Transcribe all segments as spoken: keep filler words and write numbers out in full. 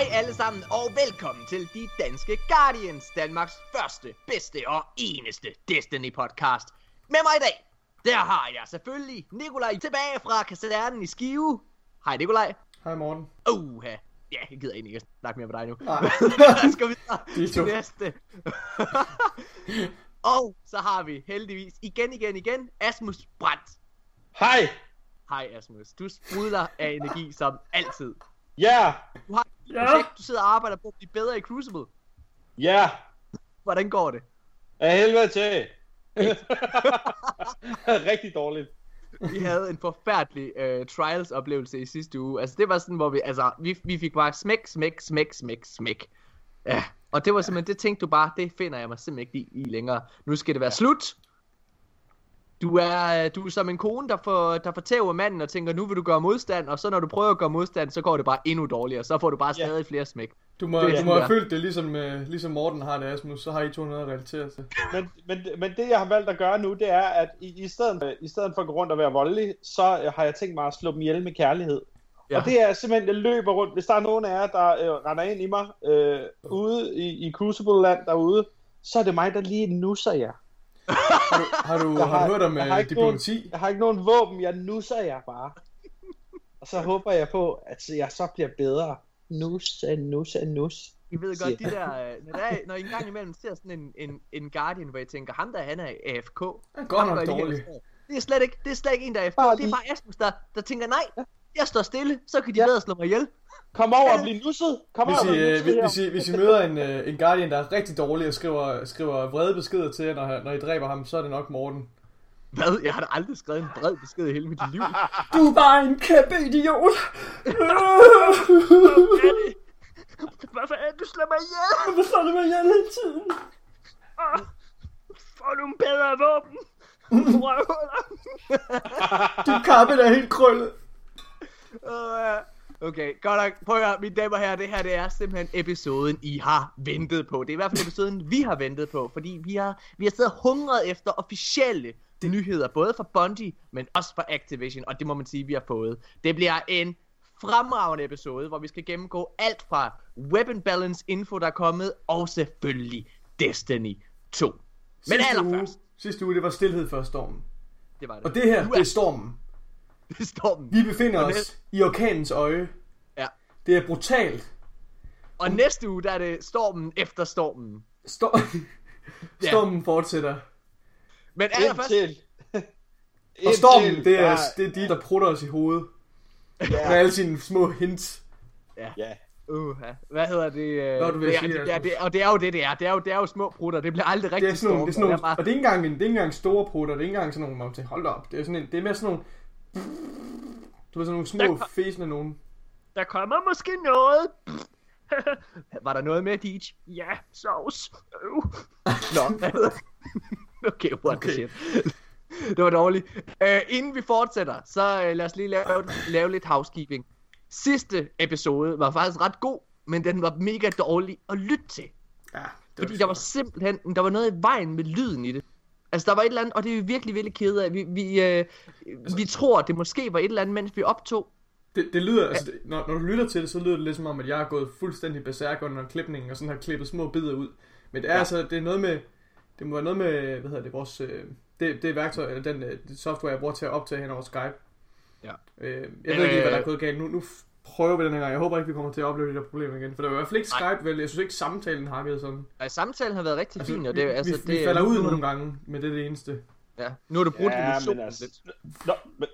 Hej alle sammen, og velkommen til De Danske Guardians, Danmarks første, bedste og eneste Destiny-podcast. Med mig i dag, der har jeg selvfølgelig Nikolaj tilbage fra kasernen i Skive. Hej Nikolaj. Hej Morten. Uha, ja, jeg gider egentlig ikke snakke mere med dig nu. Nej. Lad os gå videre til næste. Og så har vi heldigvis igen, igen, igen, Asmus Brandt. Hej. Hej Asmus, du sprudler af energi som altid. Ja. Yeah. Du har et projekt, du sidder og arbejder på at blive bedre i Crucible. Ja. Yeah. Hvordan går det? Af helvede til. Rigtig dårligt. Vi havde en forfærdelig uh, trials-oplevelse i sidste uge. Altså det var sådan, hvor vi, altså, vi, vi fik bare smæk, smæk, smæk, smæk, smæk. Ja. Og det var simpelthen, det tænkte du bare, det finder jeg mig simpelthen ikke i, i længere. Nu skal det være slut. Du er, du er som en kone, der får, der får tæv af manden og tænker, nu vil du gøre modstand, og så når du prøver at gøre modstand, så går det bare endnu dårligere, så får du bare stadig yeah. flere smæk. Du må, det, du må have følt det ligesom, uh, ligesom Morten har det, Asmus, så har I to noget at relatere til. Men, men, men det jeg har valgt at gøre nu, det er, at i, i, stedet, i stedet for at gå rundt og være voldelig, så uh, har jeg tænkt mig at slå dem ihjel med kærlighed. Ja. Og det er simpelthen, jeg løber rundt, hvis der er nogen af jer, der uh, render ind i mig uh, ude i, i Crucible-land derude, så er det mig, der lige nusser jer. Har du, har du, har, har du hørt om uh, diplomati? Nogen, jeg har ikke nogen våben, jeg nusser jer bare. Og så håber jeg på, at jeg så bliver bedre. Nus, nus, nus. I ved godt, de der, når, der er, når I en gang imellem ser sådan en, en, en Guardian, hvor jeg tænker, ham der, han er A F K. Han går nok dårligt. Det er slet ikke, det er slet ikke en, der er A F K. Bare det er bare Asmus, der, der tænker, nej, jeg står stille, så kan de ja. bedre slå mig ihjel. Kom over og bliv nusset. Kom hvis, over I, øh, hvis, hvis, I, hvis I møder en, øh, en Guardian, der er rigtig dårlig og skriver, skriver vrede beskeder til jer, når, når I dræber ham, så er det nok Morten. Hvad? Jeg har da aldrig skrevet en bred besked i hele mit liv. Du er bare en kæmpe idiot. Hvorfor er det, du slår mig ihjel? Hvorfor slår du mig ihjel hele tiden? Oh, får du en bedre våben? Du kappe der helt krøllet. Okay, godt nok. Prøv at høre, mine damer og herrer, det her det er simpelthen episoden, I har ventet på. Det er i hvert fald episoden, vi har ventet på, fordi vi har, vi har siddet hungret efter officielle det... nyheder, både fra Bungie, men også fra Activision, og det må man sige, vi har fået. Det bliver en fremragende episode, hvor vi skal gennemgå alt fra weapon balance info, der er kommet, og selvfølgelig Destiny to. Men sidste allerførst. Uge, sidste uge, det var stilhed før stormen. Det var det. Og det her, det er stormen. Det er stormen. Vi befinder os i orkanens øje. Ja. Det er brutalt. Og um... næste uge, der er det stormen efter stormen. Stor... stormen ja. fortsætter. Men allerførst... Indtil... Og stormen, det er, det er de, der prutter os i hovedet. Ja. Med alle sine små hints. Ja. Ja. Uh, hvad hedder det? Hvad du vil det, sige, er, det, er, det, og det er jo det, det er. Det er jo, det er jo små prutter. Det bliver aldrig rigtig store. Det er sådan nogle, bare... og det er ikke engang, det er ikke engang store prutter. Det er ikke engang sådan nogle, man tænker, hold op. Det er, sådan en, det er mere sådan nogle... Du ved, sådan nogle små kom... fæsende nogen. Der kommer måske noget. Var der noget med, Deej? Ja, sovs. Øh. Nå, okay, what okay. the shit. Det var dårligt. Uh, inden vi fortsætter, så uh, lad os lige lave, lave lidt housekeeping. Sidste episode var faktisk ret god, men den var mega dårlig at lytte til. Ja, fordi der var simpelthen, der var noget i vejen med lyden i det. Altså der var et eller andet, og det er vi virkelig, virkelig kede af. Vi, vi, øh, altså, vi tror, det måske var et eller andet, mens vi optog. Det, det lyder, altså det, når, når du lytter til det, så lyder det lidt som om, at jeg er gået fuldstændig berserk under klipningen, og sådan har klippet små bidder ud. Men det er ja. altså, det er noget med, det må være noget med, hvad hedder det, vores, øh, det, det værktøj, eller den det software, jeg bruger til at optage hen over Skype. Ja. Øh, jeg ved ikke, hvad der er gået galt. Nu, nu prøver vi den her gang. Jeg håber ikke, vi kommer til at opleve de der problemer igen. For der var i hvert fald ikke Skype, vel? Jeg synes ikke, samtalen hakkede sådan. Nej, samtalen har været rigtig altså, fin, og det, vi, altså, vi, det vi falder ud nogle gange, men det er det eneste. Ja, nu er du brudt ja, illusionen altså, lidt. Nå, men...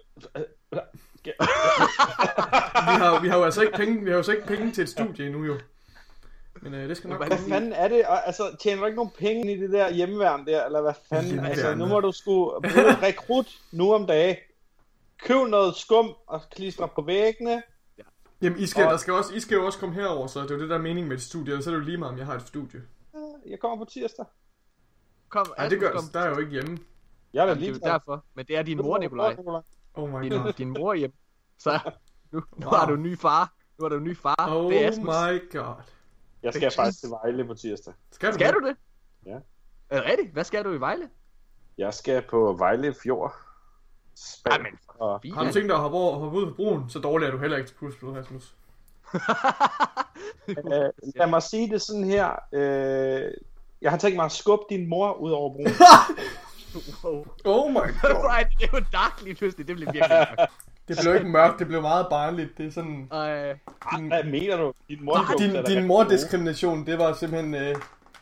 vi, har, vi har jo altså ikke penge, vi har jo så ikke penge til et studie endnu, jo. Men øh, det skal nok komme. Hvad fanden er det? Altså, tjener du ikke nogen penge i det der hjemmeværn der, eller hvad fanden? Altså, nu må du sgu bruge rekrut nu om dagen. Køb noget skum og klistre på væggene. Ja. Jamen, I skal, og... der skal også, I skal jo også komme herover, så det er jo det der mening med et studie, og så er det jo lige meget, om jeg har et studie. Jeg kommer på tirsdag. Kom, Nej, det gør kom... der er jo ikke hjemme. Jeg er da lige det er derfor, men det er din mor, Nikolaj. Oh my din, god. Din mor hjemme. Så nu, nu wow. har du en ny far. Nu har du en ny far. Oh det er my god. Jeg skal faktisk til Vejle på tirsdag. Skal du, skal du det? Ja. Er det rigtigt? Hvad skal du i Vejle? Jeg skal på Vejle Fjord. Jamen, og... Har du tænkt dig at hoppe, over, hoppe ud på broen? Så dårlig er du heller ikke til Crucible, Rasmus. øh, lad mig sige det sådan her. Øh, jeg har tænkt mig at skubbe din mor ud over broen. Wow. Oh my god. Brian, det var dark lige pludselig. Det blev virkelig mørkt. Det blev ikke mørkt, det blev meget barnligt. Det er sådan... Øh, din, Hvad mener du? Din mor din, din, din mordiskrimination, det var simpelthen... Øh,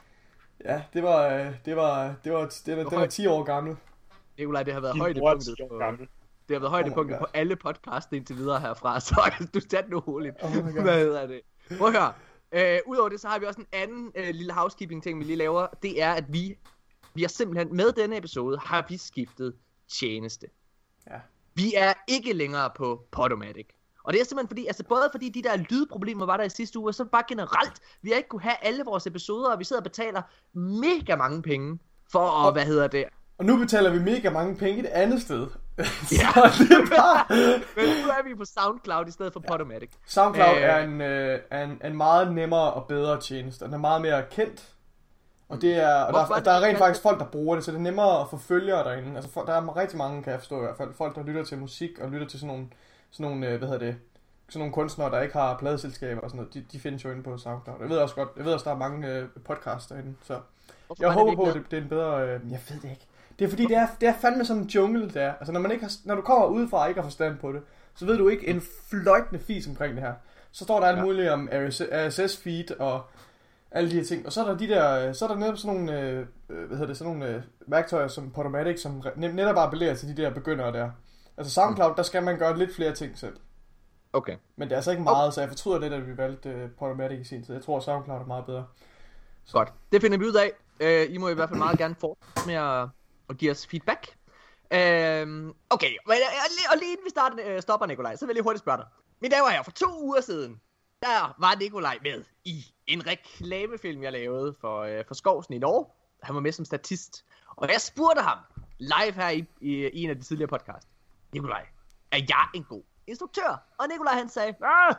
ja, det var, øh, det var, det var, det var, det var ti år gammel. Nikolaj, det har været din højdepunktet på... Det har været højdepunktet oh på alle podcasts indtil videre herfra, så du satte nu roligt. Oh Hvad hedder det? Prøv at høre. Øh, Udover det, så har vi også en anden øh, lille housekeeping ting, vi lige laver. Det er, at vi, vi har simpelthen, med denne episode, har vi skiftet tjeneste. Ja. Vi er ikke længere på Podomatic. Og det er simpelthen fordi, altså både fordi de der lydproblemer var der i sidste uge, og så bare generelt, vi har ikke kunne have alle vores episoder, og vi sidder og betaler mega mange penge for at, og, hvad hedder det? Og nu betaler vi mega mange penge et andet sted. Ja, det er bare... men nu er vi på SoundCloud i stedet for ja. Podomatic. SoundCloud øh... er en, øh, en, en meget nemmere og bedre tjeneste, den er meget mere kendt. Og, det er, og der, er, der er rent faktisk folk, der bruger det, så det er nemmere at få følgere derinde. Altså, for, der er rigtig mange, kan jeg forstå i hvert fald, folk, der lytter til musik og lytter til sådan nogle, sådan nogle øh, hvad hedder det, sådan nogle kunstnere, der ikke har pladeselskaber og sådan noget. De, de findes jo inde på SoundCloud. Jeg ved også godt, jeg ved også, der er mange øh, podcasts derinde, så hvorfor jeg håber på, at det, det er en bedre... Øh, jeg ved det ikke. Det er fordi, det er, det er fandme sådan en jungle, der. Altså, når, man ikke har, når du kommer udefra og ikke har forstand på det, så ved du ikke en fløjtende fis omkring det her. Så står der alt ja. muligt om R S S feed og alle de her ting. Og så er der de der, så er der netop sådan nogle, øh, hvad hedder det, sådan nogle øh, værktøjer som Podomatic, som netop bare appellerer til de der begyndere der. Altså SoundCloud, der skal man gøre lidt flere ting selv. Okay. Men det er altså ikke meget, okay. Så jeg fortryder lidt, at vi valgte øh, Podomatic i sin tid. Jeg tror, SoundCloud er meget bedre. Så. Godt. Det finder vi ud af. Uh, I må i hvert fald meget gerne fortsætte med at, at give os feedback. Uh, okay, og lige inden vi starter, uh, stopper, Nikolaj, så vil jeg lige hurtigt spørge dig. Mine damer her, for to uger siden, der var Nikolaj med i en reklamefilm, jeg lavede for, uh, for Skovsen i Norge. Han var med som statist. Og jeg spurgte ham live her i, i, i en af de tidligere podcasts. Nikolaj, er jeg en god instruktør? Og Nikolaj han sagde,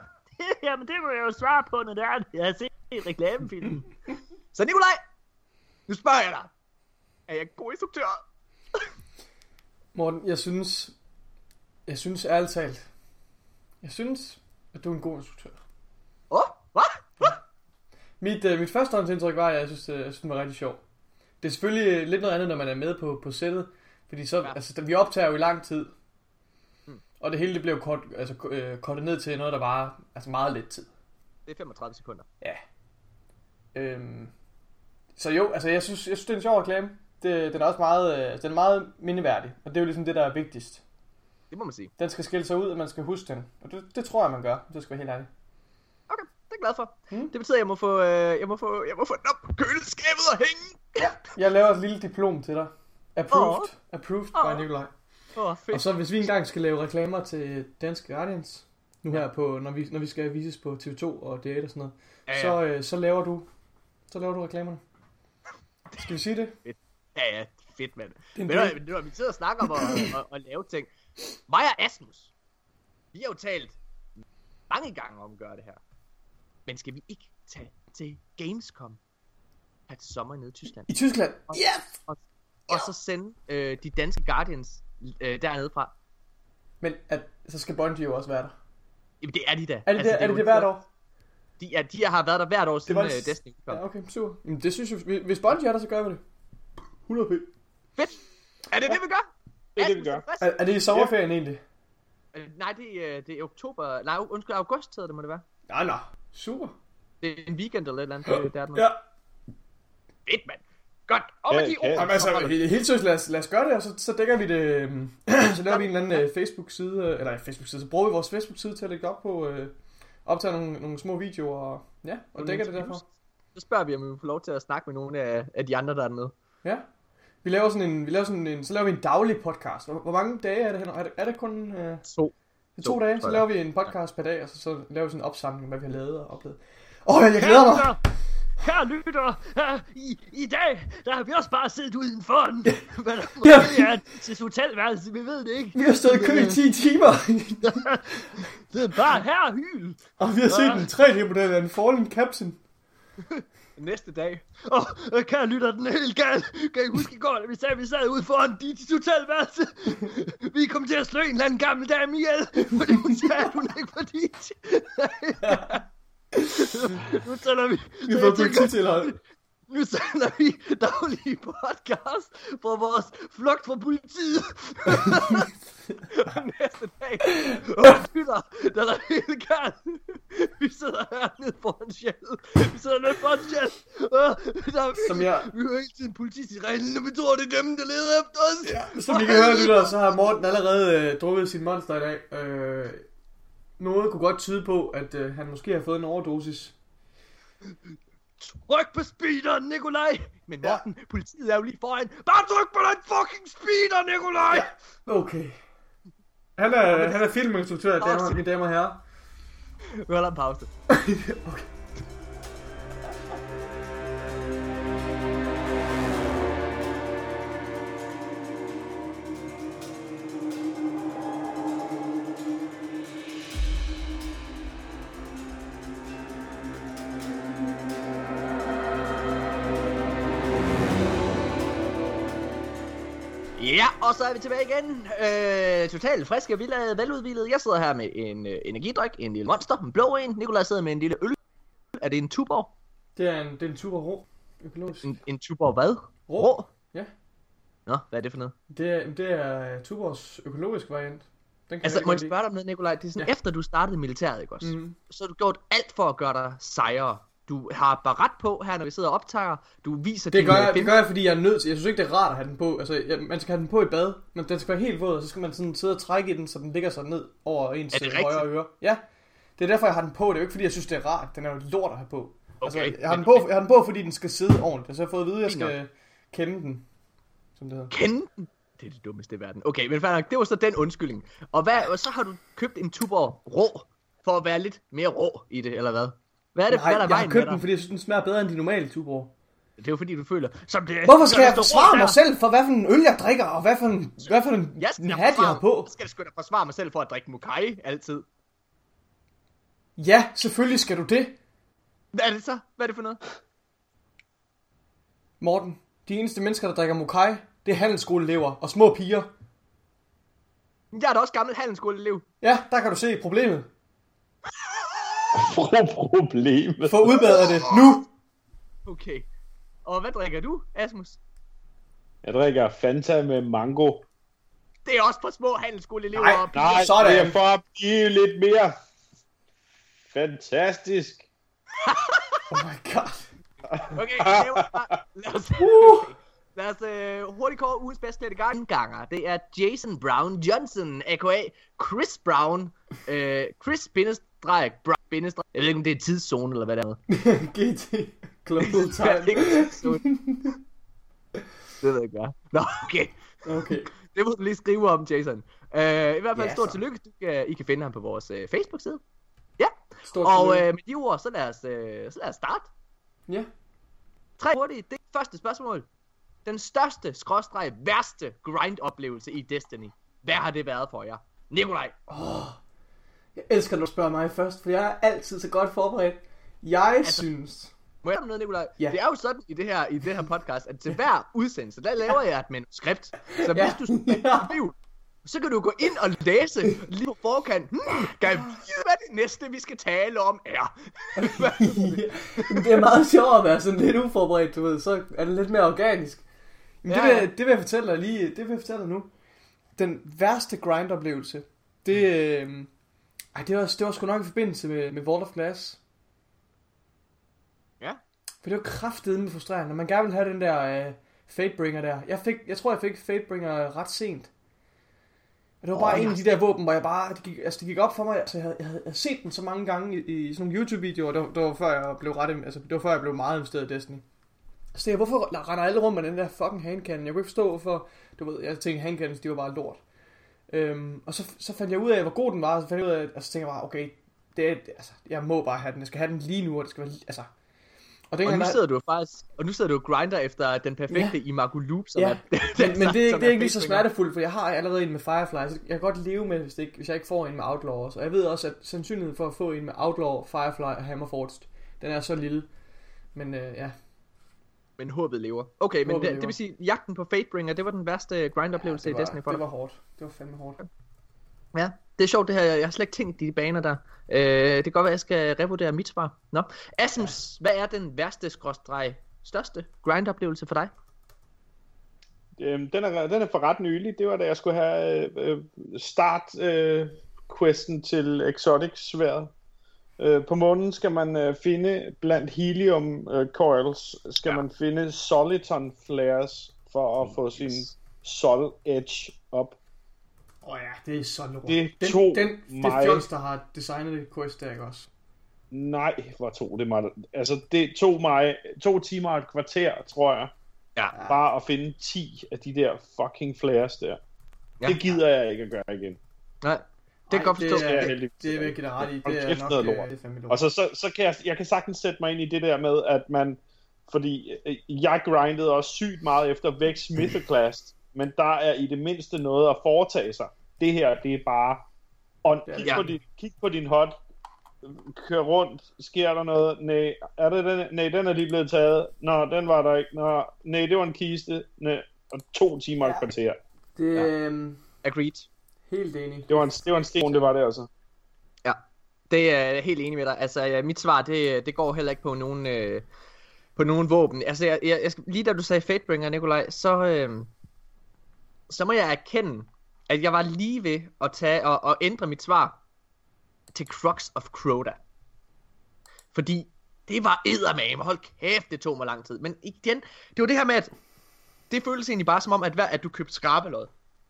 jamen det må jeg jo svare på, når det er, jeg har set en reklamefilm. Så Nikolaj, nu spørger jeg dig. Er jeg en god instruktør? Morten, jeg synes... Jeg synes ærligt talt... Jeg synes, at du er en god instruktør. Åh? Oh, hvad? Hvad? Mit, uh, mit førstehåndsindtryk var, at jeg synes, uh, jeg synes, det var rigtig sjovt. Det er selvfølgelig lidt noget andet, når man er med på, på sættet. Fordi så, ja. altså, vi optager jo i lang tid. Hmm. Og det hele det blev kort, altså, øh, kortet ned til noget, der var altså meget lidt tid. Det er femogtredive sekunder. Ja. Øhm... Så jo, altså jeg synes, jeg synes det er en sjov reklame. Det, den er også meget, øh, den er meget mindeværdig, og det er jo ligesom det, der er vigtigst. Det må man sige. Den skal skille sig ud, og man skal huske den. Og det, det tror jeg, man gør. Det skal være helt ærligt. Okay, det er jeg glad for. Hmm? Det betyder, at jeg må få, øh, jeg må få, jeg må få den op på køleskabet og hænge. Ja. Jeg laver et lille diplom til dig. Approved. Oh. Approved oh. by Nikolaj. Oh, og så hvis vi engang skal lave reklamer til Danske Guardians, nu her på, når vi, når vi skal vises på T V to og D et og sådan noget, ja, ja. Så, øh, så laver du, så laver du reklamerne. Skal vi sige det? Fedt. Ja, ja, fedt, mand. Men det var, vi sidder og snakker om at, at, at lave ting. Mig og Asmus, vi har jo talt mange gange om at gøre det her. Men skal vi ikke tage til Gamescom her til sommer nede i Tyskland? I Tyskland? Og, Yes! Og, og, og så sende øh, de danske Guardians øh, dernede fra. Men at, så skal Bungie jo også være der. Jamen det er de da. Er det altså, det, er det, det hvert år? De, ja, de har været der hvert år siden det uh, Destiny kom. Ja, okay, super. Men det synes jeg, hvis Bungie er der, så gør vi det. hundrede procent. Fedt. Er det ja. det, vi gør? Det er det, vi gør. Er, er det i sommerferien ja. egentlig? Uh, nej, det, uh, det er oktober. Nej, undskyld, august hedder det, må det være. Nej, nej. Super. Det er en weekend eller et eller andet. Ja. Der, der. Ja. Fedt, mand. Godt. Og med de ord. Jamen altså, helt seriøst, lad os, lad os gøre det, og så, så dækker vi det. Så laver vi en eller anden uh, Facebook-side, eller Facebook-side, så bruger vi vores Facebook-side til at lægge op på, uh, optage nogle, nogle små videoer, og, ja, og dækker det derfra. Så spørger vi, om vi får lov til at snakke med nogle af, af de andre, der er dernede. Ja. Vi laver sådan en, vi laver sådan en, så laver vi en daglig podcast. Hvor, hvor mange dage er det her? Er det, er det kun uh, to. to, to dage? Så laver vi en podcast per dag, og så, så laver vi sådan en opsamling af, hvad vi har lavet og oplevet. Åh, oh, jeg glæder mig! Kære lytter, uh, i, i dag, der har vi også bare siddet udenfor. Hvad der måske ja. er til hotelværelse, vi ved det ikke. Vi har stået i kø i ti timer. Det er bare her hyl. Og vi har set uh. en tre D-model af en Fallen Captain. Næste dag. Åh, oh, kære lytter, den er helt gal. Kan I huske i går, da vi sagde, at vi sad ude foran dit hotelværelse? Vi kom til at slå en eller anden gammel dame ihjel, fordi hun sagde, at hun ikke var dit. Nu taler vi... Vi får polititilhold. Nu sender vi daglige podcast på vores flugt fra politiet. Næste dag. Og lytter, der er helt galt. Vi sidder hernede foran Shell. Vi sidder nede foran Shell. Som jeg... Vi hører hele tiden politisirenen, og vi tror, det er dem, der leder efter os. Ja, som I kan høre, lytter, så har Morten allerede øh, drukket sin monster i dag. Øh, noget kunne godt tyde på, at øh, han måske har fået en overdosis. Tryk på speederen, Nikolaj! Men Morten, ja. Politiet er jo lige foran. Bare tryk på den fucking speeder, Nikolaj! Ja. Okay. Han er, han er filminstruktør, damer, mine damer og herrer. Vi holder en pause. Okay. Ja, og så er vi tilbage igen. Øh, totalt friske, vilde, veludvilede. Jeg sidder her med en øh, energidrik, en lille monster, en blå en. Nikolaj sidder med en lille øl. Er det en Tuborg? Det er en, det er en Tuborg rå, økologisk. En, en Tuborg hvad? Rå? Rå? Ja. Nå, hvad er det for noget? Det er, det er Tuborgs økologisk variant. Den kan altså, jeg må jeg spørge dig om noget, Nikolaj? Det er sådan, ja. Efter du startede militæret, ikke også? Mm. Så har du gjort alt for at gøre dig sejere. Du har baret på her, når vi sidder og optager. Du viser det gør, jeg, det gør jeg, fordi jeg er nødt til. Jeg synes ikke, det er rart at have den på. Altså, jeg, man skal have den på i bad, men den skal være helt våd, og så skal man sådan sidde og trække i den, så den ligger sig ned over ens højre øre. Ja, det er derfor, jeg har den på. Det er jo ikke, fordi jeg synes, det er rart. Den er jo lort at have på. Okay. Altså, jeg, har den på jeg har den på, fordi den skal sidde ordentligt. Så jeg har fået at vide, at jeg skal kende den, som det hedder. Kende den? Det er det dummeste i verden. Okay, men fair, det var så den undskyldning. Og, hvad, og så har du købt en Tuborg rå, for at være lidt mere rå i det, eller hvad? Hvad er det, Nej, hvad er der jeg har købt den, fordi jeg synes, den smager bedre end de normale Tuborg. Det er jo fordi, du føler... Som det, Hvorfor skal jeg forsvare mig selv for, hvad for en øl jeg drikker, og hvad for en, hvad for en, jeg en hat jeg har på? Jeg skal sgu da forsvare mig selv for at drikke Mokai altid. Ja, selvfølgelig skal du det. Hvad er det så? Hvad er det for noget? Morten, de eneste mennesker, der drikker Mokai, det er handelsskoleelever og små piger. Jeg er da også gammel handelsskoleelev. Ja, der kan du se problemet. Problemet. Få udbadet det nu. Okay. Og hvad drikker du, Asmus? Jeg drikker Fanta med mango. Det er også for små handelsskoleelever. Nej, og nej, sådan. det er for at blive lidt mere fantastisk. Oh my god. Okay, det var bare... Lad os, okay. Lad os uh, hurtigt kåre ugens bedste lidt ganger. Det er Jason Brown Johnson, a k a. Chris Brown. Uh, Chris bindestreg Brown bindestreg. Jeg ved ikke, om det er tidszone, eller hvad det er. G T. Global Time. Det ved jeg ikke, hvad. Nå, okay. Okay. Det må du lige skrive om, Jason. Uh, I hvert fald ja, stort så. tillykke. Du kan, I kan finde ham på vores uh, Facebook-side. Ja. Stort og uh, tillykke. med de ord, så lad os, uh, så lad os starte. Ja. Tre hurtigt. Det er første spørgsmål. Den største, skråstreg, værste grind-oplevelse i Destiny. Hvad har det været for jer? Nikolaj. Oh, jeg elsker, når du spørger mig først, for jeg er altid så godt forberedt. Jeg altså, synes... Må jeg have noget, Nikolaj? Ja. Det er jo sådan i det her, i det her podcast, at til hver udsendelse, der laver jeg et manuskript. Så hvis ja. du skal i tvivl, så kan du gå ind og læse lige på forkant. Hmm, kan jeg vide, hvad det næste, vi skal tale om, er? ja. Det er meget sjovt at være sådan lidt uforberedt, du ved. Så er det lidt mere organisk. Men ja, det, vil, det vil jeg fortælle dig lige, det vil jeg fortælle dig nu. Den værste grind-oplevelse, det, øh, ej, det, var, det var sgu nok i forbindelse med, med Vault of Glass. Ja. For det var kraftedeme frustrerende, når man gerne vil have den der øh, Fatebringer der. Jeg, fik, jeg tror, jeg fik Fatebringer ret sent. Og det var bare oh, en af de der våben, hvor jeg bare, det gik, altså det gik op for mig, altså jeg havde, jeg havde set den så mange gange i, i sådan nogle YouTube-videoer, det var, det var før jeg blev ret, altså det var før jeg blev meget investeret i Destiny. Så jeg, hvorfor render alle rundt med den der fucking handcannon? Jeg kunne ikke forstå, hvorfor, du ved, jeg tænkte handcannons, de var bare lort. Øhm, og så, så fandt jeg ud af, hvor god den var, og så fandt jeg ud af, og så tænkte jeg bare, okay, det er, altså, jeg må bare have den, jeg skal have den lige nu, og det skal være, altså... Og, og nu sidder du faktisk, og nu sidder du og grinder efter den perfekte ja. Imago Loop, som ja. er... men, men det, det er ikke lige så smertefuldt, for jeg har allerede en med Firefly, så jeg kan godt leve med, hvis, det ikke, hvis jeg ikke får en med Outlaw også. Og jeg ved også, at sandsynligheden for at få en med Outlaw, Firefly og Hammerforged, den er så lille. Men øh, ja. Men håbet lever. Okay, men det, det vil sige, jagten på Fatebringer, det var den værste grind-oplevelse ja, var, i Destiny for dig. Det var hårdt. Det var fandme hårdt. Ja, det er sjovt det her. Jeg har slet ikke tænkt i de baner der. Øh, det kan godt være, at jeg skal revurdere mit svar. Nå. Asmus, ja. Hvad er den værste skråstreg største grind-oplevelse for dig? Øhm, den, er, den er for ret nylig. Det var da jeg skulle have øh, start øh, questen til Exotic-sværet. Øh, på månen skal man øh, finde, blandt helium øh, coils, skal ja. man finde soliton flares for at få sin sol edge op. Åh oh ja, det er så lort. Det den, tog den, mig... Det er Fjols, der har designet det quest der, ikke også? Nej, hvor tog det mig... Altså, det tog mig to timer og et kvarter, tror jeg. Ja. Bare at finde ti af de der fucking flares der. Ja. Det gider jeg ikke at gøre igen. Nej. Det kan godt forstå. Det er, det, det er virkelig der ret i. Det er nok lort. Det er og så, så, så kan jeg, jeg kan sagtens sætte mig ind i det der med, at man... Fordi jeg grindede også sygt meget efter Vex Mythoclast, men der er i det mindste noget at foretage sig. Det her, det er bare... On, kig, ja. på din, kig på din hot, kør rundt, sker der noget? Nej, er det den? Nej, den er lige blevet taget. Nå, den var der ikke. Nå, nej, det var en kiste. Nej, og to timer ja. et kvarter. Det... Ja. Agreed. Helt enig. Det var en, det var en sten, det var det også. Ja, det er jeg helt enig med dig. Altså, ja, mit svar, det, det går heller ikke på nogen, øh, på nogen våben. Altså, jeg, jeg, jeg, lige da du sagde Fatebringer, Nikolaj, så, øh, så må jeg erkende, at jeg var lige ved at tage og, og ændre mit svar til Crux of Crota. Fordi det var eddermame. Hold kæft, det tog mig lang tid. Men igen, det var det her med, at det føltes egentlig bare som om, at, hver, at du købte skrabelod.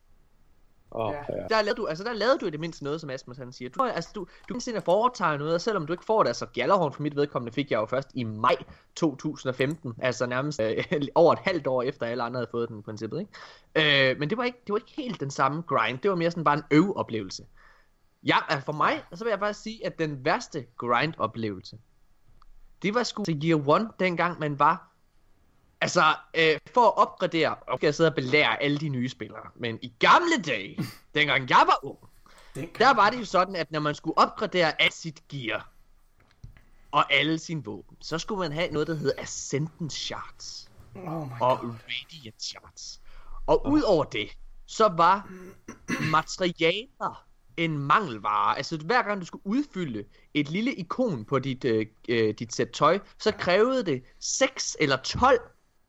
Oh, ja. Der lavede du, altså der lavede du i det mindste noget, som Asmus han siger. Du, altså, du, du kan simpelthen foretage noget, og selvom du ikke får det, altså Gjallarhorn for mit vedkommende fik jeg jo først i maj to tusind og femten, altså nærmest øh, over et halvt år efter alle andre havde fået den i princippet, ikke? Øh, men det var ikke, det var ikke helt den samme grind, det var mere sådan bare en øveoplevelse. Ja, altså for mig, så vil jeg bare sige, at den værste grind-oplevelse, det var sgu til Year One, dengang man var... Altså, øh, for at opgradere, og skal jeg sidde og belære alle de nye spillere, men i gamle dage, dengang jeg var ung, der var det jo sådan, at når man skulle opgradere af sit gear, og alle sine våben, så skulle man have noget, der hedder Ascendant Shards, oh og Radiant Shards. Og oh. Udover det, så var materialer en mangelvare. Altså hver gang du skulle udfylde et lille ikon på dit, øh, dit sæt tøj, så krævede det seks eller tolv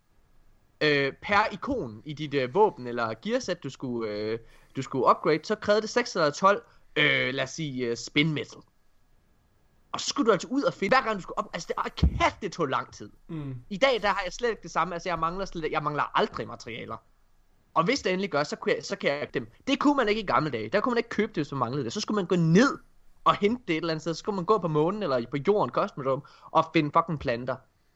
Øh, per ikon i dit øh, våben eller gearsæt du skulle øh, du skulle upgrade, så krævede det seks eller tolv øh, lad os sige øh, spin metal. Og så skulle du altså ud og finde hver gang du skulle op, altså det er kæft, det tog lang tid. Mm. I dag der har jeg slet ikke det samme, altså jeg mangler slet, jeg mangler aldrig materialer. Og hvis det endelig gør, så kan jeg, så kan jeg dem. Det kunne man ikke i gamle dage. Der kunne man ikke købe det, hvis man manglede det. Så skulle man gå ned og hente det et eller andet sted. Så skulle man gå på månen eller på jorden, Cosmodrome, og finde fucking planter.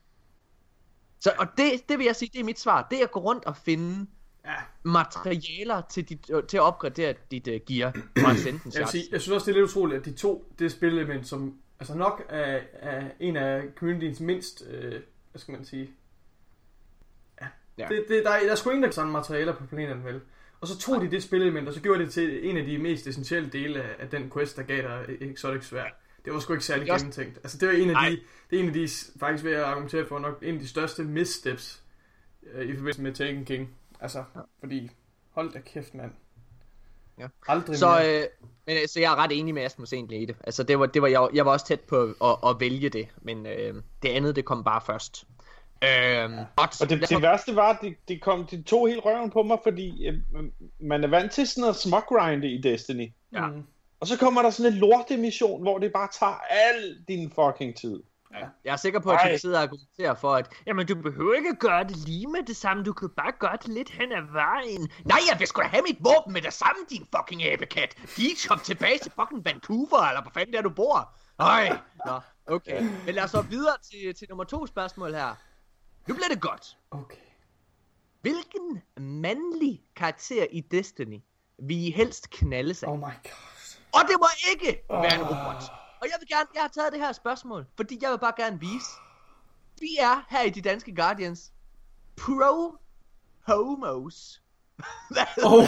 Så, og det, det vil jeg sige, det er mit svar. Det er at gå rundt og finde ja. materialer til, dit, til at opgradere dit uh, gear og Ascendant Shards. Jeg, sige, jeg synes også, det er lidt utroligt, at de to, det spilelement, som altså nok er, er en af communityens mindst, øh, hvad skal man sige, ja, ja. Det, det, der, er, der er sgu ingen, der kan samle materialer på planeten, vel? Og så tog de det spilelement, og så gjorde det til en af de mest essentielle dele af, af den quest, der gav dig Exotic Sværd. Det var sgu ikke særlig gennemtænkt. Altså det var en af de, det er en af de, faktisk vil jeg argumentere for, nok en af de største missteps øh, i forbindelse med Taken King. Altså, ja. Fordi, hold da kæft, mand. Ja. Aldrig så, mere. Øh, men, så jeg er ret enig med Asmus egentlig i det. Altså det var, det var jeg, jeg var også tæt på at, at vælge det, men øh, det andet, det kom bare først. Øh, ja. Og det, det værste var, at de, de, kom, de tog helt røven på mig, fordi øh, man er vant til sådan noget smågrinde i Destiny. Ja. Mm. Og så kommer der sådan en lortemission, hvor det bare tager al din fucking tid. Ja. Jeg er sikker på, at du sidder og argumenterer for, at jamen, du behøver ikke at gøre det lige med det samme. Du kan bare gøre det lidt hen ad vejen. Nej, jeg vil sgu da have mit våben med det samme, din fucking æbekat. Giv kom tilbage til fucking Vancouver, eller hvor fanden der du bor. Øj. Nå, okay. Men lad os så videre til, til nummer to spørgsmål her. Nu bliver det godt. Okay. Hvilken mandlig karakter i Destiny vil I helst knalde sig? Oh my god. Og det må ikke være en robot. Og jeg vil gerne, jeg har taget det her spørgsmål, fordi jeg vil bare gerne vise, vi er her i de danske Guardians pro homos. Oh.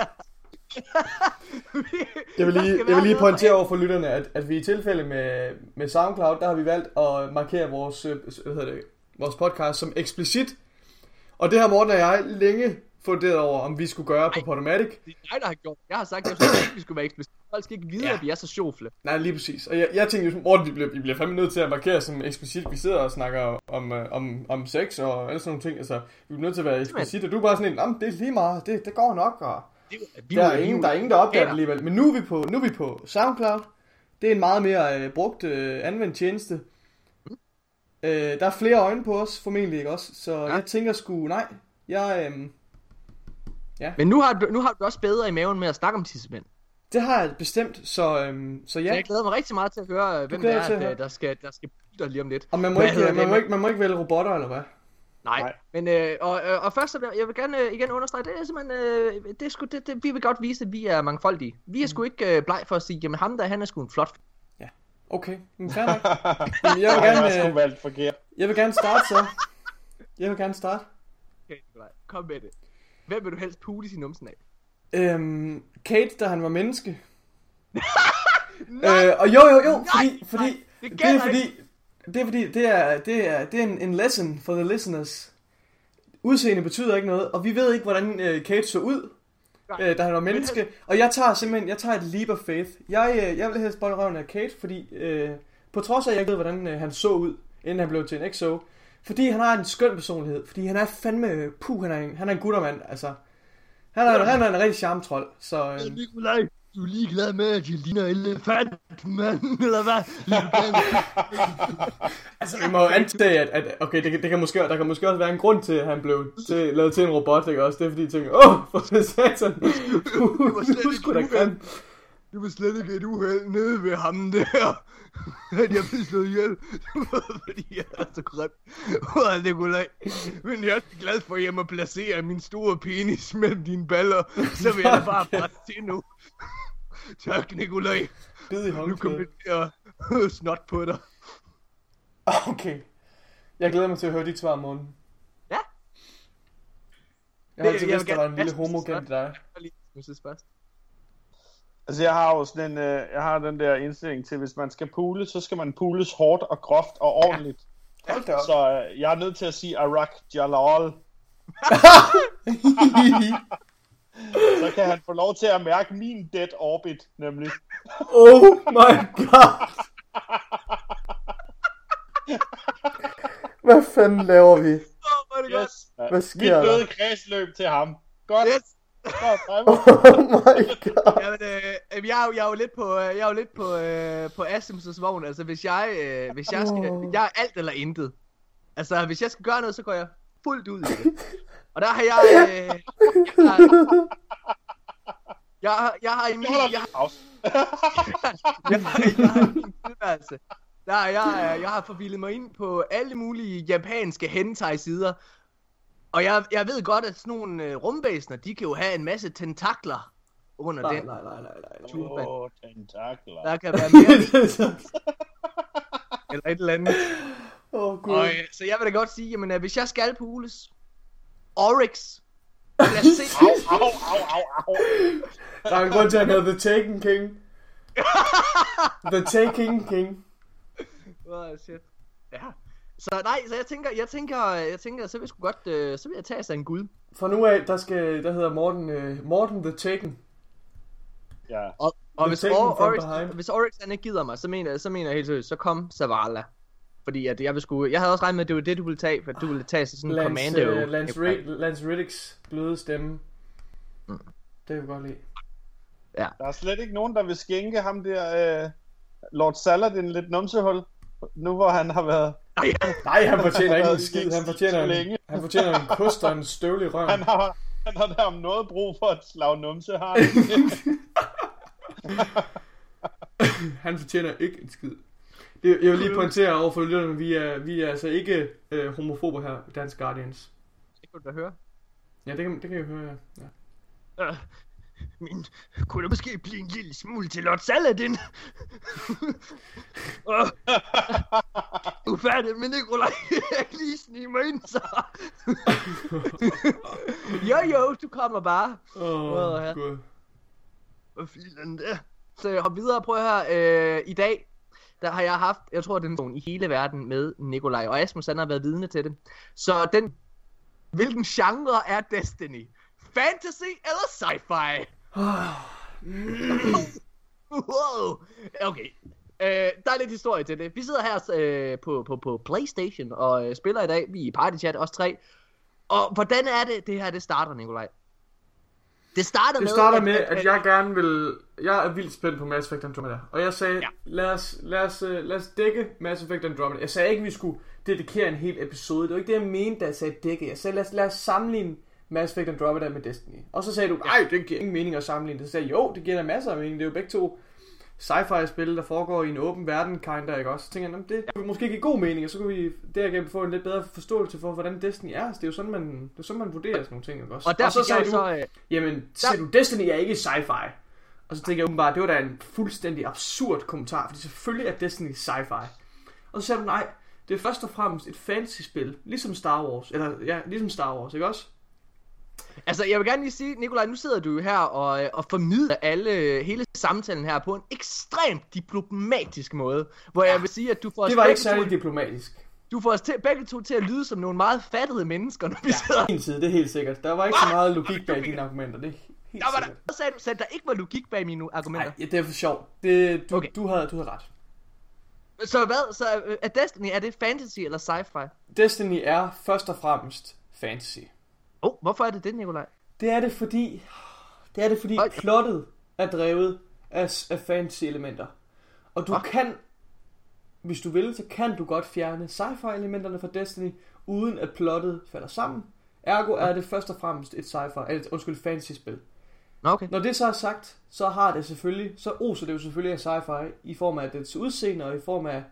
jeg vil lige, jeg vil lige pointere over for lytterne, at, at vi i tilfælde med, med SoundCloud, der har vi valgt at markere vores hvad hedder det, vores podcast som eksplicit. Og det har Morten og jeg længe funderet over, om vi skulle gøre på Podomatic. Det er dig, der har gjort det. Jeg har sagt, at jeg synes ikke, vi skulle være eksplicit. Folk skal ikke vide, ja. At vi er så sjofle. Nej, lige præcis. Og jeg, jeg tænkte jo, Morten, vi bliver, vi bliver fandme nødt til at markere som eksplicit. Vi sidder og snakker om, om, om sex og alle sådan nogle ting. Altså, vi bliver nødt til at være eksplicit. Og du er bare sådan en, det er lige meget, det, det går nok. Og det, vi der, er ingen, der er ingen, der opdager det alligevel. Men nu er vi på, nu er vi på SoundCloud. Det er en meget mere øh, brugt øh, anvendt tjeneste. Mm. Øh, der er flere øjne på os, formentlig ikke også. Så ja. Jeg tænker sgu, nej. Jeg, øh, ja. Men nu har, du, nu har du også bedre i maven med at snakke om tissemænd. Det har jeg bestemt, så, øhm, så ja. Så jeg glæder mig rigtig meget til at høre, hvem det er, at, der skal, der skal bytte lige om lidt. Og man må, ikke, man, må ikke, man må ikke vælge robotter, eller hvad? Nej, Nej. men øh, og, øh, og først, jeg vil gerne øh, igen understrege, det er simpelthen, øh, det er sgu, det, det, vi vil godt vise, at vi er mangfoldige. Vi er sgu ikke øh, bleg for at sige, jamen ham der, han er sgu en flot. Ja, okay, men fair nok. Jamen, jeg vil gerne, øh, valgt forkert. Jeg vil gerne starte så. Jeg vil gerne starte. Okay, kom med det. Hvem vil du helst pude i sin numsen af? Øhm, Kate, da han var menneske. øh, og jo, jo, jo, nej, fordi, fordi nej, det, det er fordi, det er fordi, det er, det er, det er en, en lesson for the listeners. Udseende betyder ikke noget, og vi ved ikke, hvordan øh, Kate så ud, øh, da han var menneske. Og jeg tager simpelthen, jeg tager et leap of faith. Jeg, øh, jeg vil helst bolde røven af Kate, fordi øh, på trods af, at jeg ikke ved, hvordan øh, han så ud, inden han blev til en X O, fordi han har en skøn personlighed, fordi han er fandme, puh, han er en, han er en guttermand, altså. Han er, han er en rigtig charmetrold, så... Øh... Nikolaj, du er ligeglad med, at jeg ligner elefant, mand, eller hvad? Altså, vi må jo antage, at, at okay, det, det kan måske, der kan måske også være en grund til, at han blev til, lavet til en robot, ikke også? Det er fordi, de tænker, åh, for det satan, du skulle da grim. Det var slet ikke et uheld nede ved ham der. At jeg blev slået ihjel, fordi jeg er så grim. Åh, Nikolaj. Men jeg er glad for, at jeg må placere min store penis mellem dine baller. Så vil jeg bare presse til nu. Tak, Nikolaj. Bid i håndklædet. Nu kommer det der snot på dig. Okay. Jeg glæder mig til at høre dit svar, Morten. Ja. Jeg har altid vidst, der var en lille homogen i dig. Jeg synes først. Altså jeg har jo sådan en, øh, jeg har den der indstilling til, hvis man skal pule, så skal man pules hårdt og groft og ordentligt. Ja. Så øh, jeg er nødt til at sige Arak Jalal. Så kan han få lov til at mærke min dead orbit, nemlig. Oh my god. Hvad fanden laver vi? Oh, yes. Hvad sker Mit døde kredsløb til ham. Godt. Yes. Oh my god. Jamen, øh, jeg, er jo, jeg er jo lidt på, jeg er jo lidt på, øh, på Asims' vogn. Altså, hvis jeg, øh, hvis jeg skal, Oh. jeg er alt eller intet. Altså, hvis jeg skal gøre noget, så går jeg fuldt ud i det. Og der har jeg, øh, jeg har, jeg har, jeg har i min, jeg har, jeg har, jeg har i min tilværelse, der har jeg, jeg har forvildet mig ind på alle mulige japanske hentai-sider. Og jeg, jeg ved godt, at sådan nogle øh, rumvæsener, de kan jo have en masse tentakler under Nej, den. nej, nej, nej, nej. Tuba. Åh, tentakler. Der kan være mere. Eller et eller andet. Åh, oh, gud. Og, øh, så jeg vil da godt sige, jamen, øh, hvis jeg skal pules, Oryx. Lad os se. Au, au, au, au, au. Der er en grund til, at han hedder The Taken King. The Taking King. Åh, oh, shit. Ja. Så nej, så jeg tænker, jeg tænker, jeg tænker, så vil jeg sgu godt, øh, så vil jeg tage sig en gud. For nu af, der skal, der hedder Morten, uh, Morten The Taken. Ja. Og, og hvis, taken Or- from Oryx, behind. hvis Oryx han ikke gider mig, så mener, så mener jeg helt seriøst, så kom Zavala. Fordi at jeg vil sgu, jeg havde også regnet med, at det var det, du ville tage, for du ville tage sådan en Lance, commando. uh, Lance, Rid- Lance Riddicks bløde stemme. Mm. Det vil jeg godt lide. Ja. Der er slet ikke nogen, der vil skænke ham der, øh, Lord Saladin lidt numsehul. Nu hvor han har været... Nej, han fortjener ikke en skid. Han Så fortjener en, længe. han fortjener en kost og en støvle i røven. Han har, han har der om noget brug for at slag numse, har han. Han fortjener ikke en skid. Det, jeg vil lige pointere over for lytterne, vi er, vi er altså ikke øh, homofober her i Dansk Guardians. Det kunne du da høre. Ja, det kan, det kan jeg høre, ja. ja. Uh, men kunne der måske blive en lille smule til Lord Saladin? uh, Ufærdigt, men Nikolaj, jeg kan lige snige mig ind, så. jo, jo, du kommer bare. Åh, Åh, gud. Hvor filen der. Så jeg hopper videre, prøv at høre, øh, i dag, der har jeg haft, jeg tror, den i hele verden med Nikolaj, og Asmus, han har været vidne til det. Så den, hvilken genre er Destiny? Fantasy eller sci-fi? Wow. Okay. Uh, der er lidt historie til det. Vi sidder her uh, på, på, på PlayStation og uh, spiller i dag. Vi er i partychat, os tre. Og hvordan er det, det her det starter, Nikolaj? Det starter det med, starter at, med, at, at jeg gerne vil... Jeg er vildt spændt på Mass Effect Andromeda. Og jeg sagde, ja. lad, os, lad, os, lad os dække Mass Effect Andromeda. Jeg sagde ikke, at vi skulle dedikere en hel episode. Det var ikke det, jeg mente, da jeg sagde dække. Jeg sagde, lad os, lad os sammenligne Mass Effect Andromeda med Destiny. Og så sagde du, nej, det giver ingen mening at sammenligne det. Så sagde jeg, jo, det giver da masser af mening. Det er jo begge to sci-fi-spil, der foregår i en åben verden, kinda, ikke også? Så tænker jeg, det kunne måske give god mening, og så kunne vi derigennem få en lidt bedre forståelse for, hvordan Destiny er. Så det er jo sådan, man, det er sådan, man vurderer sådan nogle ting, ikke også? Og, der og så sagde du, så, øh... jamen, siger du, Destiny er ikke sci-fi. Og så tænker jeg bare, det var da en fuldstændig absurd kommentar, fordi selvfølgelig er Destiny sci-fi. Og så sagde du, nej, det er først og fremmest et fantasy-spil, ligesom Star Wars, eller ja, ligesom Star Wars, ikke også? Altså, jeg vil gerne lige sige, Nikolaj, nu sidder du her og, og formidler alle, hele samtalen her på en ekstremt diplomatisk måde, hvor ja, jeg vil sige, at du får os det var ikke to, særlig diplomatisk. Du får os til, begge to til at lyde som nogle meget fattede mennesker, når vi ja, sidder. Ja, side, det er helt sikkert. Der var ikke så meget logik bag dine argumenter, det er helt der var sikkert. Der sagde du, at der ikke var logik bag mine argumenter. Nej, ja, det er for sjovt. Det, du, okay. du, havde, du havde ret. Så hvad? Så er Destiny, er det fantasy eller sci-fi? Destiny er først og fremmest fantasy. Oh, hvorfor er det det, Nikolaj? Det er det fordi, det er det fordi okay. plottet er drevet af, af fantasy-elementer. Og du okay. kan, hvis du vil, så kan du godt fjerne sci-fi-elementerne fra Destiny, uden at plottet falder sammen. Ergo er det først og fremmest et sci-fi, eller undskyld, fantasy-spil. Okay. Når det så er sagt, så har det selvfølgelig, så oser det jo selvfølgelig af sci-fi, i form af dets udseende, og i form af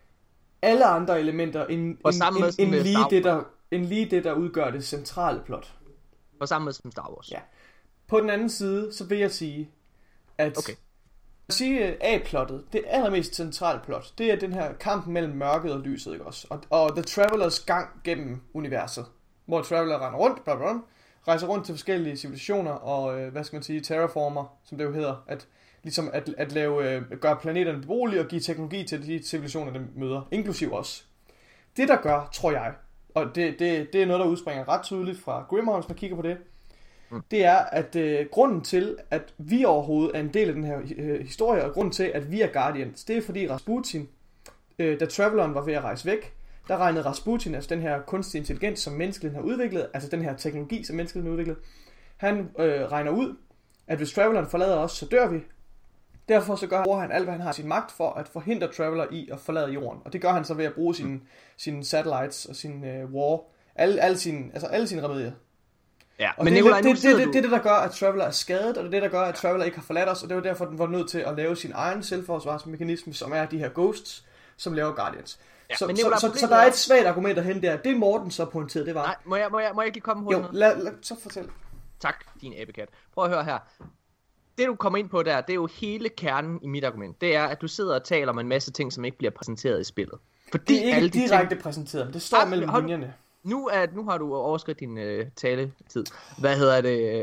alle andre elementer, end, end, end, end, lige, det, der, end lige det, der udgør det centrale plot. På samme måde som Star Wars. Ja. På den anden side, så vil jeg sige, at okay. at sige A-plottet, det allermest centrale plot, det er den her kamp mellem mørket og lyset, ikke også? Og, og The Travelers gang gennem universet, hvor Traveler render rundt, bla bla, rejser rundt til forskellige civilisationer og, øh, hvad skal man sige, terraformer, som det jo hedder, at ligesom at, at lave, øh, gøre planeterne beboelige og give teknologi til de civilisationer, der møder, inklusiv os. Det der gør, tror jeg, og det, det, det er noget, der udspringer ret tydeligt fra Grimhound, hvis man kigger på det, mm. det er, at øh, grunden til, at vi overhovedet er en del af den her øh, historie, og grunden til, at vi er Guardians, det er fordi Rasputin, øh, da Traveleren var ved at rejse væk, der regnede Rasputin, altså den her kunstig intelligens, som menneskeheden har udviklet, altså den her teknologi, som menneskeheden har udviklet, han øh, regner ud, at hvis Traveleren forlader os, så dør vi. Derfor så gør han alt, hvad han har sin magt for at forhindre Traveler i at forlade jorden. Og det gør han så ved at bruge sine, sine satellites og sin uh, war, alle, alle, sine, altså alle sine remedier. Ja, og men det, Nikolaj, det, det, det, det, det, det, det, der gør, at Traveler er skadet, og det er det, der gør, at Traveler ikke har forladt os, og det var derfor, den var nødt til at lave sin egen selvforsvarsmekanisme, som er de her ghosts, som laver Guardians. Ja, så, Nikolaj, så, så, så der er et svagt argument at hente der. Det Morten så pointeret, det var... Nej, må jeg, må jeg, må jeg ikke lige komme hurtigt? Jo, lad, lad, så fortæl. Tak, din æbekat. Prøv at høre her. Det du kommer ind på der, det er jo hele kernen i mit argument. Det er, at du sidder og taler om en masse ting, som ikke bliver præsenteret i spillet. Fordi det er ikke alle de direkte ting... præsenteret, men det står ah, mellem linjerne. Nu, er, nu har du overskridt din øh, taletid. Hvad hedder det?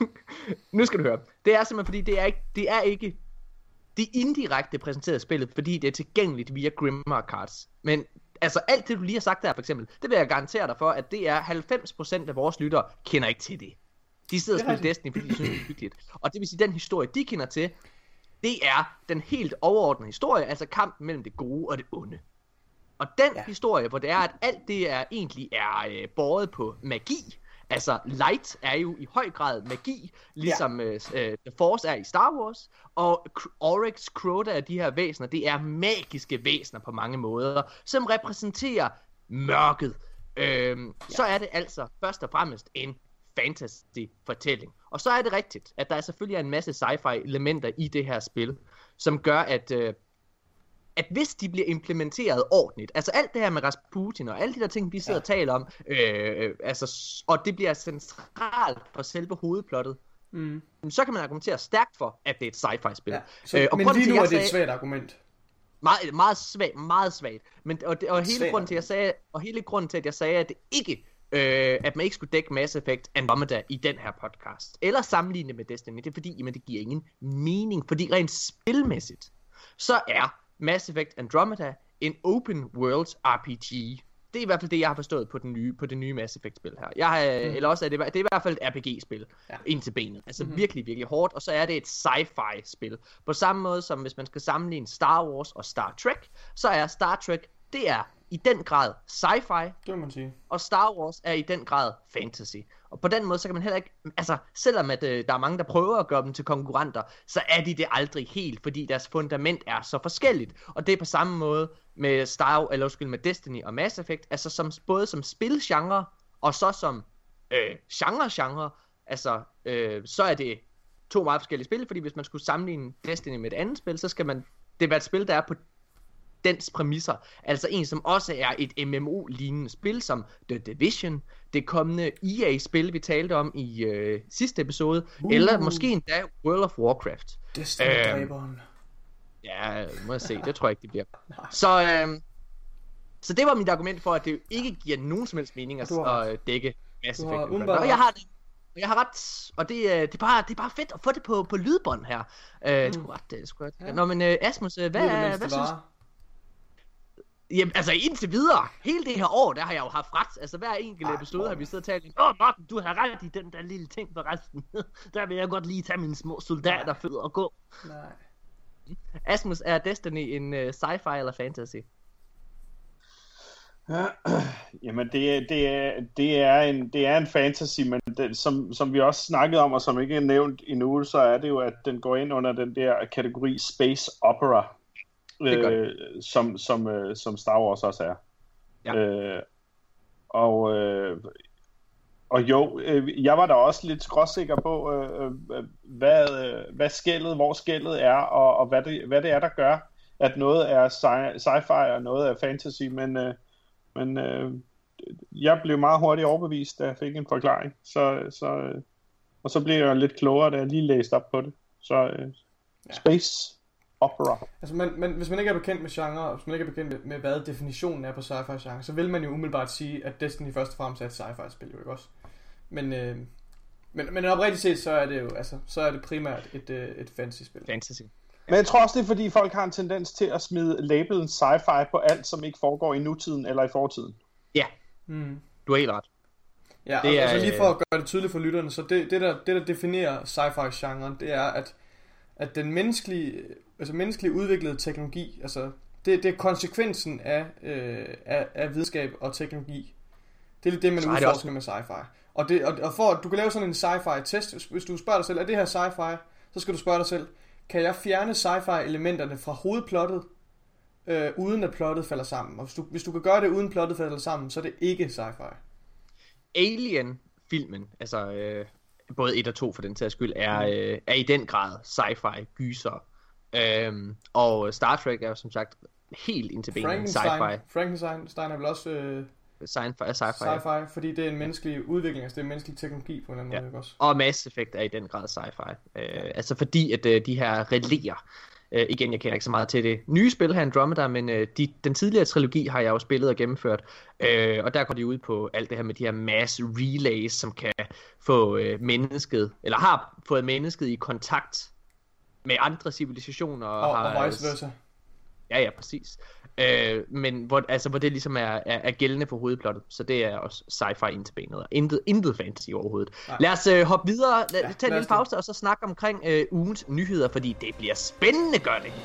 Nu skal du høre. Det er simpelthen fordi, det er ikke det er ikke det indirekte præsenteret spillet, fordi det er tilgængeligt via Grimmark Cards. Men altså alt det, du lige har sagt der for eksempel, det vil jeg garantere dig for, at det er halvfems procent af vores lyttere kender ikke til det. De sidder og spiller Destiny, fordi de synes, det er hyggeligt. Og det vil sige, den historie, de kender til, det er den helt overordnede historie, altså kampen mellem det gode og det onde. Og den ja. historie, hvor det er, at alt det er egentlig er øh, båret på magi, altså light er jo i høj grad magi, ligesom ja. øh, The Force er i Star Wars, og Oryx, Crota er de her væsener, det er magiske væsener på mange måder, som repræsenterer mørket. Øhm, ja. Så er det altså først og fremmest en fantasy-fortælling. Og så er det rigtigt, at der er selvfølgelig en masse sci-fi-elementer i det her spil, som gør, at, øh, at hvis de bliver implementeret ordentligt, altså alt det her med Rasputin og alle de der ting, vi sidder ja. og taler om, øh, altså, og det bliver centralt for selve hovedplottet, mm. så kan man argumentere stærkt for, at det er et sci-fi-spil. Ja. Så, øh, og men lige nu er det sagde, et svært argument. Meget, meget svagt, meget svagt. Men, og, og, hele grunden til, jeg sagde, og hele grunden til, at jeg sagde, at det ikke Øh, at man ikke skulle dække Mass Effect Andromeda i den her podcast, eller sammenligne med Destiny, det er fordi, jamen, det giver ingen mening, fordi rent spilmæssigt, så er Mass Effect Andromeda en open world R P G. Det er i hvert fald det, jeg har forstået på, den nye, på det nye Mass Effect-spil her. Jeg har, mm. Eller også er det, det er i hvert fald et R P G-spil, ja. Ind til benet. Altså mm-hmm. virkelig, virkelig hårdt. Og så er det et sci-fi-spil. På samme måde som hvis man skal sammenligne Star Wars og Star Trek, så er Star Trek, det er i den grad sci-fi. Det må man sige. Og Star Wars er i den grad fantasy. Og på den måde, så kan man heller ikke... Altså, selvom at, øh, der er mange, der prøver at gøre dem til konkurrenter, så er de det aldrig helt, fordi deres fundament er så forskelligt. Og det er på samme måde med Star eller undskyld, med Destiny og Mass Effect, altså som, både som spilgenre, og så som øh, genre-genre, altså, øh, så er det to meget forskellige spil, fordi hvis man skulle sammenligne Destiny med et andet spil, så skal man... Det være et spil, der er på dens præmisser. Altså en, som også er et M M O-lignende spil, som The Division, det kommende E A-spil, vi talte om i øh, sidste episode, uh. eller måske endda World of Warcraft. Destiny-dræberen. Øhm, ja, må jeg se. Det tror jeg ikke, det bliver. Så, øhm, så det var mit argument for, at det ikke giver nogen som helst mening at, at dække Mass Effect. Og jeg har det. Jeg har ret, og det, det, er bare, det er bare fedt at få det på, på lydbånd her. Øh, mm. Ret, det er sgu godt. Ja. Nå, men uh, Asmus, hvad, hvad, hvad synes du? Jamen, altså indtil videre, hele det her år, der har jeg jo haft ret. Altså hver enkelt Ej, episode har vi siddet og talt. Åh, oh, Morten, du har ret i den der lille ting for resten. Der vil jeg godt lige tage mine små soldater fødder og gå. Nej. Asmus, er Destiny en uh, sci-fi eller fantasy? Jamen det, det, er, det, er en, det er en fantasy, men det, som, som vi også snakkede om, og som ikke er nævnt endnu, så er det jo, at den går ind under den der kategori Space Opera, øh, som, som, øh, som Star Wars også er. Ja. Øh, og, øh, og jo, øh, jeg var da også lidt skråsikker på, øh, øh, hvad, øh, hvad skældet, hvor skældet er, og, og hvad, det, hvad det er, der gør, at noget er sci- sci-fi og noget er fantasy, men... Øh, Men øh, jeg blev meget hurtigt overbevist, da jeg fik en forklaring. Så, så, øh, og så blev jeg lidt klogere, da jeg lige læste op på det. Så øh, ja. Space Opera. Altså, man, man, hvis man ikke er bekendt med genre, og hvis man ikke er bekendt med, med hvad definitionen er på sci-fi genre, så vil man jo umiddelbart sige, at Destiny først og fremmest er et sci-fi spil, jo ikke også? Men, øh, men, men oprigtigt set, så er det jo altså, så er det primært et, øh, et fantasy-spil. Fantasy. Men jeg tror også, det er fordi folk har en tendens til at smide labelen sci-fi på alt, som ikke foregår i nutiden eller i fortiden. Ja, mm. Du er helt ret. Ja, det altså, er, altså lige for at gøre det tydeligt for lytterne, så det, det, der, det der definerer sci-fi-genren, det er, at, at den menneskelige, altså menneskelige udviklede teknologi, altså det, det er konsekvensen af, øh, af, af videnskab og teknologi. Det er lidt det, man udforsker også med sci-fi. Og, det, og, og for at du kan lave sådan en sci-fi-test, hvis du spørger dig selv, er det her sci-fi, så skal du spørge dig selv, kan jeg fjerne sci-fi-elementerne fra hovedplottet, øh, uden at plottet falder sammen? Og hvis du, hvis du kan gøre det, uden plottet falder sammen, så er det ikke sci-fi. Alien-filmen, altså øh, både et og to for den sags skyld, er, øh, er i den grad sci-fi gyser. Øhm, og Star Trek er jo som sagt helt ind til benet sci-fi. Frankenstein er vel også... Øh... Sci-fi, sci-fi, sci-fi, fordi det er en menneskelig udvikling, altså det er en menneskelig teknologi på en eller anden ja. måde, ikke også? Og Mass Effect er i den grad sci-fi. Øh, ja. Altså fordi, at øh, de her releer, øh, igen, jeg kender ikke så meget til det nye spil her, Andromeda, men øh, de, den tidligere trilogi har jeg jo spillet og gennemført, øh, og der går de ud på alt det her med de her mass relays, som kan få øh, mennesket, eller har fået mennesket i kontakt med andre civilisationer. Og, og, har, og vice versa. Ja, ja, præcis. Øh, men hvor, altså, hvor det ligesom er, er, er gældende for hovedplottet. Så det er også sci-fi ind til benet. Intet, intet fantasy overhovedet. Nej. Lad os øh, hoppe videre. Lad, ja, tage en lille pause og så snakke omkring øh, ugens nyheder, fordi det bliver spændende, gør det.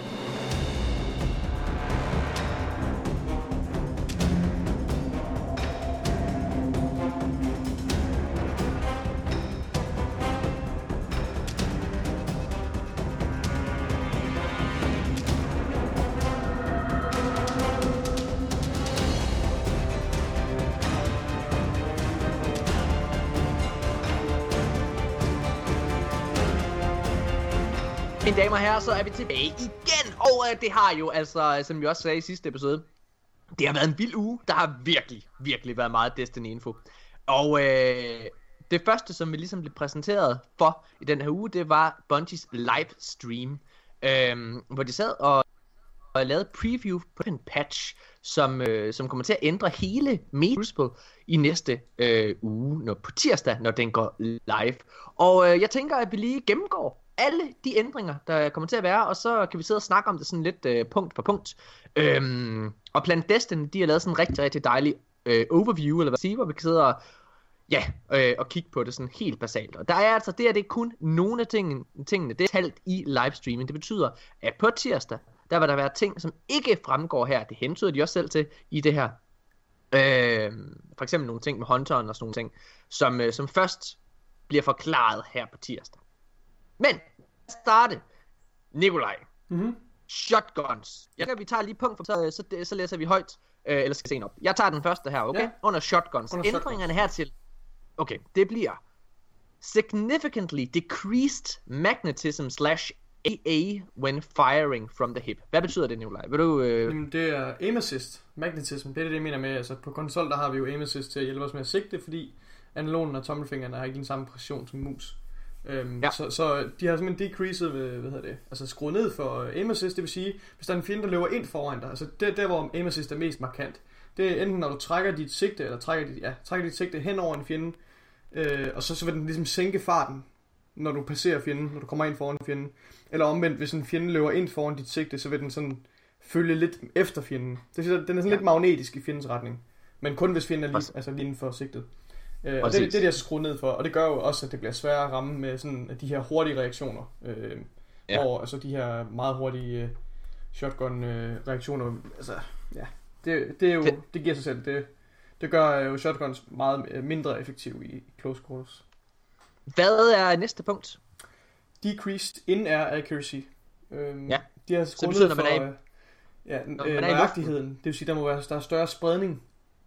Mine damer og herrer, så er vi tilbage igen, og øh, det har jo altså, som vi også sagde i sidste episode, det har været en vild uge. Der har virkelig, virkelig været meget Destiny-info. Og øh, det første, som vi ligesom blev præsenteret for i den her uge, det var Bungies livestream, øh, hvor de sad og, og lavede preview på en patch, som, øh, som kommer til at ændre hele Crucible i næste øh, uge, når, på tirsdag, når den går live. Og øh, jeg tænker, at vi lige gennemgår alle de ændringer, der kommer til at være, og så kan vi sidde og snakke om det sådan lidt øh, punkt for punkt. Øhm, og Planet Destiny, de har lavet sådan en rigtig, rigtig dejlig øh, overview, eller hvad siger, hvor vi kan sidde og, ja, øh, og kigge på det sådan helt basalt. Og der er altså, det er det kun nogle af tingene, tingene, det er talt i livestreaming. Det betyder, at på tirsdag, der vil der være ting, som ikke fremgår her. Det hentyder de også selv til i det her. Øh, for eksempel nogle ting med Hunteren og sådan nogle ting, som, øh, som først bliver forklaret her på tirsdag. Men, lad os starte. Nikolaj. Mm-hmm. Shotguns. Jeg kan vi tager lige punkt for så, så, så læser vi højt. Øh, eller skal se en op. Jeg tager den første her, okay? Ja. Under shotguns. Under ændringerne shotguns. Hertil. Okay, det bliver significantly decreased magnetism slash A A when firing from the hip. Hvad betyder det, Nikolaj? Vil du, øh... Jamen, det er aim assist, magnetism. Det er det, jeg mener med. Altså, på konsol, der har vi jo aim assist til at hjælpe os med at sigte, fordi analogen og tommelfingeren har ikke den samme præcision som mus. Øhm, ja. så, så de har simpelthen decreased, hvad hedder det, altså skruet ned for aim assist, det vil sige, hvis der er en fjende, der løber ind foran dig, altså det der, hvor aim assist er mest markant, det er enten når du trækker dit sigte, eller trækker dit, ja, trækker dit sigte hen over en fjende, øh, og så, så vil den ligesom sænke farten, når du passerer fjenden, når du kommer ind foran fjenden, eller omvendt, hvis en fjende løber ind foran dit sigte, så vil den sådan følge lidt efter fjenden. Det er, den er sådan ja. lidt magnetisk i fjendens retning, men kun hvis fjenden er lige, altså lige inden for sigtet. Øh, og det, det er det, jeg så skruet ned for, og det gør jo også, at det bliver sværere at ramme med sådan de her hurtige reaktioner, øh, ja. hvor altså de her meget hurtige øh, shotgun øh, reaktioner, altså ja, det, det er jo, det, det giver sig selv, det, det gør jo shotguns meget mindre effektive i close quarters. Hvad er næste punkt? Decreased in-air accuracy. Øh, ja. De har skruet ned for øh, ja, øh, nøjagtigheden, det vil sige, der må være der er større spredning.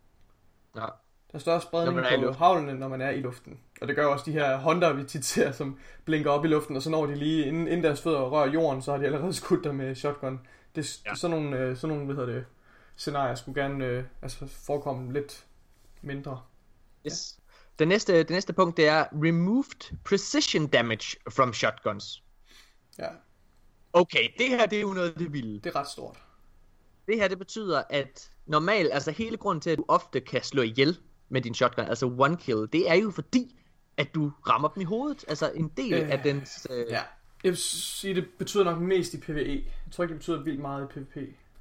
Ja. Der er større spredning på havlene, når man er i luften. Og det gør også de her Hunter, vi tit ser, som blinker op i luften, og så når de lige, inden, inden deres fødder rører jorden, så har de allerede skudt der med shotgun. Det, ja. Sådan nogle, øh, sådan nogle hvad hedder det, scenarier skulle gerne øh, altså forekomme lidt mindre. Yes. Ja. Det, næste, det næste punkt, det er removed precision damage from shotguns. Ja. Okay, det her, det er jo noget af det vilde. Det er ret stort. Det her, det betyder, at normalt, altså hele grunden til, at du ofte kan slå ihjel med din shotgun, altså one kill, det er jo fordi, at du rammer dem i hovedet. Altså en del øh, af dens... Øh... Ja, jeg vil sige, det betyder nok mest i PvE. Jeg tror ikke, det betyder vildt meget i PvP.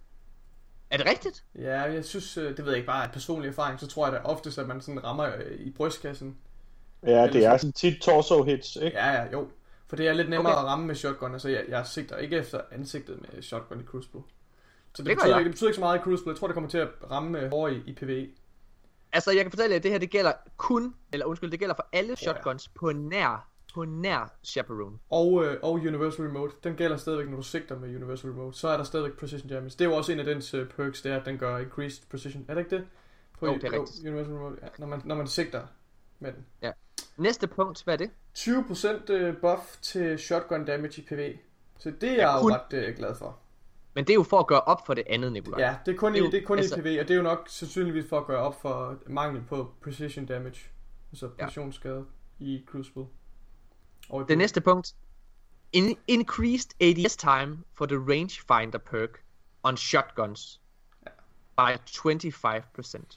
Er det rigtigt? Ja, jeg synes, det ved jeg ikke, bare af personlig erfaring, så tror jeg da oftest, at man sådan rammer i brystkassen. Ja, det er sådan tit torso hits, ikke? Ja, ja, jo. For det er lidt nemmere okay. at ramme med shotgun, altså jeg, jeg sigter ikke efter ansigtet med shotgun i Crucible. Så det, det, betyder, det betyder ikke så meget i Crucible. Jeg tror, det kommer til at ramme hårdere i, i PvE. Altså, jeg kan fortælle jer, at det her, det gælder kun, eller undskyld, det gælder for alle shotguns ja. på nær, på nær Chaperone. Og, øh, og Universal Remote, den gælder stadigvæk, når du sigter med Universal Remote, så er der stadigvæk Precision Damage. Det er jo også en af dens uh, perks, det er, at den gør increased precision. Er det ikke det? På oh, det er rigtigt. Universal Remote, ja, når, man, når man sigter med den. Ja. Næste punkt, hvad er det? tyve procent buff til shotgun damage i PvE. Så det er jeg kun... jo ret uh, glad for. Men det er jo for at gøre op for det andet, Nikolaj. Ja, det er kun, det er i, det er kun altså... i PvE, og det er jo nok sandsynligvis for at gøre op for mangel på precision damage. Altså præcisionsskade ja. i Crucible. Og i det næste punkt. In- increased A D S time for the rangefinder perk on shotguns ja. by twenty-five percent.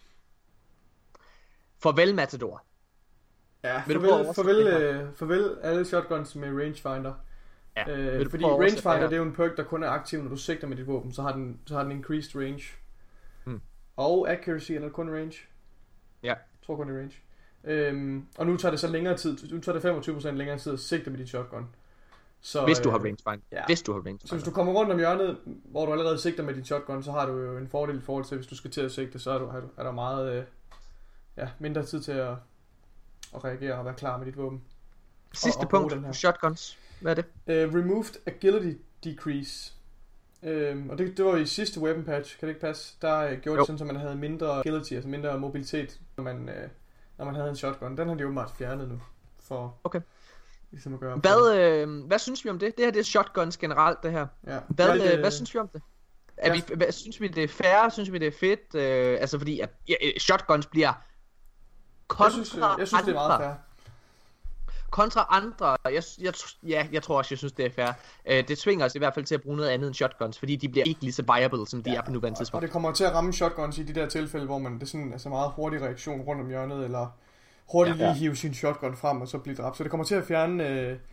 Farvel, Matador. Ja, farvel, farvel, øh, farvel alle shotguns med rangefinder. Ja, øh, fordi rangefinder, det er jo en perk, der kun er aktiv, når du sigter med dit våben, så har den, så har den increased range. Hmm. Og accuracy, eller kun range? Ja. Jeg tror kun det er range. Øhm, og nu tager det så længere tid, nu tager det femogtyve procent længere tid at sigte med dit shotgun. Så, hvis du har rangefinder. Ja. Hvis du har rangefinder. Så hvis du kommer rundt om hjørnet, hvor du allerede sigter med dit shotgun, så har du jo en fordel i forhold til, hvis du skal til at sigte, så er, du, er der meget øh, ja, mindre tid til at, at reagere og være klar med dit våben. Sidste og, og punkt på shotguns. Hvad er det? Uh, removed agility decrease. Uh, og det, det var i sidste weapon patch, kan det ikke passe? Der uh, gjorde jo. det sådan, at man havde mindre agility, altså mindre mobilitet, når man, uh, når man havde en shotgun. Den har de jo meget fjernet nu. For okay. Ligesom at gøre hvad, øh, hvad synes vi om det? Det her det er shotguns generelt, det her. Ja. Hvad, øh, hvad synes vi om det? Er ja. vi, hvad, synes vi det er fair? Synes vi det er fedt? Øh, altså fordi at, ja, shotguns bliver kontra jeg synes, jeg, jeg synes det er meget fair. Kontra andre, jeg, jeg, ja, jeg tror også, jeg synes, det er fair. Øh, det tvinger os i hvert fald til at bruge noget andet end shotguns, fordi de bliver ikke lige så viable, som de ja, er på nuværende tidspunkt. Og det kommer til at ramme shotguns i de der tilfælde, hvor man det er sådan altså meget hurtig reaktion rundt om hjørnet, eller hurtigt ja, lige ja. hive sin shotgun frem og så blive dræbt. Så det kommer til at fjerne øh,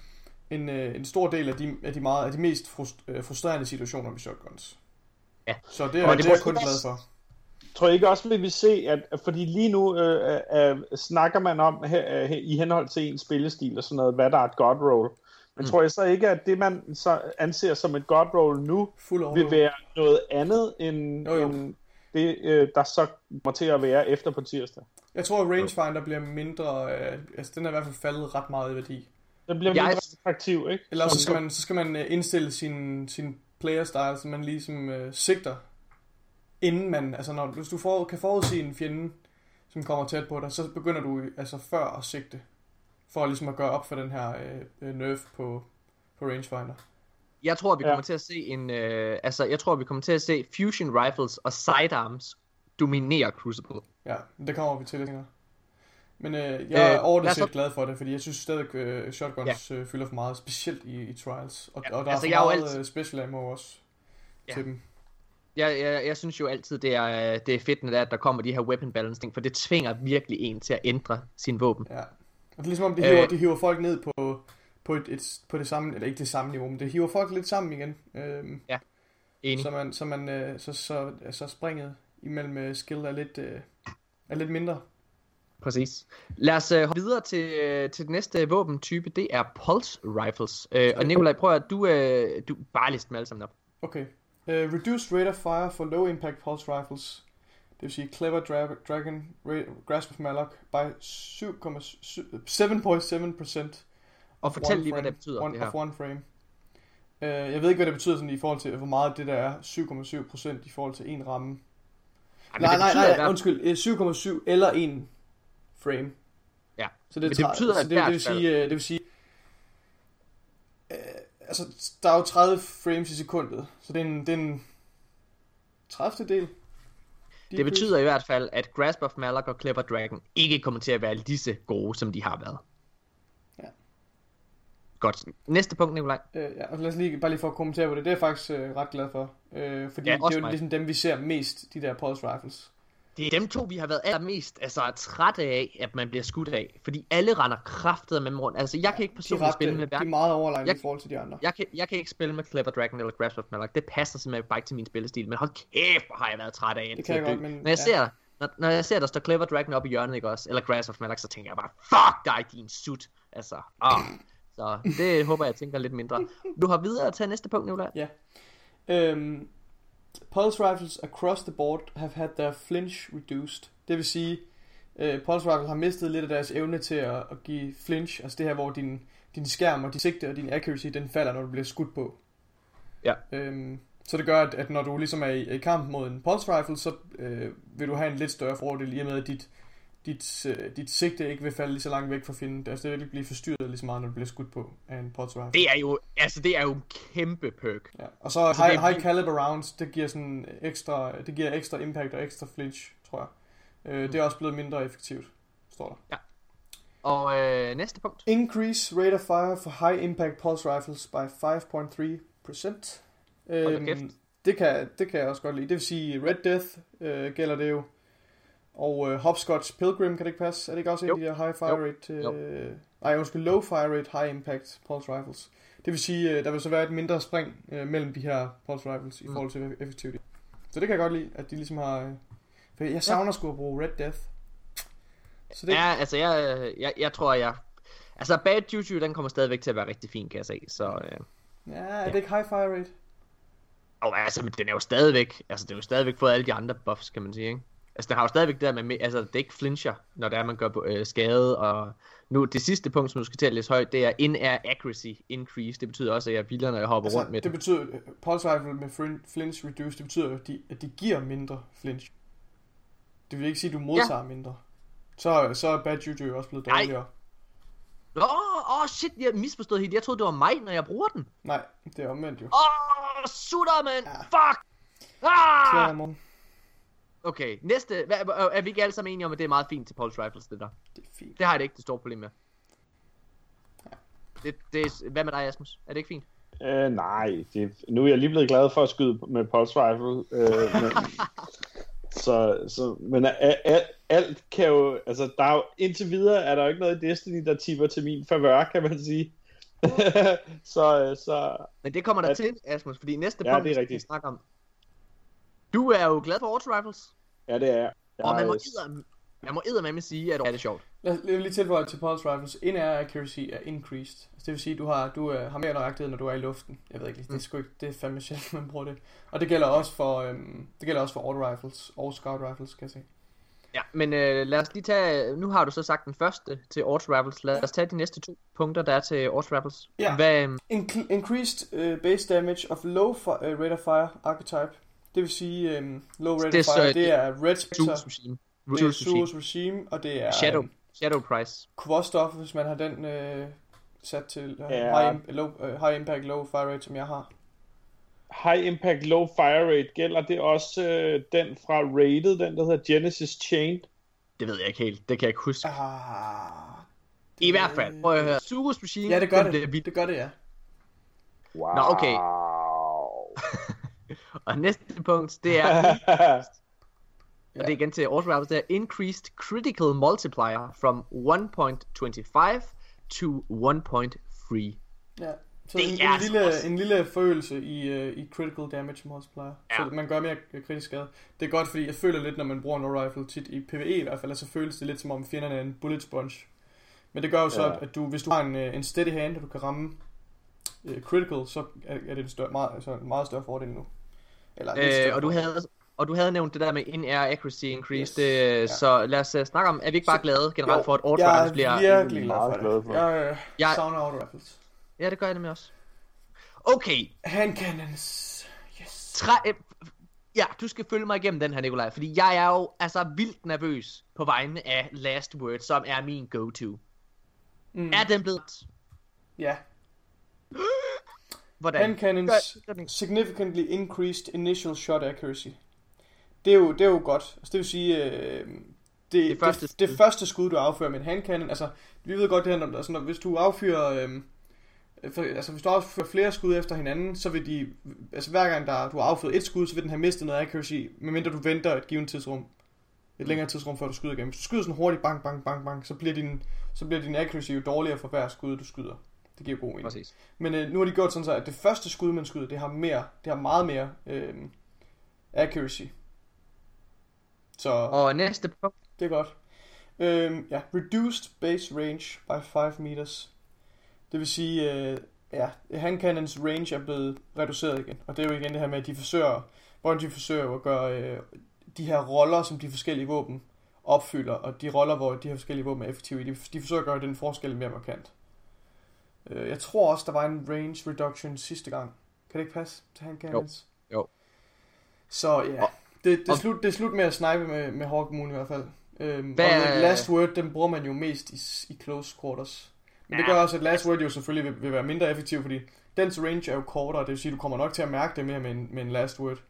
en, øh, en stor del af de, af de, meget, af de mest frustrerende situationer med shotguns. Ja. Så det er, det, det er jeg kun glad for. Tror jeg ikke også, vi vil se, at fordi lige nu øh, øh, snakker man om her, øh, i henhold til en spillestil og sådan noget, hvad der er et god roll. Men mm. tror jeg så ikke, at det man så anser som et god roll nu, vil være noget andet end, jo, jo. end det, øh, der så kommer til at være efter på tirsdag? Jeg tror, at rangefinder bliver mindre, øh, altså den er i hvert fald faldet ret meget i værdi. Den bliver mindre attraktiv, ikke? Eller så skal man, så skal man indstille sin, sin player style, så man ligesom øh, sigter, inden man, altså når, hvis du for, kan forudse en fjende, som kommer tæt på dig, så begynder du altså før at sigte, for ligesom at gøre op for den her øh, nerf på, på rangefinder. Jeg tror, vi kommer ja. til at se en, øh, altså jeg tror, vi kommer til at se fusion rifles og sidearms dominere Crucible. Ja, det kommer vi til senere. Men øh, jeg er øh, overordnet set glad for det, fordi jeg synes stadig, øh, shotguns ja. øh, fylder for meget, specielt i, i trials. Og, ja, og der altså, er for meget altid... special ammo også ja. til dem. Jeg, jeg, jeg synes jo altid, det er, det er fedt, at der kommer de her weapon balancing, for det tvinger virkelig en til at ændre sin våben. Ja, og det er ligesom om, de hiver, øh, de hiver folk ned på, på, et, et, på det samme, eller ikke det samme niveau, men det hiver folk lidt sammen igen. Øhm, ja, enig. Så, man, så, man, øh, så, så, så springet imellem skill er lidt, øh, er lidt mindre. Præcis. Lad os uh, hoppe videre til, uh, til den næste våbentype, det er pulse rifles. Uh, og Nikolaj, prøv at du, uh, du bare liste dem alle sammen op. Okay. Uh, reduced rate of fire for low impact pulse rifles. Det vil sige Clever Dra- Dragon, Ra- Grasp of Malok by syv komma syv procent. Og fortæl lige, frame, hvad det betyder. One, det her. Of one frame. Uh, jeg ved ikke, hvad det betyder sådan, i forhold til, hvor meget det der er syv komma syv procent i forhold til en ramme. Ej, nej, nej, nej, nej, undskyld. syv komma syv eller en frame. Ja. Så det, det betyder, så det, det, vil sige, det vil sige, øh, altså der er jo tredive frames i sekundet, så det er en, det er en tredivte del. Det betyder i hvert fald, at Grasp of Malok og Clever Dragon ikke kommer til at være lige så gode, som de har været. Ja. Godt. Næste punkt, Nikolaj. Øh, ja, og lad os lige, bare lige for at kommentere på det. Det er jeg faktisk øh, ret glad for. Øh, fordi ja, det er jo mig. Ligesom dem, vi ser mest, de der pulse rifles. Det er dem to, vi har været allermest altså, trætte af, at man bliver skudt af. Fordi alle render kraftet med dem rundt. Altså, jeg kan ikke personligt spille med hverken. De er meget overlegne i forhold til de andre. Jeg kan, jeg kan ikke spille med Clever Dragon eller Grasp of Malok. Det passer simpelthen bare ikke til min spillestil. Men hold kæft, hvor har jeg været træt af. Det kan jeg godt, men... Når jeg, ja. ser, når, når jeg ser, der står Clever Dragon oppe i hjørnet, ikke også? Eller Grasp of Malok, så tænker jeg bare, fuck dig, din sut. Altså, åh. Så det håber jeg tænker lidt mindre. Du har videre til næste punkt, Nikolaj. Ja. Øhm... Pulse rifles across the board have had their flinch reduced. Det vil sige, uh, pulse rifles har mistet lidt af deres evne til at, at give flinch. Altså det her, hvor din, din skærm og din sigte og din accuracy, den falder, når du bliver skudt på. Ja. Øhm, så det gør, at, at når du ligesom er i, er i kamp mod en pulse rifle, så øh, vil du have en lidt større fordel, i og med at dit, dit, øh, dit sigte ikke vil falde lige så langt væk fra fjenden. Altså det vil ikke blive forstyrret lige så meget, når du bliver skudt på af en pulse rifle. Det er jo, altså det er jo en kæmpe perk. Ja. Og så altså, high, high caliber rounds, det giver sådan ekstra, det giver ekstra impact og ekstra flinch, tror jeg. Øh, mm. Det er også blevet mindre effektivt, står der. Ja. Og øh, næste punkt. Increase rate of fire for high impact pulse rifles by fem komma tre procent. Øhm, det kan det kan jeg også godt lide. Det vil sige Red Death øh, gælder det jo. Og øh, Hopscotch Pilgrim, kan det ikke passe? Er det ikke også en af de her high fire jo. rate? Øh, nej, undskyld, low fire rate, high impact pulse rifles. Det vil sige, øh, der vil så være et mindre spring øh, mellem de her pulse rifles i mm. forhold til effektivitet. Så det kan jeg godt lide, at de ligesom har... Øh, for jeg savner ja. sgu at bruge Red Death. Så det... Ja, altså jeg, jeg, jeg tror, jeg... Altså Bad Juju, den kommer stadigvæk til at være rigtig fin, kan jeg se. Så, øh... ja, er det ja. ikke high fire rate? Og altså, men den er jo stadigvæk... Altså, den er jo stadigvæk fået alle de andre buffs, kan man sige, ikke? Altså, den har jo stadigvæk det der med, altså, det ikke flincher, når det er, man gør øh, skade, og nu, det sidste punkt, som du skal til at læse højt, det er in-air accuracy increase. Det betyder også, at jeg er vildere, når jeg hopper altså, rundt med det. Det betyder, pulse rifle med flinch reduce, det betyder, at de, at de giver mindre flinch. Det vil ikke sige, at du modtager ja. mindre. Så, så er Bad Juju også blevet dårligere. Åh, oh, oh, shit, jeg misforstod helt. Jeg troede, det var mig, når jeg bruger den. Nej, det er omvendt jo. Åh, oh, sutter, man. Ja. Fuck. Ah! Okay, næste. Er vi ikke alle sammen enige om, at det er meget fint til pulse rifles, det der? Det er fint. Det har jeg det ikke det store problem med. Ja. Det, det er, hvad med dig, Asmus? Er det ikke fint? Uh, nej, det, nu er jeg lige blevet glad for at skyde med pulse rifle. Uh, men, så, så, men alt, alt kan jo, altså der er jo, indtil videre er der jo ikke noget i Destiny, der tipper til min favør, kan man sige. så, så... Men det kommer der at... til, Asmus, fordi næste ja, punkt, det er vi rigtigt. skal snakke om. Du er jo glad for auto rifles. Ja, det er jeg. Og man må Jeg- edder, man må eddermame sige, at det er sjovt. Lad os lige tilføje til pulse rifles. In-air accuracy er increased. Altså, det vil sige, at du har, du, øh, har mere nøjagtighed, når du er i luften. Jeg ved ikke lige, det er sgu ikke, det er fandme sjældent, man bruger det. Og det gælder også for, øhm, det gælder også for auto rifles og scout rifles, kan jeg se. Ja, men øh, lad os lige tage, nu har du så sagt den første til auto rifles. Lad os tage de næste to punkter, der er til auto rifles. Ja. Hvad, øh, In- increased uh, base damage of low fi- uh, rate of fire archetype. Det vil sige, um, low rate Det er of fire, så- det er Red Suus Spectre, regime. det er Suus regime. Suus regime, og det er Shadow, um, Shadow price. Kvostoff, hvis man har den uh, sat til uh, Ja. high, im- low, uh, high impact, low fire rate, som jeg har. High impact, low fire rate, gælder det også øh, den fra Rated, den der hedder Genesis Chain? Det ved jeg ikke helt, det kan jeg ikke huske. Ah, I hvert fald, prøv at høre. Suus regime, ja, det gør den det. bliver vildt. Det gør det, ja. Wow. Nå, okay. Og næste punkt, det er, og det er igen til auto rifles, det er increased critical multiplier from one point two five to one point three. Ja. Så Det en, er en, altså lille, også- en lille forøgelse i, uh, i critical damage multiplier. Ja. Så man gør mere kritisk skade. Det er godt, fordi jeg føler lidt, når man bruger en no rifle, tit i PvE i hvert fald, så føles det lidt som om fjenderne er en bullet sponge. Men det gør jo så, Ja. at du, hvis du har en, øh, en steady hand, og du kan ramme uh, critical, så er, er det en, større, meget, altså en meget større fordel nu. Eller en lidt Øh, større og du fordel. havde og du havde nævnt det der med in-air accuracy increase, Yes. det, Ja. så lad os uh, snakke om, er vi ikke bare Så- glade generelt Jo, for, at auto jeg rifles bliver... er virkelig glad meget for glad det. for. Jeg, øh, Jeg- savner auto rifles. Ja, det gør jeg nemlig også. Okay, Hand cannons. Yes. Tre... øh, ja, du skal følge mig igennem den her, Nikolaj, fordi jeg er jo altså vildt nervøs på vegne af Last Word, som er min go-to. Mm. Er den blevet... Ja. Hvordan? Hand cannons Gør- gør den- significantly increased initial shot accuracy. Det er jo, det er jo godt. Altså, det vil sige, øh, det, det, første det, skud. det første skud, du affyrer med en handcannon, altså, vi ved godt det her, når, altså, når, hvis du affyrer, øh, for, altså, hvis du affyrer flere skud efter hinanden, så vil de, altså, hver gang der, du har affyret et skud, så vil den have mistet noget accuracy, medmindre du venter et givet tidsrum, et længere tidsrum, før du skyder igen. Hvis du skyder sådan hurtigt, bang, bang, bang, bang, så bliver din, så bliver din accuracy jo dårligere for hver skud, du skyder. Det giver god mening. Præcis. Men øh, nu har de gjort sådan så, at det første skud, man skyder, det har mere, det har meget mere øh, accuracy. Så Og næste punkt. det er godt. Øh, ja, reduced base range by five meters. Det vil sige, øh, ja, handcannons range er blevet reduceret igen. Og det er jo igen det her med, at de forsøger, hvordan de forsøger at gøre øh, de her roller, som de forskellige våben opfylder, og de roller, hvor de her forskellige våben er effektive i, de, de forsøger at gøre den forskel mere markant. Jeg tror også, der var en range reduction sidste gang. Kan det ikke passe til handcannons? Jo. Jo. Så ja, Og- det, det, er og- slut, det er slut med at snipe med, med Hawk Moon i hvert fald. Øhm, Hvad og er- Last Word, den bruger man jo mest i, i close quarters. Men det Ja. gør også, at Last Word jo selvfølgelig vil, vil være mindre effektiv, fordi dens range er jo kortere, det vil sige, at du kommer nok til at mærke det mere med en, med en Last Word.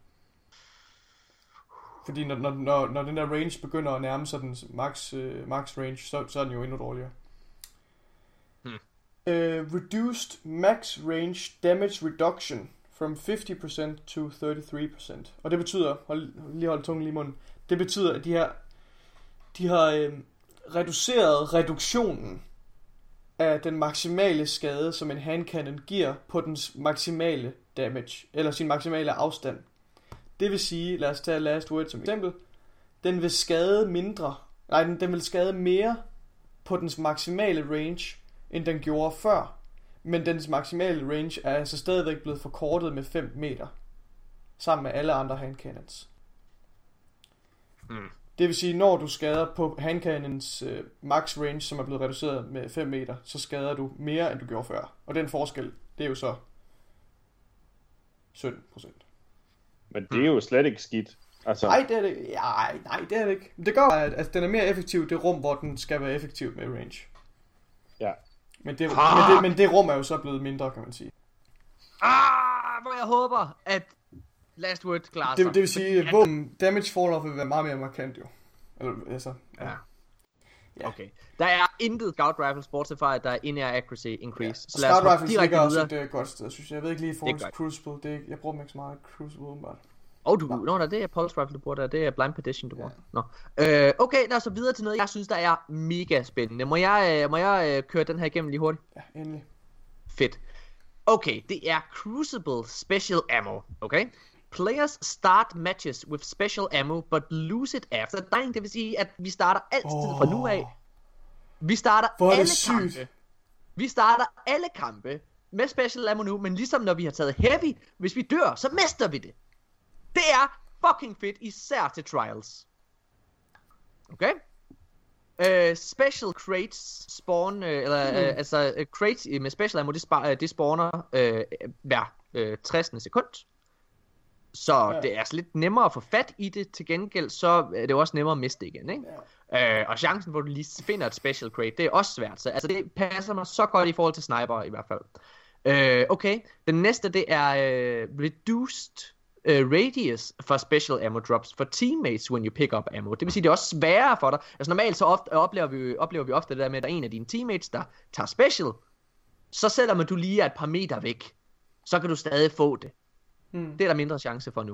Fordi når, når, når, når den der range begynder at nærme sig den max, uh, max range, så, så er den jo endnu dårligere. Hmm. Uh, reduced max range damage reduction from fifty percent to thirty-three percent. Og det betyder, hold, lige hold tungen lige i munden, det betyder, at de her, de har øh, reduceret reduktionen af den maksimale skade, som en handcannon giver på dens maksimale damage, eller sin maksimale afstand. Det vil sige, lad os tage Last Word som eksempel, den vil skade mindre, nej, den, den vil skade mere på dens maksimale range, end den gjorde før. Men dens maksimale range er altså stadigvæk blevet forkortet med fem meter. Sammen med alle andre handcannons. Mm. Det vil sige, når du skader på handcannons øh, max range, som er blevet reduceret med fem meter, så skader du mere, end du gjorde før. Og den forskel, det er jo så sytten procent. Men det er jo slet ikke skidt. Altså, Nej, det er det, ja, nej, det er det ikke. Det gør, at, at den er mere effektiv i det rum, hvor den skal være effektiv med range. ja. Men det, Ah! men, det, men det rum er jo så blevet mindre, kan man sige. Ah, hvor jeg håber, at Last Word klarer sig. Det, det vil sige, at våben damage fall-off vil være meget mere markant jo. Eller, altså, ja. Ja. Ja. Okay. Der er intet Scout Rifles, bortset fra, at der er in-air accuracy increase. Ja. Så lad os Scout hoppe Rifles direkte ligger også videre. et uh, godt sted, synes jeg. Jeg ved ikke lige i forhold til Crucible. Det er, ikke- jeg bruger dem ikke så meget Crucible, åbenbart. Åh, oh, du, nå, der, det er Pulse Rifle, du bruger der. Det er Blind Petition, du bruger. Nå. Øh, okay, lad os så videre til noget, jeg synes, der er mega spændende. Må jeg, øh, må jeg øh, køre den her igennem lige hurtigt? Ja, endelig. Fedt. Okay, det er Crucible Special Ammo, okay? Players start matches with special ammo, but lose it after dying. Det vil sige, at vi starter altid oh. fra nu af. Vi starter alle kampe. Vi starter alle kampe med special ammo nu, men ligesom når vi har taget heavy, hvis vi dør, så mister vi det. Det er fucking fedt, især til trials. Okay? Uh, special crates spawn, uh, eller mm. uh, altså uh, crates med special ammo, det, spa- uh, det spawner uh, hver uh, tres sekund. Så ja. Det er altså lidt nemmere at få fat i det. Til gengæld så er det også nemmere at miste igen, ikke? Ja. Uh, og chancen hvor du lige finder et special crate, det er også svært. Så altså det passer mig så godt i forhold til sniper i hvert fald. Uh, okay, den næste det er uh, reduced Uh, radius for special ammo drops for teammates when you pick up ammo. Det vil sige, det er også sværere for dig. Altså normalt så ofte, oplever, vi, oplever vi ofte det der med, at der er en af dine teammates, der tager special. Så selvom du lige er et par meter væk, så kan du stadig få det. Hmm. Det er der mindre chance for nu.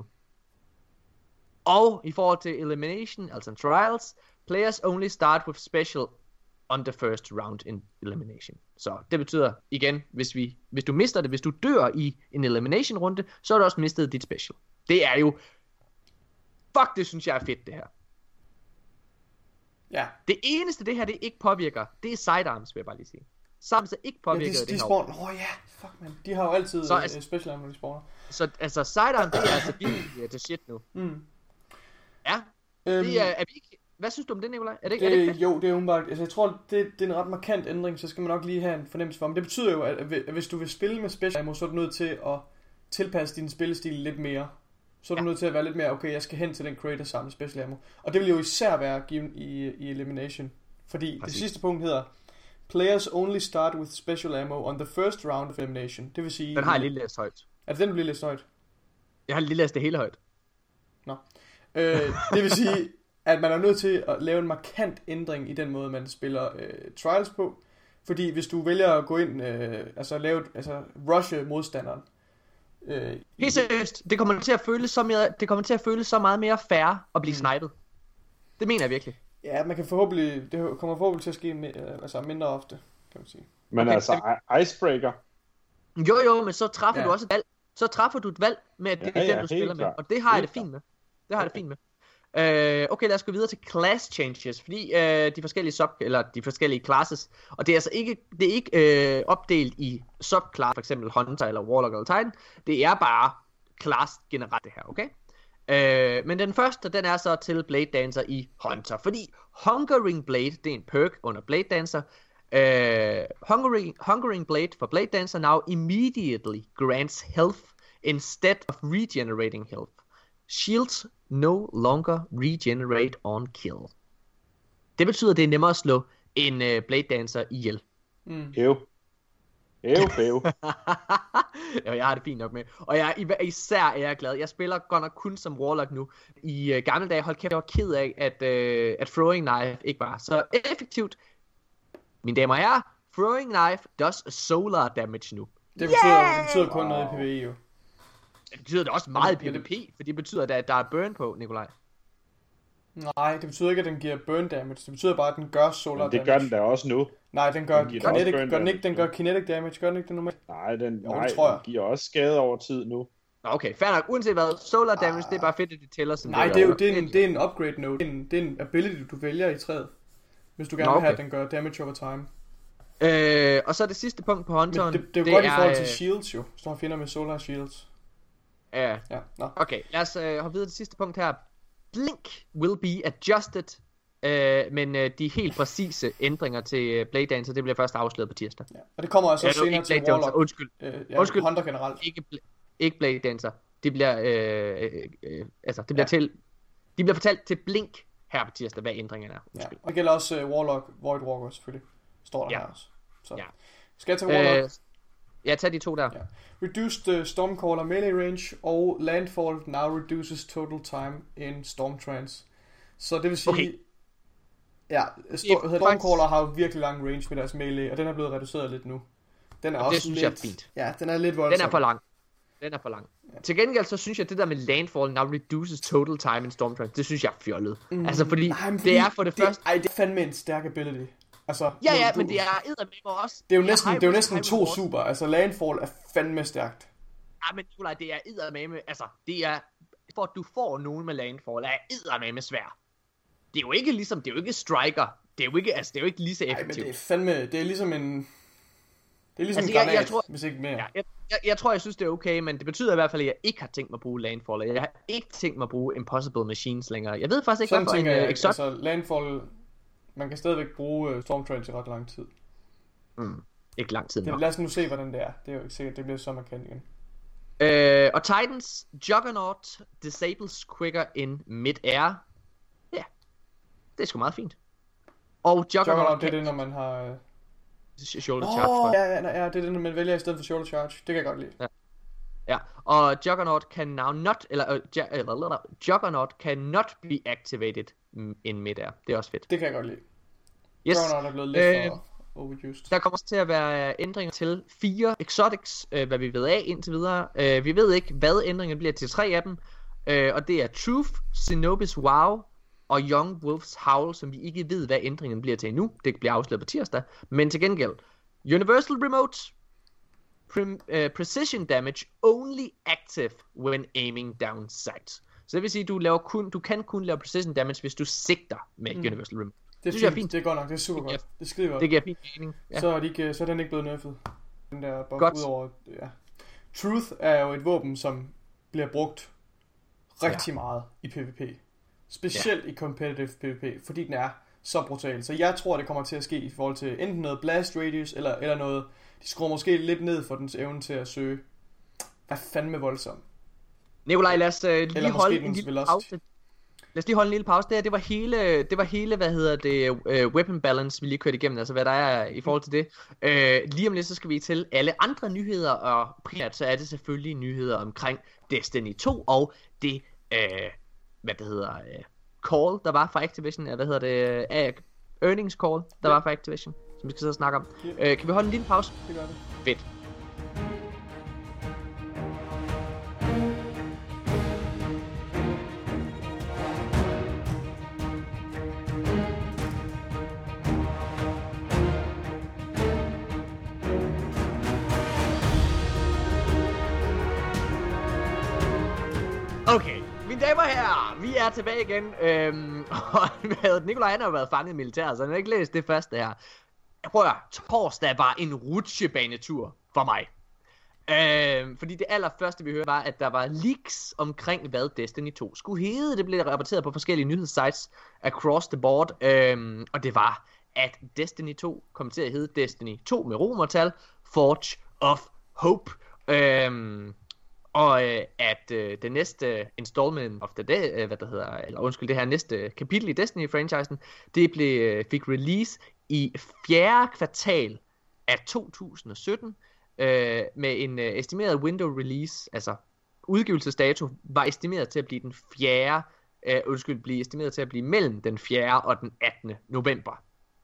Og i forhold til elimination, altså trials, players only start with special on the first round in elimination. Så det betyder igen, hvis vi hvis du mister det, hvis du dør i en elimination runde, så har du også mistet dit special. Det er jo fuck, det synes jeg er fedt det her. Ja. Det eneste det her det ikke påvirker, det er sidearms, vil jeg bare lige sige. Samt så ikke påvirker ja, de, de, de det spawn. Åh oh, ja, fuck man. De har jo altid så, altså, special ammo, de spawner. Så altså sidearms det er altså virkelig det shit nu. Mm. Ja. Um, det er, er vi ikke Hvad synes du om det, Nikolaj? Er det, det, er det jo, det er umiddelbart. Altså, jeg tror, det, det er en ret markant ændring, så skal man nok lige have en fornemmelse for. Men det betyder jo, at hvis du vil spille med special ammo, så er du nødt til at tilpasse din spillestil lidt mere. Så er du ja. nødt til at være lidt mere, okay, jeg skal hen til den crate og samle special ammo. Og det vil jo især være givet i, i elimination. Fordi Præcis. Det sidste punkt hedder, players only start with special ammo on the first round of elimination. Det vil sige... Den har jeg lige læst højt. Er det den, du lige læst højt? Jeg har lige læst det hele højt. Nå. Øh, det vil sige... at man er nødt til at lave en markant ændring i den måde, man spiller øh, trials på. Fordi hvis du vælger at gå ind, øh, altså lave, altså rushe modstanderen. Øh, Helt seriøst, det kommer til at føles så meget, det kommer til at føles så meget mere fair at blive mm. snipet. Det mener jeg virkelig. Ja, man kan forhåbentlig, det kommer forhåbentlig til at ske med, altså mindre ofte, kan man sige. Men okay, altså icebreaker. Jo jo, men så træffer ja. du også et valg. Så træffer du et valg med at det ja, er ja, den du spiller klar. med, og det har jeg det fint med. Det har jeg det fint med. Uh, okay, lad os gå videre til class changes, fordi uh, de forskellige sub eller de forskellige classes, og det er altså ikke det er ikke uh, opdelt i subclass, for eksempel Hunter eller Warlock eller Titan. Det er bare class generelt det her, okay? Uh, men den første, den er så til Blade Dancer i Hunter, fordi Hungering Blade, det er en perk under Blade Dancer. Uh, Hungering, Hungering Blade for Blade Dancer now immediately grants health instead of regenerating health. Shields no longer regenerate on kill. Det betyder, at det er nemmere at slå en uh, Blade Dancer ihjel. Mm. Ew. Ew, ew. Ja, jeg har det fint nok med. Og jeg, især er jeg glad. Jeg spiller godt nok kun som Warlock nu. I uh, gamle dage, hold kæft, jeg var ked af, at, uh, at Throwing Knife ikke var så effektivt. Mine damer og herrer, Throwing Knife does solar damage nu. Det betyder, yeah! det betyder kun noget i PvE jo. Det betyder det også meget i PvP, for det betyder, at der er burn på, Nikolaj. Nej, det betyder ikke, at den giver burn damage. Det betyder bare, at den gør solar damage. Men det gør den da også nu. Nej, den gør, den kinetic, gør den ikke, den gør kinetic damage. Gør den ikke det normalt? Nej, den, jo, nej, tror jeg. Den giver også skade over tid nu. Okay, fair nok. Uanset hvad, solar damage, ah. det er bare fedt, at det tæller som nej, det. Nej, det er jo det er en, det er en upgrade node. Det er en, det er en ability, du vælger i træet. Hvis du gerne Nå, okay. vil have, at den gør damage over time. Øh, og så det sidste punkt på Hunteren. Det, det er jo godt i forhold til shields jo. Så har finder med solar shields. Ja. Ja, no. Okay, lad os uh, hoppe videre til sidste punkt her. Blink will be adjusted, uh, men uh, de helt præcise ændringer til uh, Blade Dancer, det bliver først afsløret på tirsdag. Ja. Og det kommer også ja, senere til Blade Warlock. Undskyld. Uh, ja, Undskyld. Hunter generelt. Ikke, bl- ikke Blade Dancer. Det bliver, uh, uh, uh, altså, det bliver ja. til, de bliver fortalt til Blink her på tirsdag, hvad ændringerne er. Undskyld. Ja. Og det gælder også uh, Warlock, Void Walker selvfølgelig. Står der ja. her også. Så. Ja. Skal jeg tage Warlock? Uh, Ja, tag de to der. Ja. Reduced uh, Stormcaller melee range og Landfall now reduces total time in Storm Trance. Så det vil sige... Okay. Ja, Storm, Stormcaller har jo virkelig lang range med deres melee, og den er blevet reduceret lidt nu. Den er og også det synes lidt, jeg er fint. Ja, den er lidt voldsom. Den er for lang. Den er for lang. Ja. Til gengæld så synes jeg, at det der med Landfall now reduces total time in Storm Trance, det synes jeg er fjollet. Mm, altså fordi, nej, fordi det er for det, det første... Ej, det er fandme en stærk ability. Altså, Ja, ja, du, men det er eddermame også... Det er jo næsten, det er jo næsten to super. Altså, Landfall er fandme stærkt. Ja, men Nikolaj, det er eddermame... Altså, det er... For at du får nogen med Landfall, er eddermame svær. Det er jo ikke ligesom... Det er jo ikke Striker. Det er jo ikke, altså, det er jo ikke lige så effektivt. Nej, men det er fandme... Det er ligesom en... Det er ligesom altså, en granat, jeg, jeg tror, hvis ikke mere. Ja, jeg, jeg, jeg tror, jeg synes, det er okay, men det betyder i hvert fald, at jeg ikke har tænkt mig at bruge Landfall. Jeg har ikke tænkt mig at bruge Impossible Machines længere. Jeg ved faktisk ikke, sådan hvorfor en jeg, uh, exotic... altså, Landfall... Man kan stadigvæk bruge uh, Stormtrade til ret lang tid. Mm, ikke lang tid det, nok. Lad os nu se, hvordan det er. Det er jo ikke sikkert, det bliver så markant igen. Uh, og Titans, Juggernaut disables quicker in mid-air. Ja, det er sgu meget fint. Og Juggernaut, Juggernaut det er det, når man har... Uh... Shoulder charge oh, for. Ja, ja, ja, det er det, når man vælger i stedet for shoulder charge. Det kan jeg godt lide. Ja. Ja, og Juggernaut can now not, eller, uh, ju- eller Juggernaut can not be activated in mid-air. Det er også fedt. Det kan jeg godt lide. Yes. Juggernaut er blevet lidt øh, for overused. Der kommer også til at være ændringer til fire exotics, øh, hvad vi ved af indtil videre. Øh, vi ved ikke, hvad ændringerne bliver til tre af dem. Øh, og det er Truth, Zenobis Wow og Young Wolf's Howl, som vi ikke ved, hvad ændringen bliver til endnu. Det bliver afsløret på tirsdag. Men til gengæld, Universal Remote, Pre- uh, Precision Damage only active when aiming down sight. Så det vil sige, at du, laver kun, du kan kun lave Precision Damage, hvis du sigter med mm. Universal Remote. Det, det synes fint. Det er godt nok, det er super godt. Det skriver godt. Det giver fint mening. Ja. Så, er de ikke, så er den ikke blevet nerfed. Den der bug Godt. udover, ja. Truth er jo et våben, som bliver brugt rigtig ja. meget i PvP. Specielt ja. i competitive PvP, fordi den er så brutal. Så jeg tror, det kommer til at ske i forhold til enten noget blast radius, eller, eller noget... De skruer måske lidt ned for dens evne til at søge. Hvad fandme voldsom. Nikolaj, lad os uh, lige holde en lille pause. Lad os lige holde en lille pause. Det her, det var hele, det var hele, hvad hedder det, uh, weapon balance, vi lige kørte igennem, altså hvad der er i forhold til det. Uh, lige om lidt, så skal vi til alle andre nyheder, og primært så er det selvfølgelig nyheder omkring Destiny to, og det, uh, hvad det hedder, uh, call, der var fra Activision, hvad hedder det, uh, earnings call, der ja. var fra Activision, som vi skal så snakke om. Ja. Uh, kan vi holde en lille pause? Det gør det. Fedt. Okay, mine damer og herrer, vi er tilbage igen, øhm, og Nikolaj han har jo været fanget i militæret, så han har ikke læst det første her. Prøv at torsdag var en rutsjebanetur for mig. Øhm, fordi det allerførste vi hørte var, at der var leaks omkring, hvad Destiny to skulle hedde. Det blev rapporteret på forskellige nyhedssites across the board, øhm, og det var, at Destiny to kom til at hedde Destiny to med romertal, Forge of Hope. Øhm... Og øh, at øh, det næste installment of the day, øh, hvad der hedder, eller undskyld, det her næste kapitel i Destiny-franchisen, det blev, øh, fik release i fjerde kvartal af to tusind og sytten, øh, med en øh, estimeret window release, altså udgivelsesdato, var estimeret til at blive den fjerde, øh, undskyld, blive estimeret til at blive mellem den fjerde og den attende november.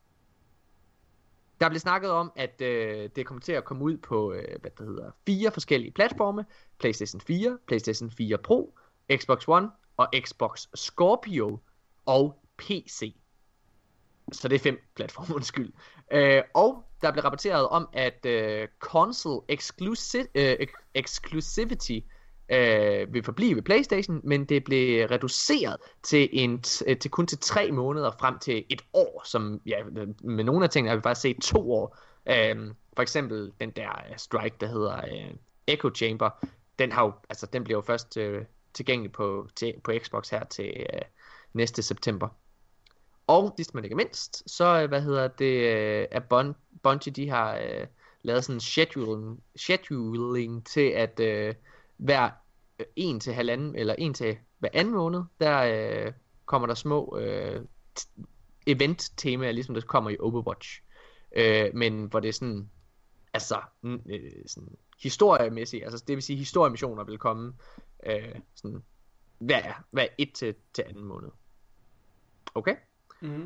Der blev snakket om, at øh, det kommer til at komme ud på øh, hvad det hedder, fire forskellige platforme. PlayStation fire, PlayStation fire Pro, Xbox One og Xbox Scorpio og P C. Så det er fem platforme, undskyld. Øh, og der blev rapporteret om, at øh, console exclusi- øh, exclusivity øh, vil forblive ved PlayStation, men det blev reduceret til, en t- til kun til tre måneder frem til et år, som ja, med nogle af tingene har vi faktisk set to år. Øh, for eksempel den der uh, strike, der hedder uh, Echo Chamber, den har jo, altså den bliver jo først uh, tilgængelig på, til, på Xbox her til uh, næste september. Og sidst men ikke mindst, så hvad hedder det, uh, at Bun- Bungie de har uh, lavet sådan en scheduling, scheduling til at uh, hver en til halvanden eller en til hver anden måned, der uh, kommer der små uh, t- event-temaer, ligesom der kommer i Overwatch. Uh, men hvor det er sådan, altså uh, sådan historiemæssigt, altså det vil sige historiemissioner vil komme uh, sådan hver, hver et til, til anden måned. Okay? Mm-hmm.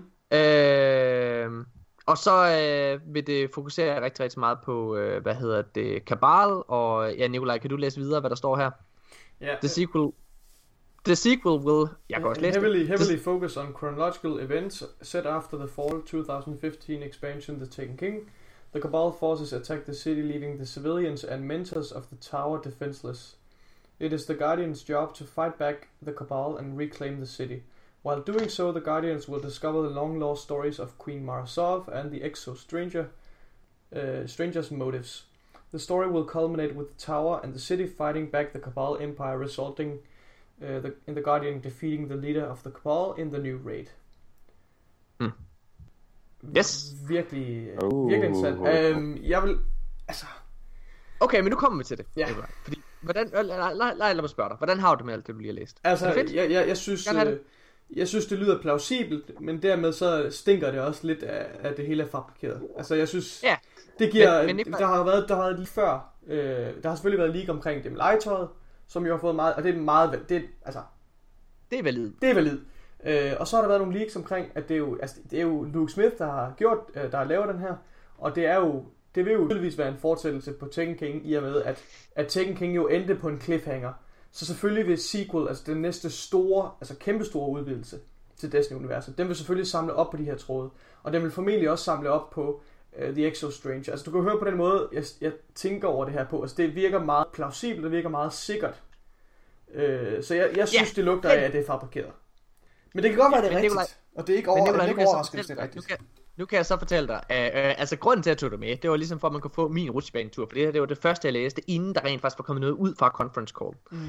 Uh, og så uh, vil det fokusere rigtig, rigtig meget på, uh, hvad hedder det, Cabal, og ja, Nikolaj, kan du læse videre, hvad der står her? Ja, The sequel, The sequel will... Jeg kan også læse heavily, det. heavily focus on chronological events set after the fall twenty fifteen expansion The Taken King. The Cabal forces attack the city, leaving the civilians and mentors of the tower defenseless. It is the Guardians' job to fight back the Cabal and reclaim the city. While doing so, the Guardians will discover the long-lost stories of Queen Mara Sov and the Exo-Stranger, uh, Stranger's motives. The story will culminate with the tower and the city fighting back the Cabal Empire, resulting uh, the, in the Guardian defeating the leader of the Cabal in the new raid. Hmm. Yes. Virkelig, Oh. virkelig interessant. Um, jeg vil, altså... Okay, men nu kommer vi til det. Ja. Fordi, hvordan... Lad, lad, lad, lad mig spørge dig. Hvordan har du det med alt det, du lige har læst? Altså, Er det fedt? jeg, jeg, jeg synes... Gerne have Øh, jeg synes, det lyder plausibelt, men dermed så stinker det også lidt af, at det hele er fabrikeret. Altså, jeg synes, Ja. det giver... Men- men ikke- der har været, der har været lige før... Øh, der har selvfølgelig været leak omkring det med legetøjet, som jo har fået meget... Og det er meget... Det er, altså, Det er valid. det er valid. Øh, og så har der været nogle leaks omkring, at det er jo, altså, det er jo Luke Smith, der har gjort, øh, der har lavet den her. Og det er jo... Det vil jo tydeligvis være en fortsættelse på Taken King, i og med, at, at Taken King jo endte på en cliffhanger. Så selvfølgelig vil sequel, altså den næste store, altså kæmpestore udvidelse til Destiny-universet, den vil selvfølgelig samle op på de her tråde. Og den vil formentlig også samle op på uh, The Exo-Stranger. Altså du kan høre på den måde, jeg, jeg tænker over det her på. Altså det virker meget plausibelt, det virker meget sikkert. Uh, så jeg, jeg synes, Ja, det lugter af, at det er fabrikeret. Men det kan godt være, det er Men rigtigt. Nikolaj- Og det er ikke, Men over, Nikolaj, det er nu ikke kan jeg så overraskende, hvis det er fortælle dig- rigtigt. Nu kan, nu kan jeg så fortælle dig, uh, uh, altså grunden til at jeg tog det med, det var ligesom for at man kunne få min rutsjebanetur, for det her, det var det første jeg læste, inden der rent faktisk var kommet noget ud fra conference call. Mm.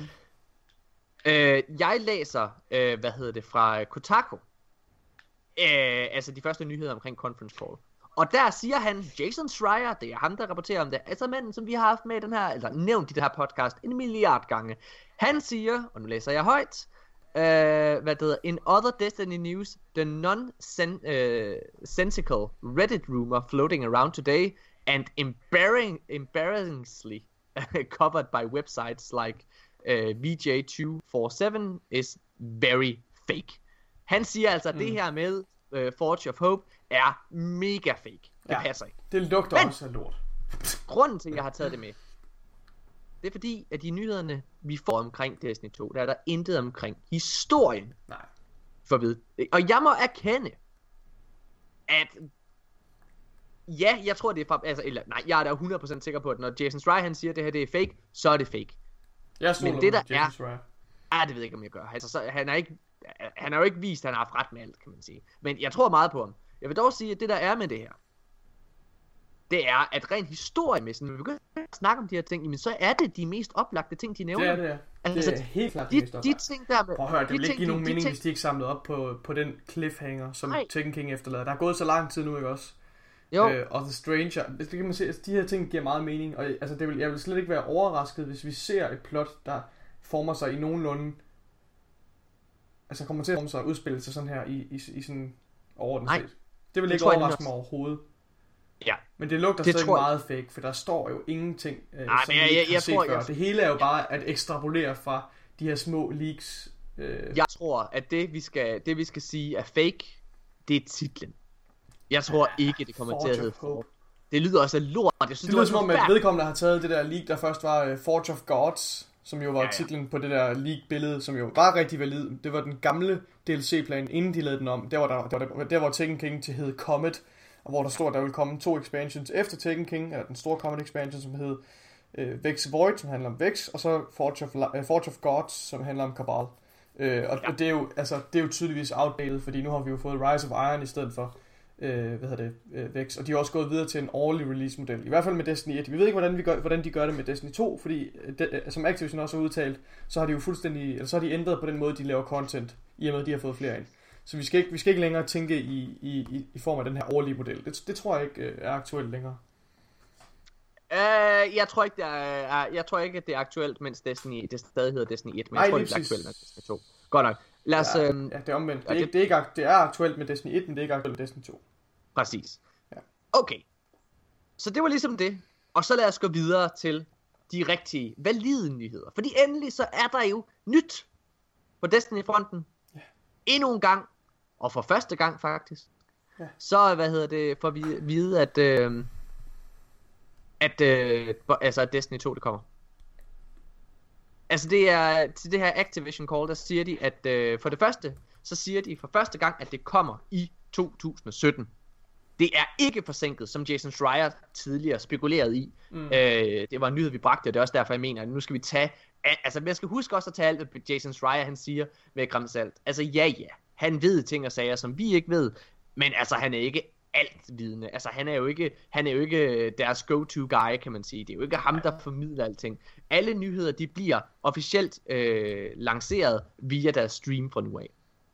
Uh, jeg læser, uh, hvad hedder det, fra Kotaku, uh, altså de første nyheder omkring conference call. Og der siger han, Jason Schreier, det er ham, der rapporterer om det, altså manden, som vi har haft med i den her, eller nævnt i det her podcast en milliard gange. Han siger, og nu læser jeg højt, uh, hvad det hedder, in other Destiny news, the non-sensical Reddit rumor floating around today, and embarrassing, embarrassingly covered by websites like uh, V J two forty-seven is very fake. Han siger altså, at mm. det her med uh, Forge of Hope er mega fake. Det Ja. passer ikke. Det lugter Men- også af lort. Grunden til, at jeg har taget det med, det er fordi, at de nyhederne, vi får omkring Destiny to, der er der intet omkring historien Nej. for at vide. Og jeg må erkende, at ja, jeg tror det er fra, altså, eller nej, jeg er da hundrede procent sikker på, at når Jason Schreier han siger, at det her det er fake, så er det fake. Jeg stoler Men det, på der Jason er- Schreier. Ah, det ved jeg ikke, om jeg gør. Altså, så, han, er ikke, han har jo ikke vist, at han har haft ret med alt, kan man sige. Men jeg tror meget på ham. Jeg vil dog sige, at det der er med det her, det er, at rent historiemæssigt, når vi begynder at snakke om de her ting, jamen, så er det de mest oplagte ting, de nævner. Det er det, ja. Det Altså, er helt klart de, det mest de oplagte. ting der med... Prøv at høre, det de vil ikke ting, give de- nogen de mening, ting- hvis de ikke samlede op på, på den cliffhanger, som Nej. Taken King efterlader. Der er gået så lang tid nu, ikke også? Jo, Øh, og The Stranger, det kan man se, altså, de her ting giver meget mening, og altså, det vil, jeg vil slet ikke være overrasket, hvis vi ser et plot, der former sig i nogenlunde, altså kommer til at forme sig og udspille sig sådan her i, i, i sådan overordnet Nej. set. Det vil Det ikke tror jeg overraske nemlig mig overhovedet. Ja. Men det lugter Det stadig tror jeg- meget fake, for der står jo ingenting, øh, Nej, som men vi jeg- ikke jeg- har jeg set tror, før. jeg- Det hele er jo bare at ekstrapolere fra de her små leaks. Øh, jeg tror, at det vi skal, det vi skal sige er fake, det er titlen. Jeg tror ikke, det kommer til at Forge hedde of Hope. Forge. Det lyder også af lort. Jeg synes, Det lyder som om, at forfærdeligt. vedkommende har taget det der leak, der først var uh, Forge of Gods, som jo var Ja, ja, ja. titlen på det der leak-billede, som jo var rigtig valid. Det var den gamle D L C-plan, inden de lavede den om. Der var, der, der, der, der var Taken King til hed Comet, og hvor der stod, at der ville komme to expansions efter Taken King, eller den store Comet expansion, som hed uh, Vex Void, som handler om Vex, og så Forge of, uh, Forge of Gods, som handler om Cabal. Uh, og Ja. ja. det, er jo, altså, det er jo tydeligvis outdated, fordi nu har vi jo fået Rise of Iron i stedet for øh, hvad hedder det, øh, Vex, og de har også gået videre til en årlig release model, i hvert fald med Destiny et. Vi ved ikke, hvordan, vi gør, hvordan de gør det med Destiny to, fordi øh, de, som Activision også har udtalt, så har de jo fuldstændig, eller så har de ændret på den måde, de laver content, i og med, at de har fået flere ind. Så vi skal ikke, vi skal ikke længere tænke i, i, i, i form af den her årlige model. Det, det tror jeg ikke øh, er aktuelt længere. Uh, jeg tror ikke, det er, uh, jeg tror ikke, at det er aktuelt, mens Destiny, det stadig hedder Destiny et, men Ej, jeg tror lige ikke, det er præcis. aktuelt med Destiny to. Godt nok. Lad os, Ja, ja, ja, det er omvendt. Det er, det- ikke, det, er ikke, ak- det er aktuelt med Destiny et, men det er ikke aktuelt med Destiny to. præcis. Ja. Okay. Så det var ligesom det. Og så lad os gå videre til de rigtige, valide nyheder. Fordi endelig så er der jo nyt på Destiny-fronten. Ja. Endnu en gang, og for første gang faktisk. Ja. Så, hvad hedder det, får vi vide, at, øh, at, øh, altså, at Destiny to det kommer. Altså det er til det her Activision Call, der siger de, at øh, for det første, så siger de for første gang, at det kommer i to tusind sytten. Det er ikke forsinket, som Jason Schreier tidligere spekulerede i. Mm. Øh, det var en nyhed, vi bragte, og det er også derfor, jeg mener, at nu skal vi tage... Altså, jeg skal huske også at tage alt, hvad Jason Schreier, han siger med Gramsalt. Altså, ja, ja. Han ved ting og sager, som vi ikke ved. Men altså, han er ikke altvidende. Altså, han er jo ikke, han er jo ikke deres go-to guy, kan man sige. Det er jo ikke ham, der formidler alting. Alle nyheder, de bliver officielt øh, lanceret via deres stream fra nu af.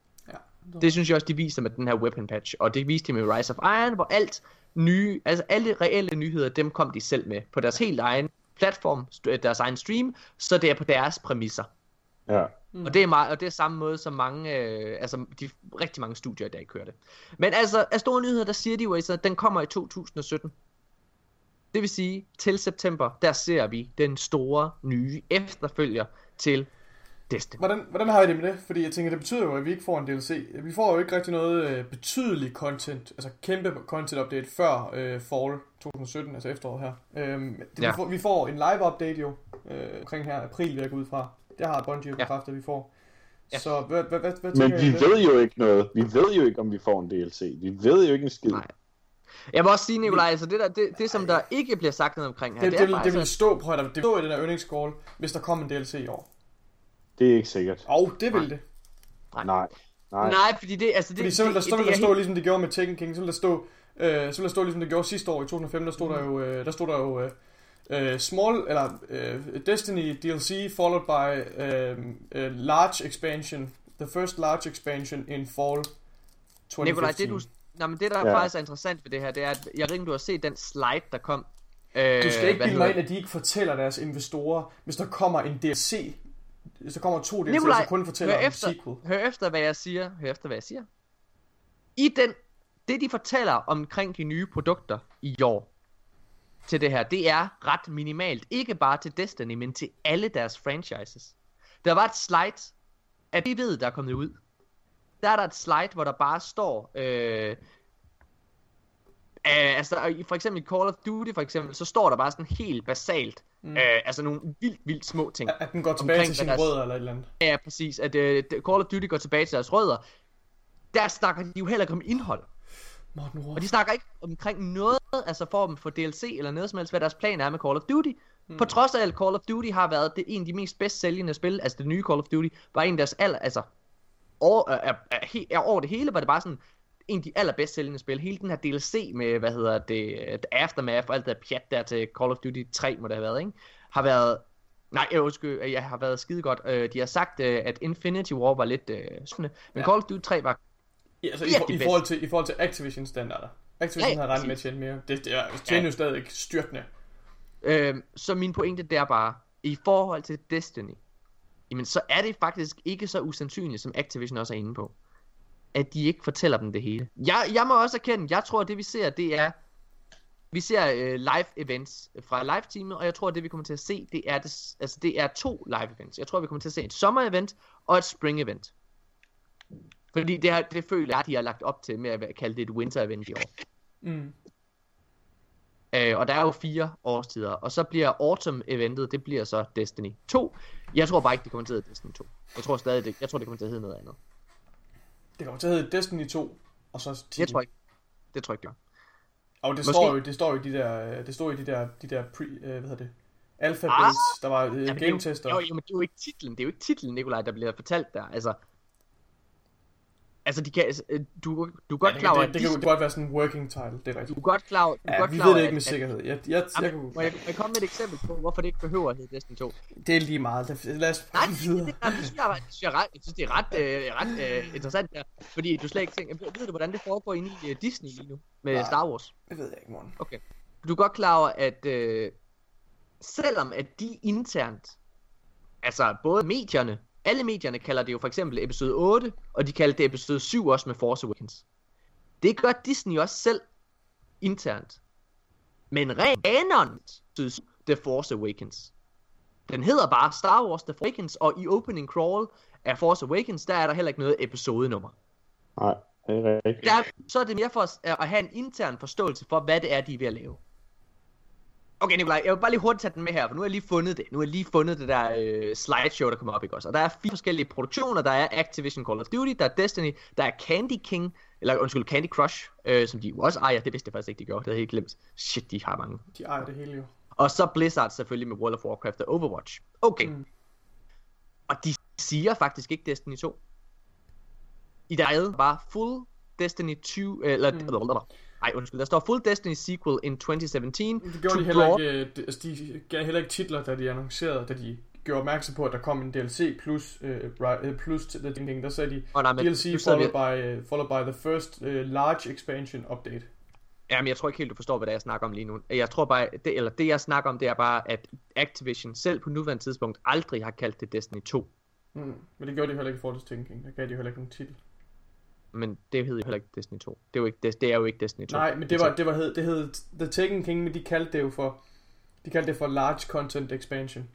Det synes jeg også, de viser med den her weapon patch. Og det viste de med Rise of Iron, hvor alt nye, altså alle reelle nyheder, dem kom de selv med på deres helt egen platform, deres egen stream, så det er på deres præmisser. Ja. Mm. Og det er meget, og det er samme måde som mange, øh, altså de rigtig mange studier i dag kører det. Men altså af store nyheder, der siger de jo altså, at den kommer i to tusind sytten. Det vil sige, til september, der ser vi den store nye efterfølger til Destiny. Hvordan, hvordan har I det med det? Fordi jeg tænker, det betyder jo, at vi ikke får en D L C. Vi får jo ikke rigtig noget øh, betydeligt content, altså kæmpe content update før øh, fall to tusind sytten, altså efteråret her. Øhm, det, ja. vi, får, vi får en live update jo, øh, omkring her april, vil jeg gå ud fra. Det har Bungie jo bekræftet, at vi får. Ja. Så hvad, hvad, hvad, hvad Men vi ved jo ikke noget. Vi ved jo ikke, om vi får en D L C. Vi ved jo ikke en skid. Nej. Jeg vil også sige, Nikolaj, altså det, der, det, det som der ikke bliver sagt noget omkring her, det, det, det, er det, faktisk... det vil stå på, det vil stå i den der earnings-call, hvis der kommer en D L C i år. Det er ikke sikkert. Og oh, det vil det. Nej. Nej. Nej. Nej, fordi det, altså det... Fordi så vil der, det, så vil det, der det stå, helt... ligesom det gjorde med Taken King, så vil der stå, øh, så vil der stå, ligesom det gjorde sidste år i to tusind og femten, der stod mm. der jo, øh, der stod der jo, øh, small, eller øh, Destiny D L C followed by øh, øh, large expansion, the first large expansion in fall tyve femten. Nikolaj, det du... Nej, men det der ja. faktisk er interessant ved det her, det er, at jeg ringte, du har set den slide, der kom. Øh, du skal ikke bilde mig ind, at de ikke fortæller deres investorer, hvis der kommer en D L C. Hvis der kommer to D L C'er, så kun fortæller om efter, sequel. Hør efter, hvad jeg siger. Hør efter, hvad jeg siger. I den, det de fortæller omkring de nye produkter i år til det her, det er ret minimalt. Ikke bare til Destiny, men til alle deres franchises. Der var et slide, at vi ved, der er kommet ud. Der er der et slide, hvor der bare står... Øh, Uh, altså for eksempel i Call of Duty for eksempel, så står der bare sådan helt basalt, mm. uh, altså nogle vildt, vildt små ting. At den går tilbage omkring, til sine deres... rødder eller et eller andet. Ja, præcis, at uh, Call of Duty går tilbage til deres rødder. Der snakker de jo heller ikke om indhold. Og de snakker ikke omkring noget, altså form for D L C eller noget som helst, hvad deres plan er med Call of Duty. Mm. På trods af at Call of Duty har været det, en af de mest bedst sælgende spil, altså det nye Call of Duty, var en af deres aller, altså over, er, er, er, er over det hele, var det bare sådan, en af de allerbedst sælgende spil. Hele den her D L C med, hvad hedder det, Aftermath og alt det der pjat der til Call of Duty tre, må det have været, ikke? Har været, nej, jeg husker, jeg har været skide godt. De har sagt, at Infinity War var lidt syndende, men ja. Call of Duty tre var ja, altså, i, for, i, forhold til, i forhold til Activision standarder. Activision ja, ja, har regnet med at tjene mere. Det, det er tjener jo ja. stadig styrtende. Øhm, så min pointe der bare, i forhold til Destiny, jamen så er det faktisk ikke så usandsynligt, som Activision også er inde på, at de ikke fortæller dem det hele. Jeg, jeg må også erkende, jeg tror, at det vi ser, det er, vi ser uh, live events fra live-teamet, og jeg tror, at det vi kommer til at se, det er, det, altså, det er to live events. Jeg tror, vi kommer til at se et sommer-event og et spring-event. Fordi det, her, det føler jeg, de har lagt op til med at kalde det et winter-event i år. Mm. Uh, og der er jo fire årstider, og så bliver autumn-eventet, det bliver så Destiny to. Jeg tror bare ikke, det kommer til at hedde Destiny to. Jeg tror stadig, det, jeg tror, det kommer til at hedde noget andet. Det kommer til at hedde Destiny to, og så ti. Jeg tror ikke. Det tror jeg ikke. Og det står jo, det står jo i de der, det står i de der, de der pre, uh, hvad hedder det, alpha builds, ah, der var uh, game tester. Jo, jo, men det er jo ikke titlen, det er jo ikke titlen, Nikolaj, der bliver fortalt der. Altså, altså de kan, du, du er godt ja, klar over, det, det, det kan jo godt være sådan en working title, det er rigtigt. Du er godt klar over, ja, godt vi klar ved det ikke med at, sikkerhed. Jeg, jeg, jeg, jamen, jeg, kunne... må jeg, må jeg komme med et eksempel på, hvorfor det ikke behøver at hedde Destiny to? Det er lige meget. Det, lad os Nej, det, det, det, det, synes jeg, synes jeg, ret, jeg synes, det er ret, øh, ret øh, interessant der, fordi du slet ikke tænker, ved du, hvordan det foregår inde i uh, Disney lige nu med Nej, Star Wars? Det ved jeg ikke, morgen. Okay. Du er godt klar over, at øh, selvom at de internt, altså både medierne, alle medierne kalder det jo for eksempel episode otte, og de kalder det episode syv også med Force Awakens. Det gør Disney også selv internt. Men rent The Force Awakens. Den hedder bare Star Wars The Force Awakens, og i opening crawl af Force Awakens, der er der heller ikke noget episodenummer. Nej, det er rigtigt. Der, så er det mere for at, at have en intern forståelse for, hvad det er, de er ved at lave. Okay, Nikolaj, jeg vil bare lige hurtigt tage den med her, for nu har jeg lige fundet det. Nu har jeg lige fundet det der øh, slideshow, der kommer op, ikke også? Og der er fire forskellige produktioner. Der er Activision Call of Duty, der er Destiny, der er Candy King, eller undskyld, Candy Crush, øh, som de jo også ejer. Det vidste jeg faktisk ikke, de gjorde. Det havde jeg helt glemt. Shit, de har mange. De ejer det hele jo. Og så Blizzard selvfølgelig med World of Warcraft og Overwatch. Okay. Mm. Og de siger faktisk ikke Destiny to. I der er bare Full Destiny to, eller... Mm. Ej, undskyld, der står Full Destiny sequel in twenty seventeen. Det gjorde de heller ikke, de, altså de gav heller ikke titler, da de annoncerede, da de gjorde opmærksom på, at der kom en D L C plus, uh, plus til det ting, der sagde de, oh, nej, D L C followed by, uh, followed by the first uh, large expansion update. Jamen, jeg tror ikke helt, du forstår, hvad det er, jeg snakker om lige nu. Jeg tror bare, det, eller det jeg snakker om, det er bare, at Activision selv på nuværende tidspunkt aldrig har kaldt det Destiny to. Mm, men det gjorde de heller ikke i forhold til Taken King. Der gav de heller ikke nogen titel. Men det hed jo heller ikke Destiny to. Det er jo ikke, det er jo ikke Destiny to. Nej, men det var, det var hed, det hed The Taken King, men de kaldte det jo for, de kaldte det for Large Content Expansion.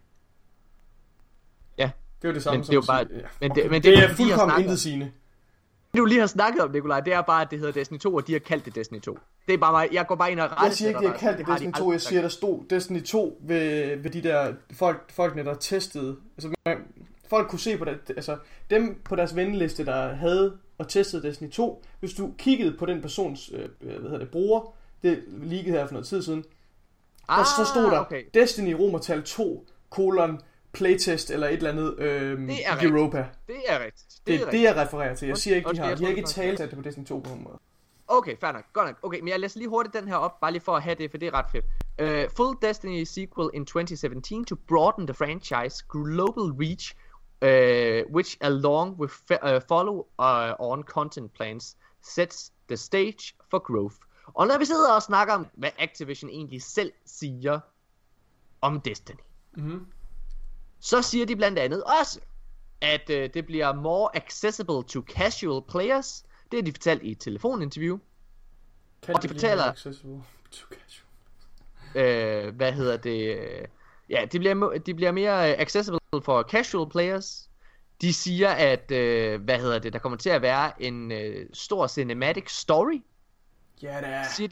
Ja. Det var det samme men som det var bare, ja. men okay. det, men det, det, det er fuldkommen intetsigende. Det du lige har snakket om, Nikolaj, det er bare, at det hedder Destiny to, og de har kaldt det Destiny to. Det er bare mig, jeg går bare ind og retter. Jeg siger ikke, de har kaldt det Destiny to, jeg siger, der stod Destiny to ved, ved de der folk, folkene, der testede. Altså, man, folk kunne se på det, altså dem på deres venneliste, der havde og testede Destiny to. Hvis du kiggede på den persons øh, hvad hedder det, bruger, det leakede her for noget tid siden, ah, der så stod der okay. Destiny romertal to, kolon, playtest eller et eller andet øh, Europa. Det er rigtigt. Det er det, det, jeg refererer til. Jeg siger ikke, de har, de har ikke talsat det på Destiny to på nogen måde. Okay, fair nok. Godt nok. Okay, men jeg læser lige hurtigt den her op, bare lige for at have det, for det er ret fedt. Uh, full Destiny sequel in twenty seventeen to broaden the franchise global reach, uh, which along with uh, follow uh, on content plans sets the stage for growth. Og når vi sidder og snakker om, hvad Activision egentlig selv siger om Destiny, mm-hmm. så siger de blandt andet også, at uh, det bliver more accessible to casual players. Det har de fortalt i et telefoninterview. Kan og de fortæller accessible to casual? Øh, hvad hedder det? Ja, de bliver, de bliver mere accessible for casual players. De siger, at øh, hvad hedder det? Der kommer til at være en øh, stor cinematic story. Ja, det er. Siger de.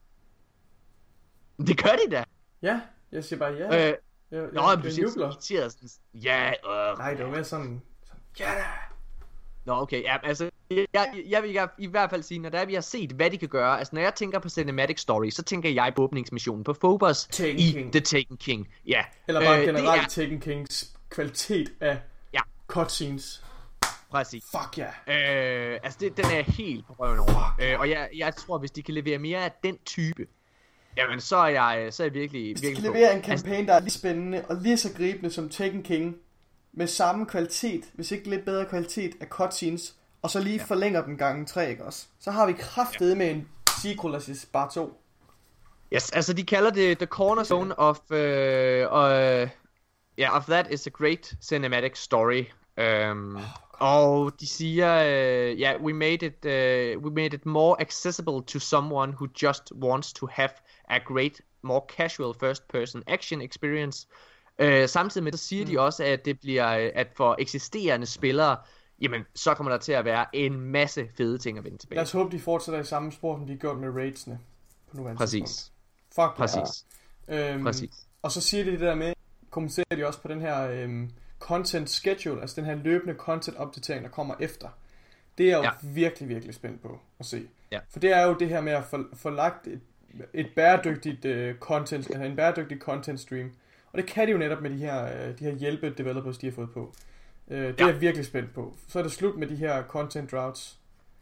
Det gør de da. Ja, jeg siger bare ja. Øh, jeg, jeg, Nå, jeg, men du siger sådan, ja, øh. Nej, det var mere sådan, sådan ja da. Nå, okay, ja, altså, jeg, jeg, jeg vil i hvert fald sige, når der vi har set, hvad de kan gøre, altså når jeg tænker på Cinematic Story, så tænker jeg på åbningsmissionen på Phobos Taken i King. The Taken King, ja. Eller bare øh, generelt er... Taken Kings kvalitet af ja. cutscenes. Præcis. Fuck ja. Yeah. Øh, altså, det, den er helt på røven over. Øh, og jeg, jeg tror, hvis de kan levere mere af den type, jamen så er jeg, så er jeg virkelig, hvis virkelig de kan levere en kampagne, altså... der er lige spændende og lige så gribende som Taken King, med samme kvalitet, hvis ikke lidt bedre kvalitet af cutscenes, og så lige ja. forlænger den gangen tre, ikke også? Så har vi kraftedet ja. med en sequel, altså bare to. Yes, altså de kalder det the cornerstone of, uh, uh, yeah, of that is a great cinematic story. Um, oh, og de siger, uh, yeah, we made it, uh, we made it more accessible to someone who just wants to have a great, more casual first-person action experience. Uh, samtidig med det siger mm. de også, at det bliver, at for eksisterende spillere, jamen, så kommer der til at være en masse fede ting at vende tilbage. Lad os håbe, de fortsætter i samme spor, som de har gjort med raidsene på nuværende Præcis. tidspunkt. Fuck Præcis. Ja. Øhm, Præcis. Og så siger de det der med, kommenterer de også på den her øhm, content schedule, altså den her løbende content opdatering, der kommer efter. Det er jeg jo ja. virkelig, virkelig spændt på at se. Ja. For det er jo det her med at få, få lagt et, et bæredygtigt uh, content, altså en bæredygtig content stream. Og det kan de jo netop med de her, uh, de her hjælpe developers, de har fået på. Uh, det ja. er jeg virkelig spændt på. Så er det slut med de her content droughts.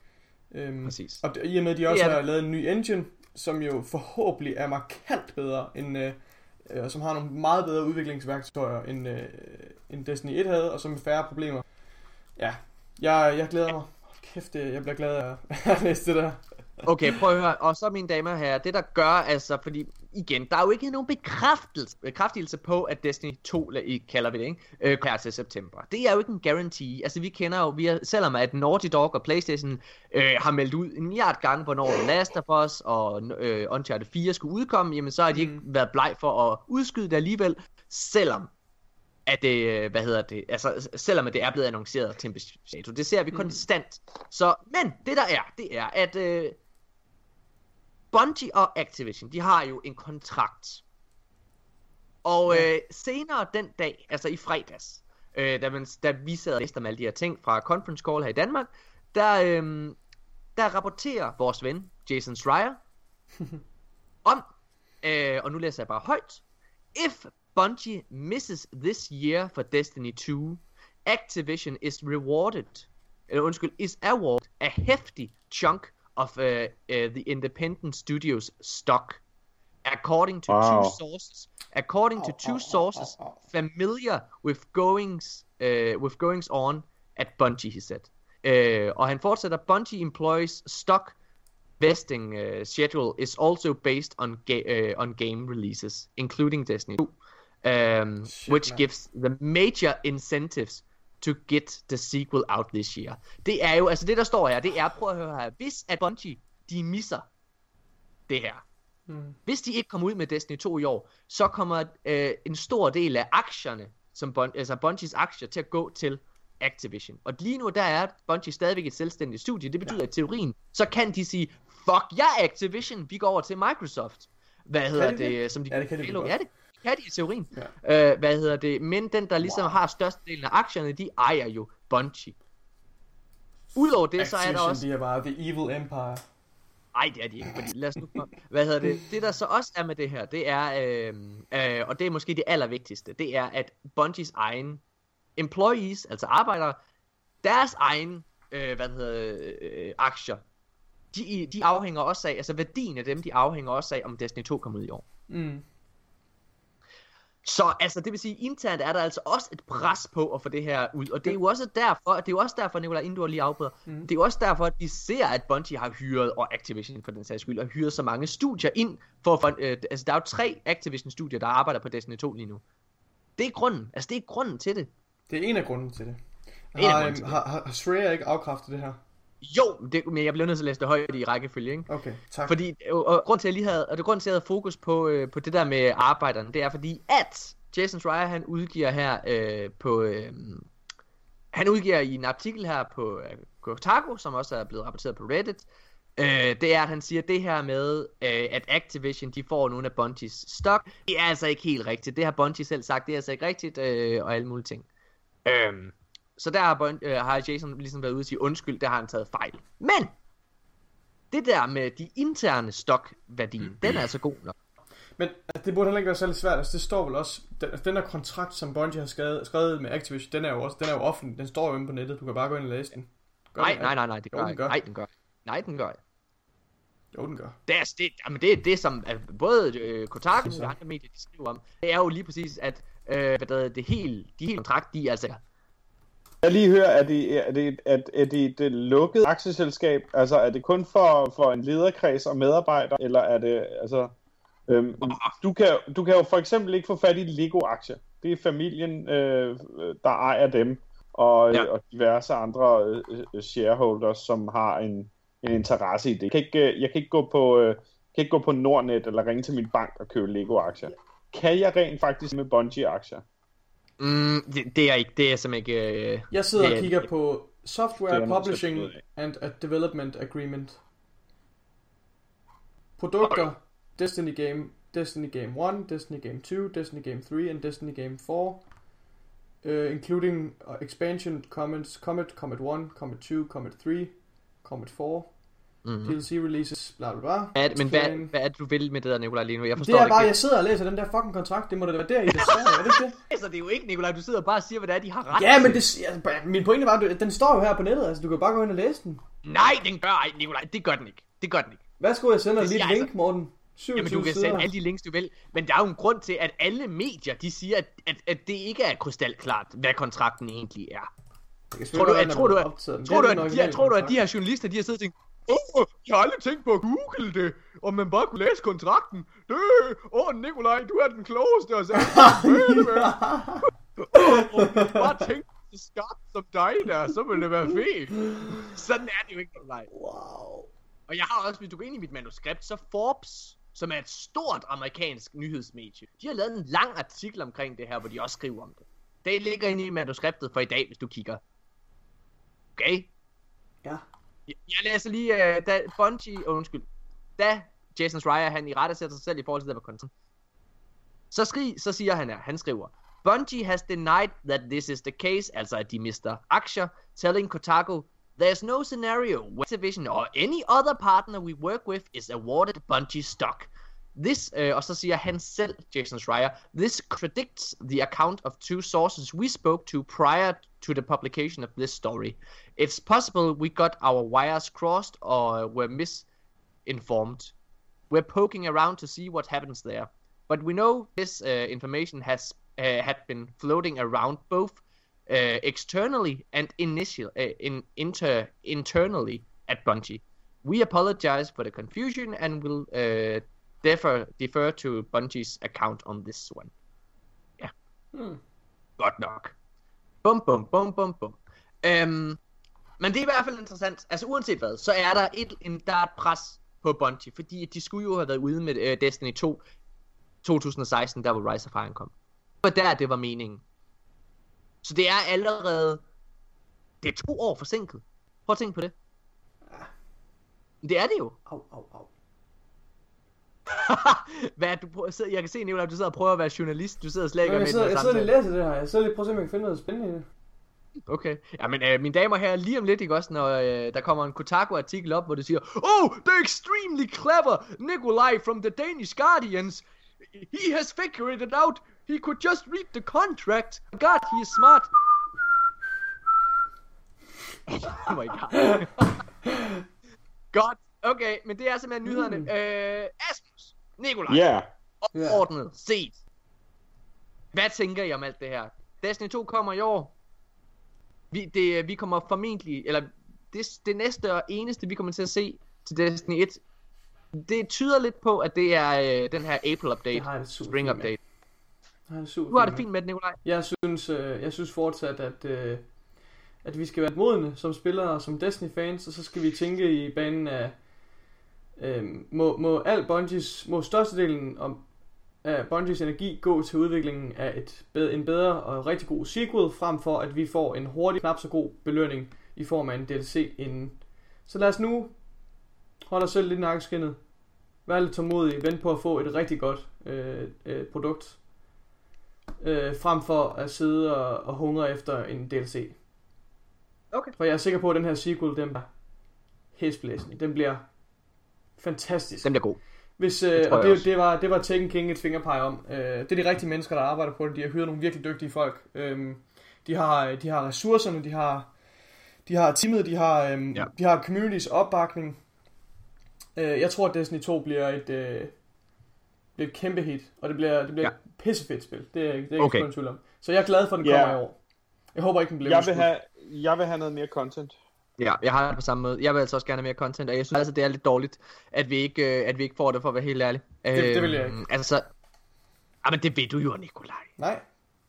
Um, Præcis. Og i og med, at de også har lavet en ny engine, som jo forhåbentlig er markant bedre, end, uh, uh, som har nogle meget bedre udviklingsværktøjer, end, uh, end Destiny et havde, og som med færre problemer. Ja, jeg, jeg glæder mig. Kæft, jeg bliver glad af at læse det der. Okay, prøv at høre. Og så mine damer her, det der gør altså, fordi igen, der er jo ikke nogen bekræftelse, bekræftelse på, at Destiny to, kalder vi det, ikke? Øh, klar til september. Det er jo ikke en guarantee. Altså vi kender jo, vi er, selvom at Naughty Dog og PlayStation øh, har meldt ud en milliard gange, hvornår The Last of Us og øh, Uncharted fire skulle udkomme, jamen så har de ikke været bleg for at udskyde det alligevel, selvom at det, hvad hedder det, altså selvom at det er blevet annonceret til en bestemt dato. Det ser vi konstant. Så, men det der er, det er, at øh, Bungie og Activision, de har jo en kontrakt Og øh, senere den dag, altså i fredags, øh, da, man, da vi sad og læste om alle de her ting fra conference call her i Danmark, der, øh, der rapporterer vores ven, Jason Schreier, om, øh, og nu læser jeg bare højt, if Bungie misses this year for Destiny to, Activision is rewarded, eller undskyld, is awarded a hefty chunk of uh, uh, the independent studios stock, according to wow. two sources. According to two sources familiar with goings uh, with goings on at Bungie, he said. Uh, og han fortsætter, Bungie employees stock vesting uh, schedule is also based on ga- uh, on game releases, including Destiny two, um, Shit, which man. gives the major incentives to get the sequel out this year. Det er jo, altså det der står her, det er, prøv at høre her, hvis at Bungie, de misser det her, mm. hvis de ikke kommer ud med Destiny to i år, så kommer øh, en stor del af aktierne, som Bun- altså Bungies aktier, til at gå til Activision. Og lige nu, der er Bungie stadigvæk et selvstændigt studie. Det betyder, ja. at i teorien, så kan de sige, fuck ja, Activision, vi går over til Microsoft. Hvad kan hedder det, det? Som de ja, det kan de ja, det kan de i teorien. Ja. Øh, hvad hedder det? Men den, der ligesom wow. har størstedelen af aktierne, de ejer jo Bungie. Udover det, Activision, så er der også... de er bare the evil empire. Nej, det er de ikke, fordi lad os nu... Hvad hedder det? Det, der så også er med det her, det er... Øh, øh, og det er måske det allervigtigste, det er, at Bungies egen employees, altså arbejdere, deres egen, øh, hvad hedder øh, aktier, de, de afhænger også af, altså værdien af dem, de afhænger også af, om Destiny to kommer ud i år. Mm. Så altså, det vil sige, internt er der altså også et pres på at få det her ud, og det er jo også derfor, det er jo også derfor, Nicolai, inden du lige afbryder, mm. det er jo også derfor, at vi ser, at Bungie har hyret, og Activision for den sags skyld, har hyret så mange studier ind, for, for øh, altså der er jo tre Activision-studier, der arbejder på Destiny to lige nu. Det er grunden, altså det er grunden til det. Det er en af grunden til det. Har, har, har, har, har Schreier ikke afkræftet det her? Jo, det, men jeg blev nødt til at læse det højt i rækkefølge, ikke? Okay, tak. Fordi, og, og grund til, at jeg lige havde, og det grund til, at jeg havde fokus på, øh, på det der med arbejderne, det er fordi, at Jason Schreier, han udgiver her øh, på, øh, han udgiver i en artikel her på øh, Kotaku, som også er blevet rapporteret på Reddit, øh, det er, at han siger det her med, øh, at Activision, de får nogle af Bungies stock, det er altså ikke helt rigtigt, det har Bungie selv sagt, det er altså ikke rigtigt, øh, og alle mulige ting. Øh, så der har, Bun- øh, har Jason ligesom været ude og sige, undskyld, der har han taget fejl. Men, det der med de interne stock-værdien, den er altså god nok. Men altså, det burde heller ikke være særlig svært, altså det står vel også, den, altså, den der kontrakt, som Bungie har skrevet, skrevet med Activision, den er jo også, den er jo offentlig, den står jo inde på nettet, du kan bare gå ind og læse den. Gør nej, den, nej, nej, nej, det gør, jo, den gør. Nej, den gør. Nej, den gør. Jo, den gør. Det er det, jamen det, er det som altså, både øh, Kotaku og andre medier, de skriver om, det er jo lige præcis, at øh, hvad der, det hele, de hele kontrakt, de er altså... Jeg lige hører, er det, er det, er, er det det lukkede aktieselskab, altså er det kun for, for en lederkreds og medarbejdere, eller er det, altså... Øhm, du, kan, du kan jo for eksempel ikke få fat i Lego-aktier. Det er familien, øh, der ejer dem, og, ja. og diverse andre øh, shareholders, som har en, en interesse i det. Jeg kan ikke, jeg kan ikke gå på, øh, kan ikke gå på Nordnet eller ringe til min bank og købe Lego-aktier. Kan jeg rent faktisk med Bungie-aktier? Mm, det, det er ikke, det er som ikke... Øh, jeg sidder det, og kigger på Software Publishing noget and a Development Agreement. Produkter... Okay. Destiny Game, Destiny Game one, Destiny Game two, Destiny Game three, and Destiny Game four, uh, including uh, expansion, comments, Comet, Comet one, Comet two, Comet three, Comet four, mm-hmm. D L C releases, bla bla bla. At, men hvad, hvad er det, du vil med det der, Nicolai, lige nu? Jeg forstår det er bare, ikke. jeg sidder og læser den der fucking kontrakt, det må da være der i det står, er det ikke det? Altså, det er jo ikke, Nicolai, du sidder bare og siger, hvad det er, de har ret ja, til. Men det, ja, min pointe var, at den står jo her på nettet, altså du kan bare gå ind og læse den. Nej, den gør ej, Nicolai, det gør den ikke. Det gør den ikke. Hvad skulle jeg sende dig lige et link, altså... Morten? Jamen du kan sider. sende alle de links du vil, men der er jo en grund til, at alle medier, de siger, at, at, at det ikke er krystalklart, hvad kontrakten egentlig er. Tror du, at, tror du, at, tror du, at, de, tror du, at de her journalister, de har siddet og tænkt, åh, jeg har aldrig tænkt på at google det, om man bare kunne læse kontrakten. Det, åh, Nicolai, du er den klogeste, og så åh, bare tænk så skarpt som dig der, så ville det være fedt. Sådan er det jo ikke, Nicolai. Wow. Og jeg har også, hvis du går ind i mit manuskript, så Forbes, som er et stort amerikansk nyhedsmedie, de har lavet en lang artikel omkring det her, hvor de også skriver om det. Det ligger inde i manuskriptet for i dag, hvis du kigger. Okay? Ja. Jeg, jeg læser lige, uh, da Bungie, oh, undskyld, da Jason Schreier, han i rette sætter sig selv i forhold til det med konten. Så, skri, så siger han her, han skriver, Bungie has denied that this is the case, altså at de mister aktier, telling Kotaku, there's no scenario where Activision or any other partner we work with is awarded Bungie stock. This, uh, og så siger han selv, Jason Schreier, this contradicts the account of two sources we spoke to prior to the publication of this story. It's possible we got our wires crossed or were misinformed. We're poking around to see what happens there. But we know this uh, information has uh, had been floating around both uh, externally and initial, uh, in, inter, internally at Bungie. We apologize for the confusion and will uh, defer, defer to Bungie's account on this one. Ja. Yeah. Hmm. Godt nok. Bum, bum, bum, bum, bum. Um, men det er i hvert fald interessant. Altså uanset hvad, så er der et, en, der er et pres på Bungie, fordi de skulle jo have været ude med uh, Destiny to to tusind og seksten, der hvor Rise of Iron kom. Det var der, det var meningen. Så det er allerede, det er to år forsinket. Prøv at tænke på det. Det er det jo. Au, au, au. Hvad er du prøver, jeg kan se, Nicolaj, du sidder og prøver at være journalist. Du sidder slet ikke med med i den her samtale. Jeg sidder lige og læser det her. Jeg sidder lige og prøver at se, om jeg kan finde noget spændende i det. Okay. Ja, men øh, mine damer her, lige om lidt, ikke også, når øh, der kommer en Kotaku-artikel op, hvor det siger, oh, they're extremely clever, Nikolai from the Danish Guardians. He has figured it out. He could just read the contract. God, he is smart. Oh my god. Godt. Okay, men det er simpelthen nyhederne. Mm. Øh, Asmus, Nikolaj. Ja. Yeah. Overordnet set. Hvad tænker I om alt det her? Destiny to kommer i år. Vi, det, vi kommer formentlig, eller det, det næste og eneste, vi kommer til at se til Destiny et, det tyder lidt på, at det er øh, den her April-update, Spring-update. Du har det fint med det, Nikolaj? Jeg synes, øh, jeg synes fortsat, at, øh, at vi skal være modne som spillere, som Destiny-fans, og så skal vi tænke i banen af, øh, må, må al Bungies, må størstedelen om, af Bungies energi gå til udviklingen af et, en bedre og rigtig god sequel, frem for at vi får en hurtig, knap så god belønning i form af en D L C inden. Så lad os nu holde os selv lidt i nakkeskindet, vær lidt tålmodig, vent på at få et rigtig godt øh, øh, produkt, øh, frem for at sidde og, og hungre efter en D L C. Okay. For jeg er sikker på, at den her sequel, den bliver hæsblæsende. Den bliver fantastisk. Den bliver god. Hvis, øh, det og det, det, var, det var Taken King et fingerpege om. Øh, det er de rigtige mennesker, der arbejder på det. De har hyret nogle virkelig dygtige folk. Øh, de, har, de har ressourcerne, de har, de har teamet, de har, øh, ja. de har communities opbakning. Øh, jeg tror, at Destiny to bliver et, øh, bliver et kæmpe hit. Og det bliver, det bliver ja. et pissefedt spil. Det er, det er okay. Ikke en tvivl om. Så jeg er glad for, at den yeah. kommer i år. Jeg håber ikke, den bliver jeg vil, have, jeg vil have noget mere content. Ja, jeg har det på samme måde. Jeg vil altså også gerne have mere content, og jeg synes altså, det er lidt dårligt, at vi ikke, at vi ikke får det, for at være helt ærlig. Det, øh, det vil jeg ikke. Altså, men det ved du jo, Nikolaj. Nej.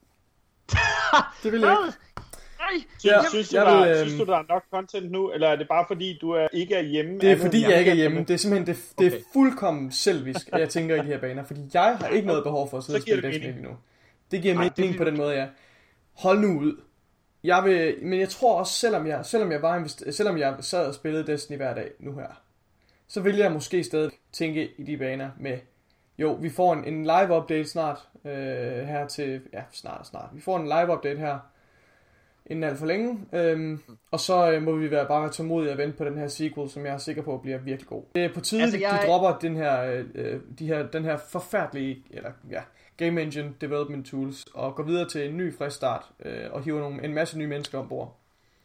Det vil jeg ikke. Nej. Ja, synes, jeg, jeg vil, øh... synes du, der er nok content nu, eller er det bare fordi, du er, ikke er hjemme? Det er fordi, jeg ikke er hjemme. Det er simpelthen, det, det er okay. fuldkommen selvisk, at jeg tænker i de her baner, fordi jeg har ikke noget behov for at sidde og spille Destiny nu. Det giver mening det... på den måde, ja. Hold nu ud. Jeg vil, men jeg tror også, selvom jeg, selvom jeg var invest- selvom jeg sad og spillede Destiny hver dag nu her, så vil jeg måske stadig tænke i de baner med, jo, vi får en, en live update snart, øh, her til, ja, snart snart. Vi får en live update her, inden alt for længe, øh, og så øh, må vi være bare være tålmodige og vente på den her sequel, som jeg er sikker på bliver virkelig god. Det er på tide, altså, jeg... de dropper den her, øh, de her, den her forfærdelige, eller ja, Game Engine Development Tools, og går videre til en ny frisk start, øh, og hiver nogle, en masse nye mennesker ombord.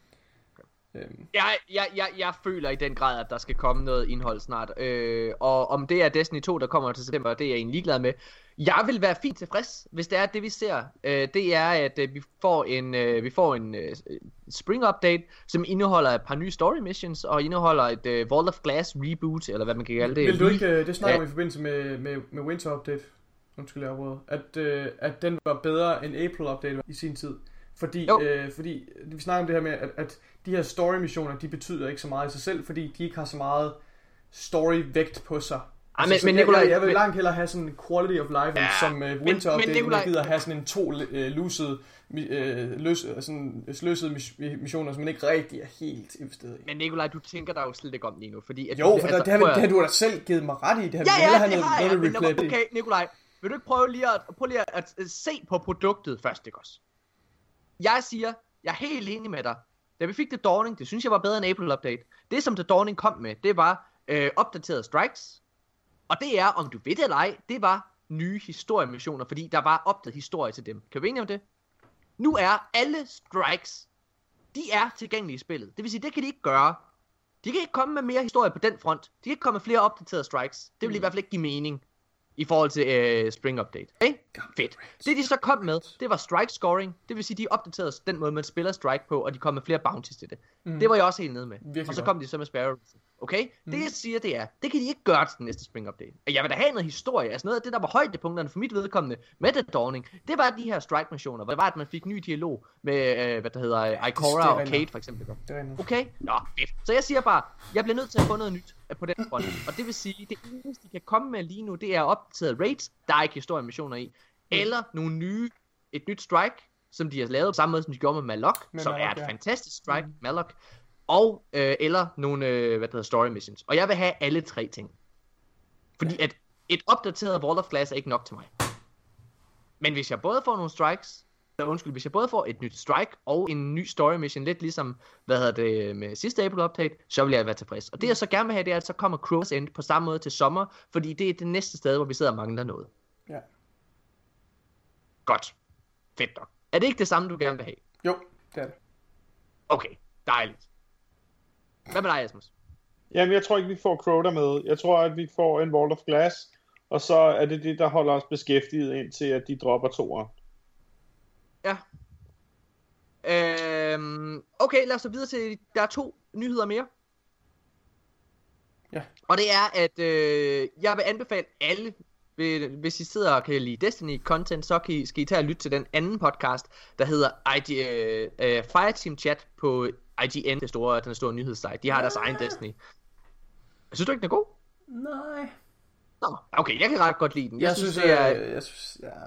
Okay. Øhm. Jeg, jeg, jeg, jeg føler i den grad, at der skal komme noget indhold snart. Øh, og om det er Destiny to, der kommer til september, det er jeg egentlig ligeglad med. Jeg vil være fint tilfreds, hvis det er det, vi ser. Øh, det er, at øh, vi får en, øh, vi får en øh, Spring Update, som indeholder et par nye story missions, og indeholder et øh, Vault of Glass reboot, eller hvad man kan kalde det. Vil du ikke, øh, det snakker vi i forbindelse med, med, med Winter Update, undskyld jeg afbryder, at, øh, at den var bedre end April Update i sin tid. Fordi, øh, fordi vi snakker om det her med, at, at de her story missioner, de betyder ikke så meget i sig selv, fordi de ikke har så meget story-vægt på sig. Ej, altså, men, men Nikolaj, jeg, jeg vil men, langt hellere have sådan en quality of life, ja, som uh, Winter Update, men jeg gider have sådan en to uh, lusede, uh, løs, sådan sløsede missioner, som man ikke rigtig er helt investeret i. Men Nikolaj, du tænker der jo slet ikke om lige nu, fordi... At jo, du, for altså, det, har, det har du da selv givet mig ret i, det har ja, vi ja, hellere have noget, noget, ja, noget ja, replay. Okay, Nikolaj, vil du ikke prøve lige at, prøve lige at, at se på produktet først, ikke også? Jeg siger, jeg er helt enig med dig. Da vi fik The Dawning, det synes jeg var bedre end April Update. Det som The Dawning kom med, det var øh, opdaterede strikes. Og det er, om du ved det eller ej, det var nye historiemissioner, fordi der var opdateret historie til dem. Kan vi enige om det? Nu er alle strikes, de er tilgængelige i spillet. Det vil sige, det kan de ikke gøre. De kan ikke komme med mere historie på den front. De kan ikke komme med flere opdaterede strikes. Det vil mm. i hvert fald ikke give mening i forhold til øh, Spring Update. Okay? Fedt. Det de så kom med, det var strike scoring. Det vil sige, de opdaterede den måde, man spiller strike på, og de kom med flere bounties til det. Mm. Det var jeg også helt nede med. Virkelig og så kom de så med Sparrow. Okay? Mm. Det jeg siger, det er, det kan de ikke gøre til den næste Spring Update. Jeg vil da have noget historie. Altså noget af det, der var højdepunkterne for mit vedkommende med The Dawning, det var de her strike missioner, hvor det var, at man fik ny dialog med, øh, hvad der hedder, Ikora og Kate for eksempel. Okay? Nå, fedt. Så jeg siger bare, jeg bliver nødt til at få noget nyt på den front. Og det vil sige, det eneste, de kan komme med lige nu, det er opdateret raids, der er ikke historiemissioner i. Eller nogle nye, et nyt strike, som de har lavet på samme måde, som de gjorde med Malok, med som Malok, er et ja. fantastisk strike, mm. Malok. Og, øh, eller nogle, øh, hvad der hedder, story missions. Og jeg vil have alle tre ting. Fordi ja. at et opdateret Wall of Glass er ikke nok til mig. Men hvis jeg både får nogle strikes, så undskyld, hvis jeg både får et nyt strike og en ny story mission, lidt ligesom, hvad hedder det, med sidste April Update, så vil jeg være tilfreds. Og det jeg så gerne vil have, det er, at så kommer Crow's End på samme måde til sommer, fordi det er det næste sted, hvor vi sidder og mangler noget. Ja. Godt. Fedt nok. Er det ikke det samme, du gerne vil have? Jo, det er det. Okay, dejligt. Hvad med dig, Asmus? Jamen, jeg tror ikke, vi får Crowder med. Jeg tror, at vi får en Wall of Glass, og så er det det, der holder os beskæftiget, indtil at de dropper toeren. Ja. Øhm, okay, lad os så videre til, der er to nyheder mere. Ja. Og det er, at øh, jeg vil anbefale alle, hvis I sidder og kan lide Destiny-content, så kan I, skal I tage og lytte til den anden podcast, der hedder I G, øh, øh, Fireteam Chat på I G N, det store, den store nyhedssite. De har deres egen Destiny. Synes du ikke, den er god? Nej. Nå, okay, jeg kan ret godt lide den. Jeg, jeg synes, det er... Jeg, jeg synes, ja.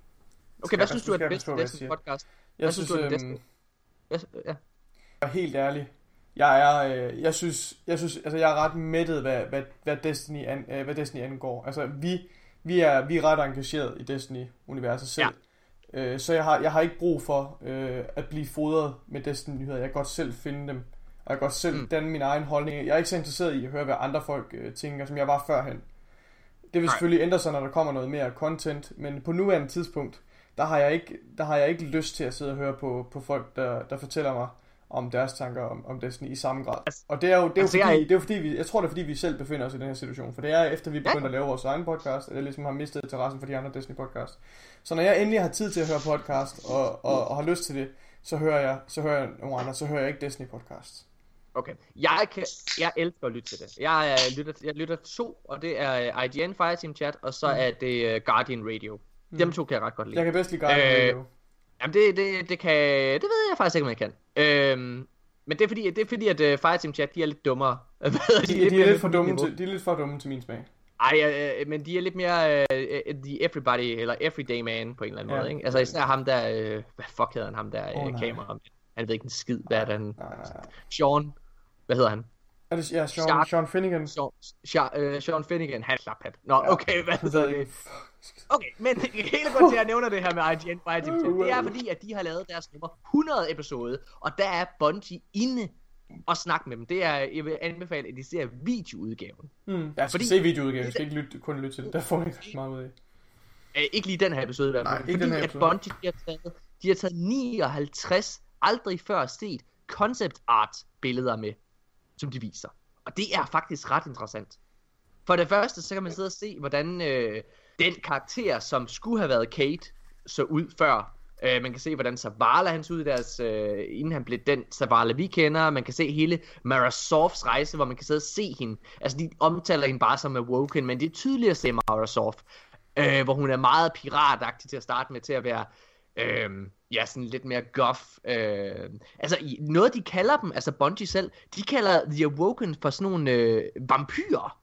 Okay, hvad synes du er den bedste Destiny podcast? Jeg hvad synes, synes du er den øhm, bedste? Ja. Jeg er helt ærlig. Jeg er, øh, jeg synes, jeg synes, altså jeg er ret mættet, hvad, hvad, hvad Destiny, an, øh, hvad Destiny angår. Altså vi, vi er, vi er ret engageret i Destiny-universet selv. Ja. Øh, så jeg har, jeg har ikke brug for øh, at blive fodret med Destiny-nyheder. Jeg kan godt selv finde dem, og jeg kan godt selv mm. danne min egen holdning. Jeg er ikke så interesseret i at høre, hvad andre folk øh, tænker, som jeg var førhen. Det vil selvfølgelig Nej. ændre sig, når der kommer noget mere content, men på nuværende tidspunkt, der har jeg ikke, der har jeg ikke lyst til at sidde og høre på, på folk, der, der fortæller mig om deres tanker om, om Destiny i samme grad. Og det er jo, det er altså, jo fordi, jeg... det er fordi vi, jeg tror det er fordi vi selv befinder os i den her situation, for det er efter vi begyndte ja. at lave vores egen podcast, at jeg ligesom har mistet interessen for de andre Destiny podcast. Så når jeg endelig har tid til at høre podcast og, og, og har lyst til det, så hører jeg, så hører jeg nogle andre, så hører jeg ikke Destiny podcast. Okay, jeg kan, jeg elsker at lytte til det. Jeg uh, lytter, jeg lytter to, og det er uh, I G N Fireteam Chat, og så mm. er det uh, Guardian Radio. Mm. Dem to kan jeg ret godt lide. Jeg kan bedst lide Guardian øh, Radio. Jamen det, det, det kan, det ved jeg faktisk ikke, om jeg kan. Øhm, men det er fordi, det er fordi at uh, Fireteam Chat, de er lidt dummere. de, de, de, de, er lidt for dumme til, de er lidt for dumme til min smag. Ej, uh, men de er lidt mere uh, the everybody, eller everyday man på en eller anden ja. måde, ikke? Altså især ham der, uh, hvad fuck hedder han, ham der oh, uh, kamera. Han ved ikke en skid, hvad er den? Nej, nej, nej. Sean, hvad hedder han? Er det, ja, Sean, Shark, Sean Finnegan. Sean, Sean, uh, Sean Finnegan, han slap hat. Nå, ja. okay, hvad hedder det? Okay, men hele grund til, at jeg nævner det her med I G N Fireteam Chat, det er fordi, at de har lavet deres nummer hundrede episode, og der er Bungie inde og snakke med dem. Det er, jeg vil anbefale, at de ser videoudgaven. Mm. Jeg skal fordi, se videoudgaven, jeg skal ikke lytte, kun lytte til det. Der får jeg ikke meget ud af. Øh, ikke lige den her episode i hvert fald. Fordi at Bungie, de har, taget, de har taget nioghalvtreds aldrig før set concept art billeder med, som de viser. Og det er faktisk ret interessant. For det første, så kan man sidde og se, hvordan øh, den karakter, som skulle have været Kate, så ud før. Øh, man kan se, hvordan Zavala han så ud deres, øh, inden han blev den Zavala, vi kender. Man kan se hele Mara Softs rejse, hvor man kan sidde og se hende. Altså, de omtaler hende bare som Awoken, men det er tydeligt at se Mara Soft, øh, hvor hun er meget piratagtig til at starte med, til at være... Øh, ja, sådan lidt mere goth. Øh, altså, noget de kalder dem, altså Bungie selv, de kalder The Awoken for sådan nogle øh, vampyrer.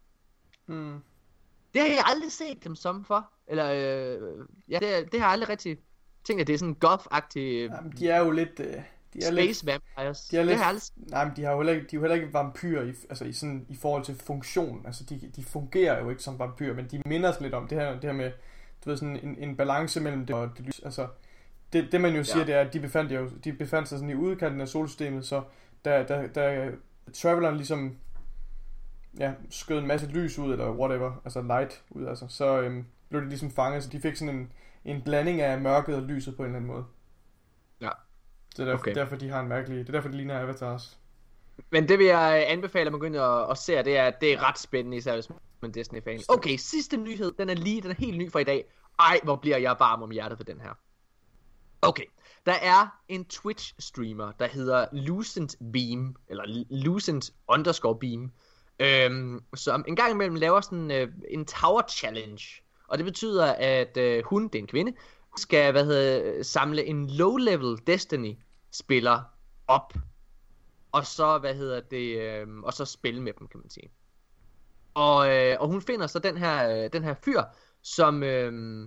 Mm. Det har jeg aldrig set dem som for. Eller, øh, ja, det, det har jeg aldrig rigtig tænkt, at det er sådan goth-agtigt. Jamen, de er jo lidt... Øh, de er space lidt, vampires. De er lidt, det har aldrig... Nej, men de har jo heller ikke, de er jo heller ikke vampyrer i, altså i, sådan, i forhold til funktion. Altså, de, de fungerer jo ikke som vampyrer, men de minder os lidt om det her, det her med du ved, sådan en, en balance mellem det og det lys. Altså, det, det man jo siger, ja. det er, at de befandt, jo, de befandt sig sådan i udkanten af solsystemet, så da, da, da Traveleren ligesom ja, skød en masse lys ud, eller whatever, altså light ud, altså, så øhm, blev de ligesom fanget, så de fik sådan en, en blanding af mørket og lyset på en eller anden måde. Ja. Så det er derfor, okay. derfor, de har en mærkelig, det er derfor, de ligner avatars. Men det vil jeg anbefale, at man begynder at, at se, det er, at det er ret spændende, især hvis man er en Destiny-fan. Okay, sidste nyhed, den er lige, den er helt ny for i dag. Ej, hvor bliver jeg varm om hjertet for den her. Okay, der er en Twitch-streamer, der hedder Lucent Beam, eller Lucent underscore Beam, øhm, som en gang imellem laver sådan øh, en Tower Challenge. Og det betyder, at øh, hun, det er en kvinde, skal hvad hedder, samle en low-level Destiny-spiller op. Og så, hvad hedder det, øh, og så spille med dem, kan man sige. Og, øh, og hun finder så den her, øh, den her fyr, som, øh,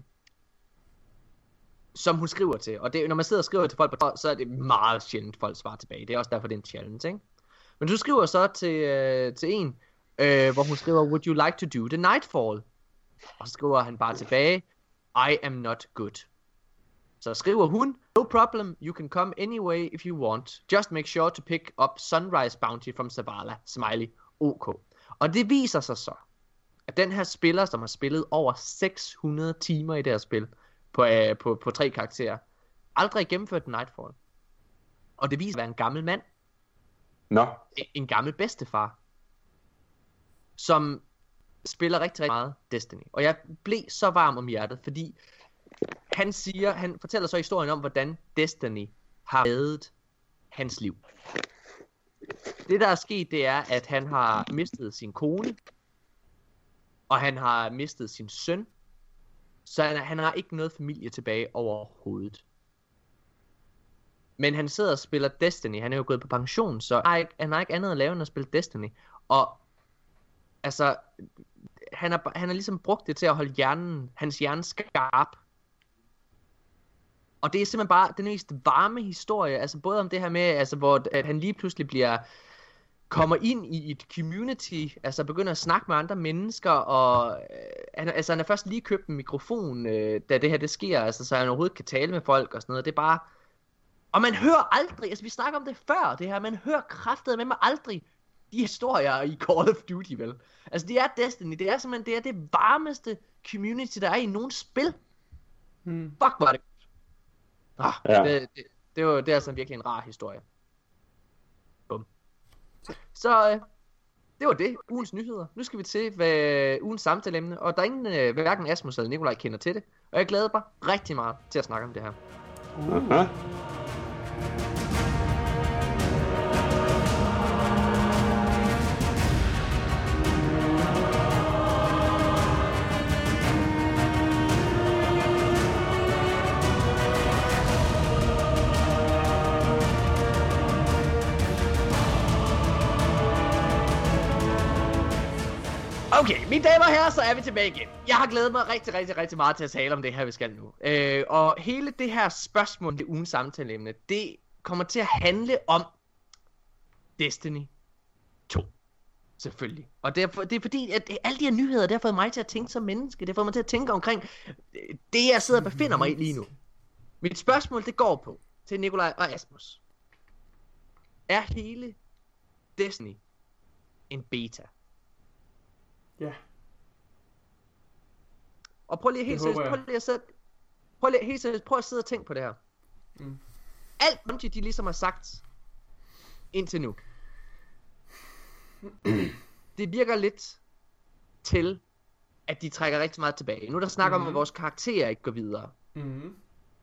som hun skriver til. Og det, når man sidder og skriver til folk på, så er det meget sjældent, folk svarer tilbage. Det er også derfor, det er en challenge, ikke? Men du skriver så til, øh, til en, øh, hvor hun skriver, would you like to do the Nightfall? Og så skriver han bare tilbage, I am not good. Så skriver hun, no problem, you can come anyway if you want. Just make sure to pick up Sunrise Bounty from Zavala. Smiley. OK. Og det viser sig så, at den her spiller, som har spillet over seks hundrede timer i det her spil, på, øh, på, på tre karakterer, aldrig gennemført Nightfall. Og det viser sig at være en gammel mand. Nå. En, en gammel bedstefar. Som spiller rigtig, rigtig meget Destiny. Og jeg blev så varm om hjertet, fordi han siger, han fortæller så historien om, hvordan Destiny har reddet hans liv. Det der er sket, det er, at han har mistet sin kone, og han har mistet sin søn, så han, han har ikke noget familie tilbage overhovedet. Men han sidder og spiller Destiny, han er jo gået på pension, så han har ikke, han har ikke andet at lave end at spille Destiny. Og altså, han har, han har ligesom brugt det til at holde hjernen, hans hjerne skarp. Og det er simpelthen bare den mest varme historie, altså både om det her med, altså hvor at han lige pludselig bliver, kommer ind i et community, altså begynder at snakke med andre mennesker, og øh, han, altså han har først lige købt en mikrofon, øh, da det her det sker, altså så han overhovedet kan tale med folk og sådan noget, det er bare, og man hører aldrig, altså vi snakker om det før, det her, man hører kraftet med mig aldrig, de historier i Call of Duty, vel, altså det er Destiny, det er simpelthen, det er det varmeste community, der er i nogen spil, hmm. Fuck var det. Ah, ja. det, det, det, var, det er altså virkelig en rar historie. Bum. Så øh, det var det, ugens nyheder. Nu skal vi til hvad, ugens samtaleemne, og der er ingen, øh, hverken Asmus eller Nikolaj kender til det. Og jeg glæder mig rigtig meget til at snakke om det her. Uh-huh. Okay, mine damer og herrer, så er vi tilbage igen. Jeg har glædet mig rigtig, rigtig, rigtig meget til at tale om det her, vi skal nu. Øh, og hele det her spørgsmål, det ugens samtaleemne, det kommer til at handle om Destiny to. Selvfølgelig. Og det er, det er fordi, at alle de her nyheder, det har fået mig til at tænke som menneske. Det har fået mig til at tænke omkring det, jeg sidder og befinder mig i lige nu. Mit spørgsmål, det går på til Nikolaj og Asmus. Er hele Destiny en beta? Ja. Og prøv lige helt seriøst, prøv lige at sidde, prøv lige helt seriøst, prøv at sidde og tænke på det her. Mm. Alt Bungie, de ligesom har sagt indtil nu, det virker lidt til, at de trækker rigtig meget tilbage. Nu er der snakker mm-hmm. om, at vores karakterer ikke går videre. Mm-hmm.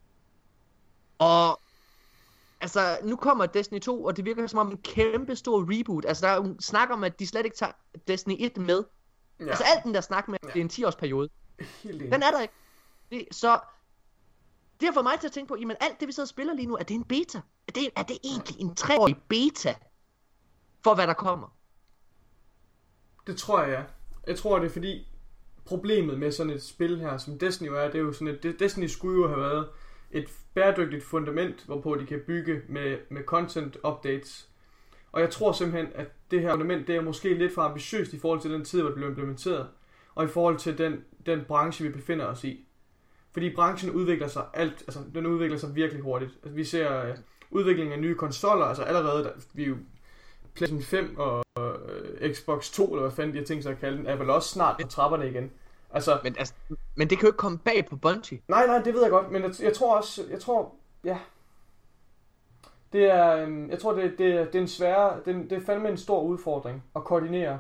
Og altså, nu kommer Destiny to, og det virker som om en kæmpe stor reboot. Altså, der er jo snak om, at de slet ikke tager Destiny et med. Ja. Altså alt den der snak med, ja. Det er en ti års periode. Den er der ikke. Det, så det har fået mig til at tænke på, jamen alt det vi sidder og spiller lige nu, er det en beta? Er det, er det egentlig en treårig beta for hvad der kommer? Det tror jeg, ja. Jeg tror det er fordi problemet med sådan et spil her, som Destiny er, det er jo sådan et, Destiny skulle jo have været et bæredygtigt fundament, hvorpå de kan bygge med, med content updates. Og jeg tror simpelthen, at det her fundament, det er måske lidt for ambitiøst i forhold til den tid, hvor det blev implementeret, og i forhold til den, den branche, vi befinder os i. Fordi branchen udvikler sig alt, altså den udvikler sig virkelig hurtigt. Altså, vi ser uh, udviklingen af nye konsoller, altså allerede, der, vi jo PlayStation fem og uh, Xbox to, eller hvad fanden de har tænkt sig at kalde den, er vel også snart på trapperne igen. Altså, men, altså, men det kan jo ikke komme bag på Bungie. Nej, nej, det ved jeg godt, men jeg, jeg tror også, jeg tror, ja, det er, jeg tror, det, det, det er en svær, det, det er fandme en stor udfordring at koordinere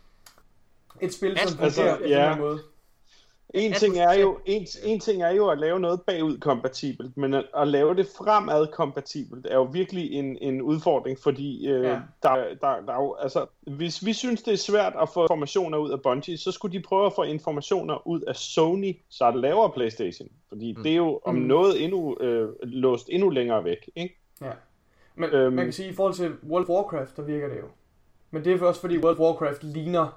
et spil, som fungerer altså, på ja. den måde. En ting, er jo, en, en ting er jo at lave noget bagud-kompatibelt, men at, at lave det fremad-kompatibelt er jo virkelig en, en udfordring, fordi øh, ja. der, der, der er jo, altså, hvis vi synes, det er svært at få informationer ud af Bungie, så skulle de prøve at få informationer ud af Sony, så det laver PlayStation, fordi mm. det er jo om mm. noget endnu øh, låst endnu længere væk, ikke? Ja, men øhm, man kan sige, i forhold til World of Warcraft, der virker det jo. Men det er også fordi World of Warcraft ligner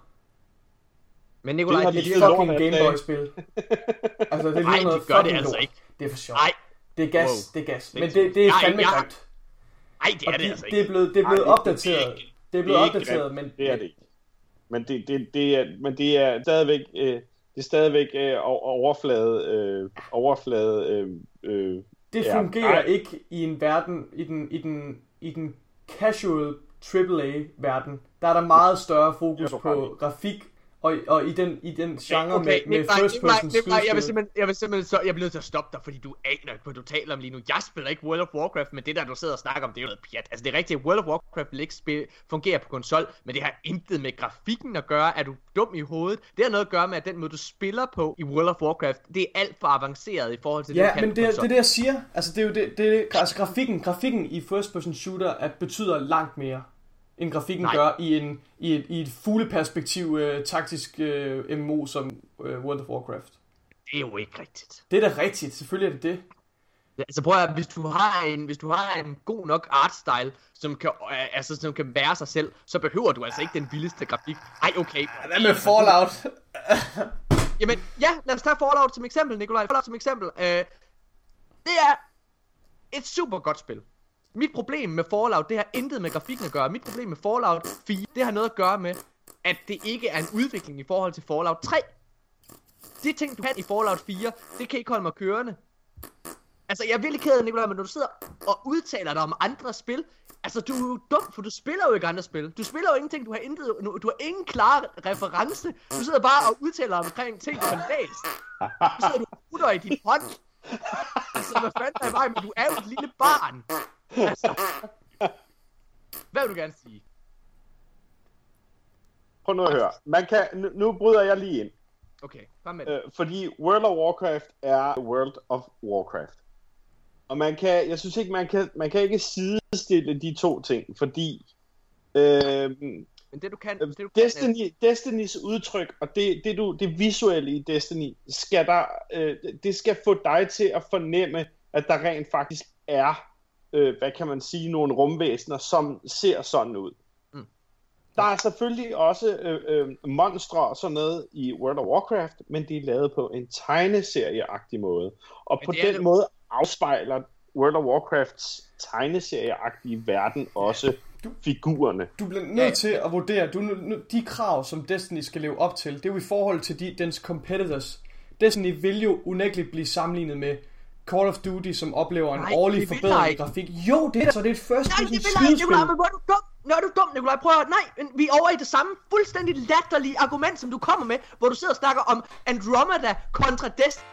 Men Nikolaj, det er et fucking Gameboy-spil. Altså, det nej, det gør det altså lort. Ikke. Det er for sjovt. Nej. Det er gas, wow. det er gas. Men det, det er fandme nej, grimt. Nej, det er og det altså ikke. Det er blevet, det er blevet Ej, opdateret. Det, det er blevet det er opdateret, men... Det er det ikke. Men det, det, det, er, men det er stadigvæk... Øh, det er stadigvæk øh, overflade... Øh, overflade... Øh, øh, det fungerer ja, ikke i en verden... I den, i den, i den casual triple A-verden. Der er der meget større fokus på grafik... Og, og i den i den genre okay, med, med first person skydespil. Jeg vil simpelthen jeg vil simpelthen så jeg bliver nødt til at stoppe dig, fordi du aner ikke, hvad du taler om lige nu. Jeg spiller ikke World of Warcraft, men det der du sidder og snakker om, det er jo noget pjat. Altså det er rigtigt, World of Warcraft vil ikke spille, fungere på konsol, men det har intet med grafikken at gøre. Er du dum i hovedet? Det har noget at gøre med at den måde du spiller på i World of Warcraft, det er alt for avanceret i forhold til ja, det du kan men det, det er det jeg siger. Altså det er jo det, det altså grafikken grafikken i first person shooter at betyder langt mere end grafikken Nej. gør i, en, i, et, i et fugleperspektiv øh, taktisk øh, M M O som øh, World of Warcraft. Det er jo ikke rigtigt. Det er da rigtigt, selvfølgelig er det det. Ja, altså prøv at hvis du har en hvis du har en god nok artstyle som kan øh, altså som kan være sig selv, så behøver du altså ikke den vildeste grafik. Ej okay. Hvad med Fallout? Jamen ja, lad os tage Fallout som eksempel, Nikolaj. Fallout som eksempel. Øh, det er et super godt spil. Mit problem med Fallout, det har intet med grafikken at gøre. Mit problem med Fallout fire, det har noget at gøre med, at det ikke er en udvikling i forhold til Fallout tre. De ting, du kan i Fallout fire, det kan ikke holde mig kørende. Altså, jeg er virkelig ked af det, Nikolaj, men når du sidder og udtaler dig om andre spil, altså, du er jo dum, for du spiller jo ikke andre spil. Du spiller jo ingenting, du har intet, du har ingen klar reference. Du sidder bare og udtaler omkring ting, du har læst. Du sidder og putter i din hånd. Altså, hvad fanden er vej, men du er jo et lille barn. Altså, hvad vil du gerne sige? Prøv nu at høre. Man kan, nu, nu bryder jeg lige ind. Okay, bare med øh, fordi World of Warcraft er World of Warcraft. Og man kan, jeg synes ikke, man kan, man kan ikke sidestille de to ting, fordi øh, men det du kan, det, du Destiny, kan Destinys udtryk og det, det, du, det visuelle i Destiny skal der, øh, det skal få dig til at fornemme, at der rent faktisk er, øh, hvad kan man sige, nogle rumvæsener, som ser sådan ud. Mm. Der er selvfølgelig også øh, øh, monstre og sådan noget i World of Warcraft, men de er lavet på en tegneserieagtig måde. Og men på den det... måde afspejler World of Warcrafts tegneserieagtige verden også du, figurerne. Du bliver nødt ja. til at vurdere, du, de krav, som Destiny skal leve op til, det er jo i forhold til de, dens competitors. Destiny vil jo unægteligt blive sammenlignet med Call of Duty, som oplever en Nej, årlig forbedring i grafik. Jo, det er så det er et first person skydespil. Nej, Nikolaj, men hvor er du dum? Nå, er du dum, Nikolaj? Prøv at nej, vi er over i det samme fuldstændig latterlige argument, som du kommer med, hvor du sidder og snakker om Andromeda kontra Destiny.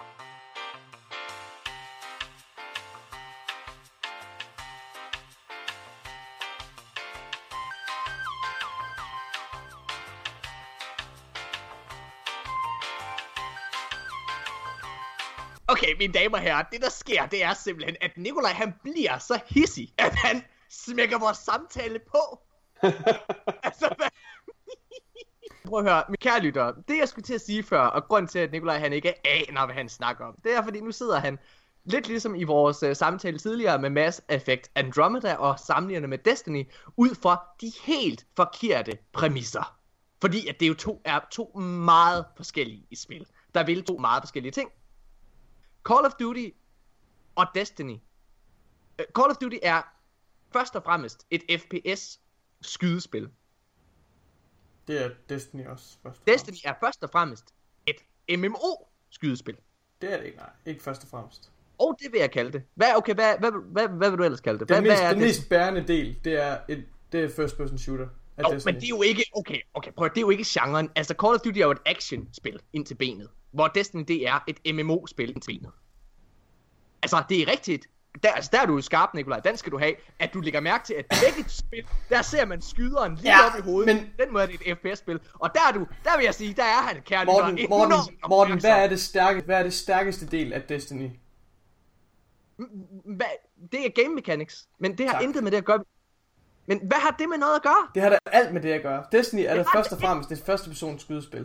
Okay, mine damer og herrer, det der sker, det er simpelthen, at Nikolaj han bliver så hissig, at han smækker vores samtale på. Altså, hvad? Prøv at høre, mine kære lyttere, det jeg skulle til at sige før, og grund til, at Nikolaj han ikke aner, hvad han snakker om, det er, fordi nu sidder han lidt ligesom i vores uh, samtale tidligere med Mass Effect Andromeda og sammenlignende med Destiny, ud fra de helt forkerte præmisser. Fordi at det jo to, er to meget forskellige i spil. Der vil to meget forskellige ting. Call of Duty og Destiny. Call of Duty er først og fremmest et F P S skydespil. Det er Destiny også. Først Destiny er først og fremmest et M M O skydespil. Det er det ikke, nej. Ikke først og fremmest. Og oh, det vil jeg kalde det. Hvad, okay, hvad, hvad, hvad, hvad vil du ellers kalde det? Den, hvad, mest, hvad er den det? mest bærende del, det er, et, det er first person shooter. Jo, men det er jo ikke, okay, okay, prøv, det er jo ikke genren. Altså, Call of Duty er jo et action-spil ind til benet, hvor Destiny, det er et M M O-spil ind til benet. Altså, det er rigtigt. Der, altså, der er du jo skarp, Nikolaj. Den skal du have, at du lægger mærke til, at begge spil, der ser man skyderen lige ja, op i hovedet. Men... Den måde er det et F P S-spil. Og der er du, der vil jeg sige, der er han kærlig. Morten, Morten, Morten hvad, er det stærke, hvad er det stærkeste del af Destiny? Hvad? Det er game mechanics, men det har tak. intet med det at gøre. Men hvad har det med noget at gøre? Det har da alt med det at gøre. Destiny er da først og fremmest det første persons skydespil.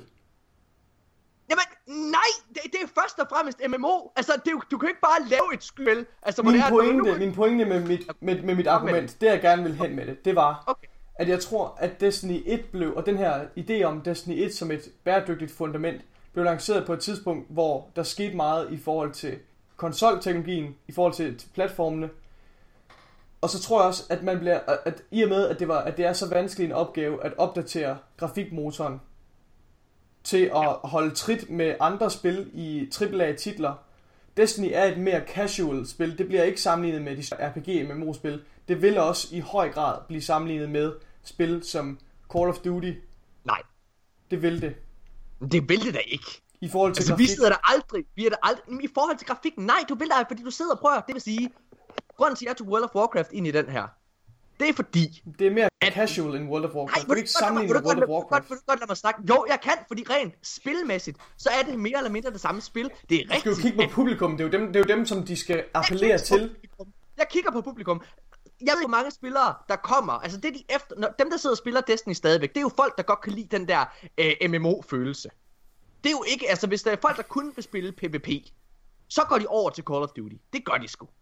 Jamen, nej, det, det er først og fremmest M M O. Altså, det, du kan ikke bare lave et skydespil. Altså, min, det er, pointe, nu... min pointe med mit, med, med mit argument, det jeg gerne vil hen med det, det var, okay. at jeg tror, at Destiny et blev, og den her idé om Destiny et som et bæredygtigt fundament, blev lanceret på et tidspunkt, hvor der skete meget i forhold til konsolteknologien, i forhold til, til platformene. Og så tror jeg også, at man bliver, at i og med, at det, var, at det er så vanskelig en opgave at opdatere grafikmotoren til at ja. holde trit med andre spil i triple A-titler. Destiny er et mere casual spil. Det bliver ikke sammenlignet med de R P G M M O-spil. Det vil også i høj grad blive sammenlignet med spil som Call of Duty. Nej. Det vil det. Det vil det da ikke. I forhold til altså, grafik. vi sidder der aldrig, vi er der aldrig, i forhold til grafikken, nej, du vil der, fordi du sidder og prøver, det vil sige, grunden til, at jeg tog World of Warcraft ind i den her, det er fordi... Det er mere at, casual end World of Warcraft. Nej, du kan ikke sammenligne med World of Warcraft. Vil du godt lade mig snakke? Jo, jeg kan, fordi rent spilmæssigt, så er det mere eller mindre det samme spil. Det er rigtigt. Du skal jo kigge på publikum, det er jo dem, det er jo dem som de skal appellere til. Jeg kigger på publikum. Jeg ved, hvor mange spillere, der kommer, altså det er de efter, når, dem der sidder og spiller Destiny stadigvæk, det er jo folk, der godt kan lide den der øh, M M O-følelse. Det er jo ikke, altså hvis der er folk, der kun vil spille PvP, så går de over til Call of Duty. Det gør de sgu.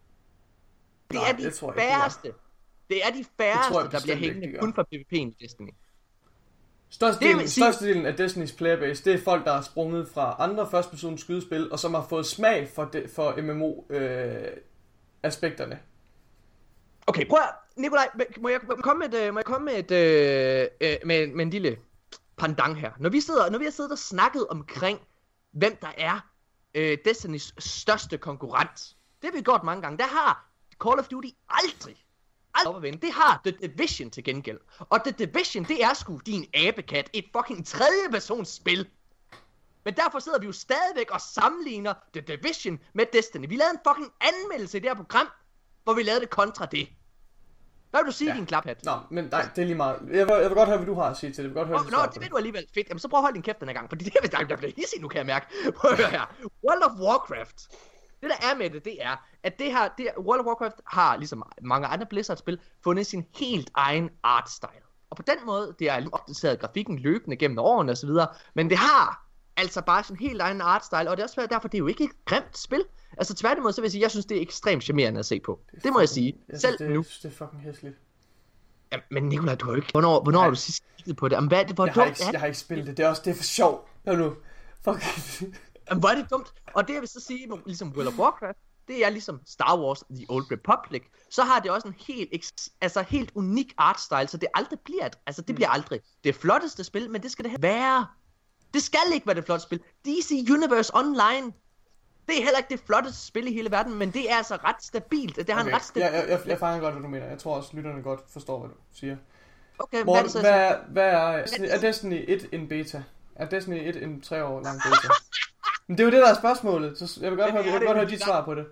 Det Nej, er de det færreste. Det, det er de færreste, jeg der bliver hængende kun for PvP'en i Destiny. Størstedelen, størstedelen af Destinys playerbase, det er folk, der er sprunget fra andre førstepersons skydespil, og som har fået smag for, det, for M M O-aspekterne. Øh, okay, prøv at, Nikolaj, må jeg komme med et, må jeg komme med, et, øh, med, med en lille pandang her. Når vi, sidder, når vi har siddet og snakket omkring, hvem der er øh, Destinys største konkurrent, det har vi gjort mange gange, der har Call of Duty aldrig op at vinde. Det har The Division til gengæld. Og The Division, det er sgu din abekat. Et fucking tredjepersons spil. Men derfor sidder vi jo stadigvæk og sammenligner The Division med Destiny. Vi lavede en fucking anmeldelse i det her program, hvor vi lavede det kontra det. Hvad vil du sige, ja. din klaphat? Nå, men nej, det er lige meget. Jeg vil, jeg vil godt høre, hvad du har at sige til det. Jeg vil godt høre, oh, Nå, det ved du alligevel. Fedt. Jamen, så prøv at holde din kæft den her gang. Fordi det er der, der bliver hissig nu, kan jeg mærke. Prøv at høre her. World of Warcraft. Det der er med det, det er, at det her, det, World of Warcraft har, ligesom mange andre Blizzard-spil, fundet sin helt egen artstyle. Og på den måde, det er opdateret grafikken løbende gennem årene osv., men det har altså bare sin helt egen artstyle, og det er også derfor, det er jo ikke et grimt spil. Altså tværtimod, så vil jeg sige, jeg synes, det er ekstremt charmerende at se på. Det, det må jeg sige. Jeg Selv synes, det, nu. Det er fucking hæsligt. Ja, men Nikolaj, du har jo ikke... Hvornår, hvornår har du sidst kigget på det? Jamen, hvad er det for jeg, dumt? har ikke, jeg har ikke spillet det. Det er også det er for sjov. Hør nu. Fuck. Jamen, hvor er det dumt? Og det jeg vil så sige, ligesom World of Warcraft, det er ligesom Star Wars The Old Republic, så har det også en helt, altså helt unik artstyle, så det aldrig bliver, altså det bliver aldrig det flotteste spil, men det skal det være. Det skal ikke være det flotteste spil. D C Universe Online, det er heller ikke det flotteste spil i hele verden, men det er altså ret stabilt. Det har okay. en ret stabil... Jeg, jeg, jeg, jeg fanger godt, hvad du mener. Jeg tror også, lytterne godt forstår, hvad du siger. Okay, Morten, hvad er det så? Hvad, hvad er, er Destiny et en beta? Er Destiny et en tre år lang beta? Men det er jo det, der er spørgsmålet, så jeg vil godt høre, jeg vil godt høre dit svar på det.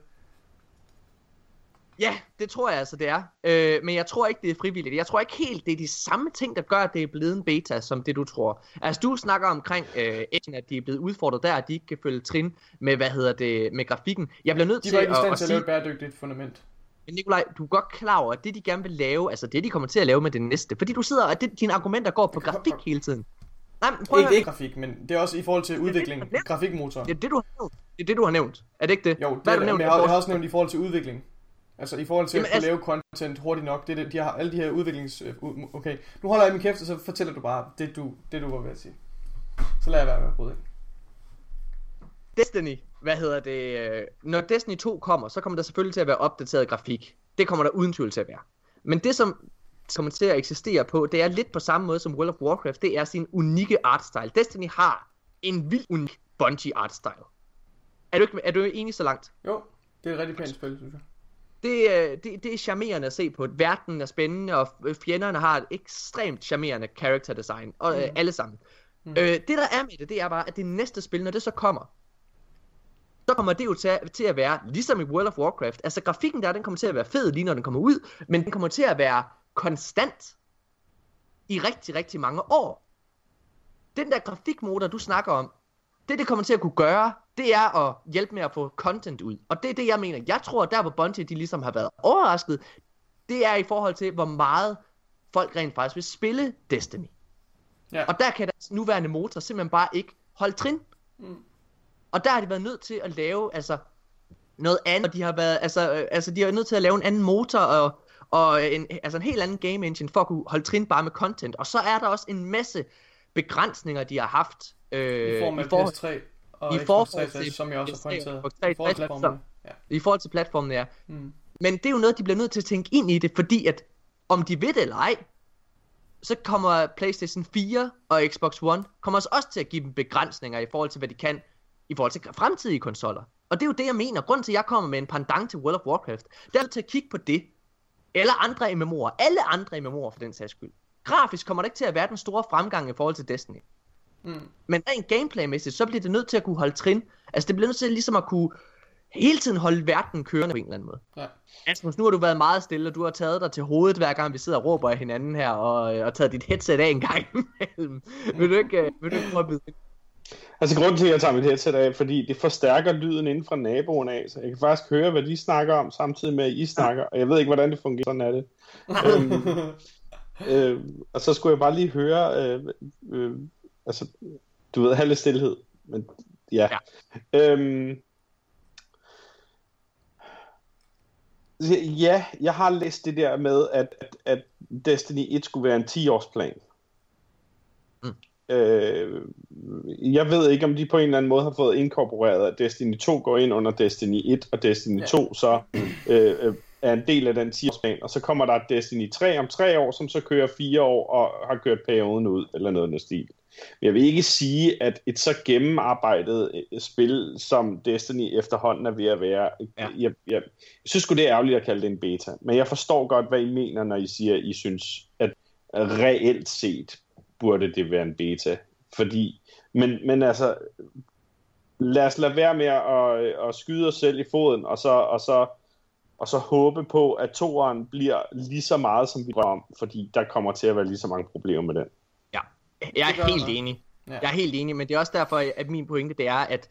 Ja, det tror jeg altså, det er. Øh, men jeg tror ikke, det er frivilligt. Jeg tror ikke helt, det er de samme ting, der gør, at det er blevet en beta, som det du tror. Altså, du snakker omkring, øh, at de er blevet udfordret der, at de ikke kan følge trin med, hvad hedder det, med grafikken. Jeg bliver nødt de til var ikke at, i stand at til at sige... lave et bæredygtigt fundament. Men Nikolaj, du er godt klar over, at det de gerne vil lave, altså det de kommer til at lave med det næste, fordi du sidder, og det, dine argumenter går på grafik hele tiden. Nej, men prøv ikke, ikke grafik, men det er også i forhold til udvikling, det, det, grafikmotor. Det er det, du har nævnt. Det er det, du har nævnt. Er det ikke det? Jo, det Hvad er, du nævnt, jeg, har, jeg har også nævnt i forhold til udvikling. Altså i forhold til Jamen, at kunne altså... lave content hurtigt nok. Det er det, de har alle de her udviklings... Okay, nu holder jeg min kæft, og så fortæller du bare det, du, det, du var ved at sige. Så lader jeg være med at bryde ind. Destiny, hvad hedder det? Når Destiny to kommer, så kommer der selvfølgelig til at være opdateret grafik. Det kommer der uden tvivl til at være. Men det, som kommer til at eksistere på, det er lidt på samme måde som World of Warcraft. Det er sin unikke artstyle. Destiny har en vild unik Bungie artstyle. Er du, ikke, er du enig så langt? Jo, det er et rigtig pænt spil, synes jeg. Det, det, det er charmerende at se på. Verden er spændende, og fjenderne har et ekstremt charmerende character design. Og mm. øh, alle sammen. Mm. Øh, det der er med det, det er bare, at det næste spil, når det så kommer, så kommer det jo til, til at være, ligesom i World of Warcraft, altså grafikken der, den kommer til at være fed lige når den kommer ud, men den kommer til at være konstant i rigtig, rigtig mange år. Den der grafikmotor, du snakker om, det det kommer til at kunne gøre, det er at hjælpe med at få content ud. Og det er det, jeg mener. Jeg tror, at der hvor Bungie, de ligesom har været overrasket, det er i forhold til, hvor meget folk rent faktisk vil spille Destiny. Ja. Og der kan deres nuværende motor simpelthen bare ikke holde trin. Mm. Og der har de været nødt til at lave altså noget andet. De har været altså øh, altså de har været nødt til at lave en anden motor og og en altså en helt anden game engine for at kunne holde trin bare med content. Og så er der også en masse begrænsninger de har haft øh, i form af i for, P S tre og i Xbox tre tres, som jeg også har pointeret. I forhold til platformen. Ja. I forhold til platformen, ja. Mm. Men det er jo noget de bliver nødt til at tænke ind i det, fordi at om de ved det eller ej, så kommer PlayStation fire og Xbox One kommer også til at give dem begrænsninger i forhold til hvad de kan i forhold til fremtidige konsoller. Og det er jo det jeg mener. Grunden til at jeg kommer med en pendant til World of Warcraft, det er til at kigge på det. Eller andre M M O'er. Alle andre M M O'er for den sags skyld. Grafisk kommer det ikke til at være den store fremgang i forhold til Destiny. Mm. Men rent gameplaymæssigt, så bliver det nødt til at kunne holde trin. Altså det bliver nødt til ligesom at kunne hele tiden holde verden kørende på en eller anden måde. Ja. Asmus, nu har du været meget stille, og du har taget dig til hovedet hver gang vi sidder og råber af hinanden her, og, og taget dit headset af en gang imellem. Mm. Vil du ikke, vil du ikke prøve at byde ind? Altså grunden til at jeg tager mit headset af, fordi det forstærker lyden inden fra naboen af, så jeg kan faktisk høre hvad de snakker om samtidig med at I snakker, og jeg ved ikke hvordan det fungerer, sådan er det. øhm, øh, og så skulle jeg bare lige høre øh, øh, altså du ved, have lidt stillhed, men ja, ja. Øhm, ja, jeg har læst det der med at, at, at Destiny et skulle være en ti-årsplan. Mm. Øh, jeg ved ikke om de på en eller anden måde har fået inkorporeret at Destiny to går ind under Destiny et og Destiny to så øh, er en del af den ti-årsplan, og så kommer der Destiny tre om tre år, som så kører fire år og har kørt perioden ud eller noget af stil. Men jeg vil ikke sige at et så gennemarbejdet spil som Destiny efterhånden er ved at være ja. jeg, jeg, jeg synes sgu det er ærgerligt at kalde det en beta, men jeg forstår godt hvad I mener når I siger at I synes at reelt set burde det være en beta, fordi, men, men altså, lad os lade være med at, at skyde os selv i foden, og så, og så, og så håbe på, at toeren bliver lige så meget, som vi drømmer om, fordi der kommer til at være lige så mange problemer med den. Ja, jeg er helt enig. Ja. Jeg er helt enig, men det er også derfor, at min pointe, det er, at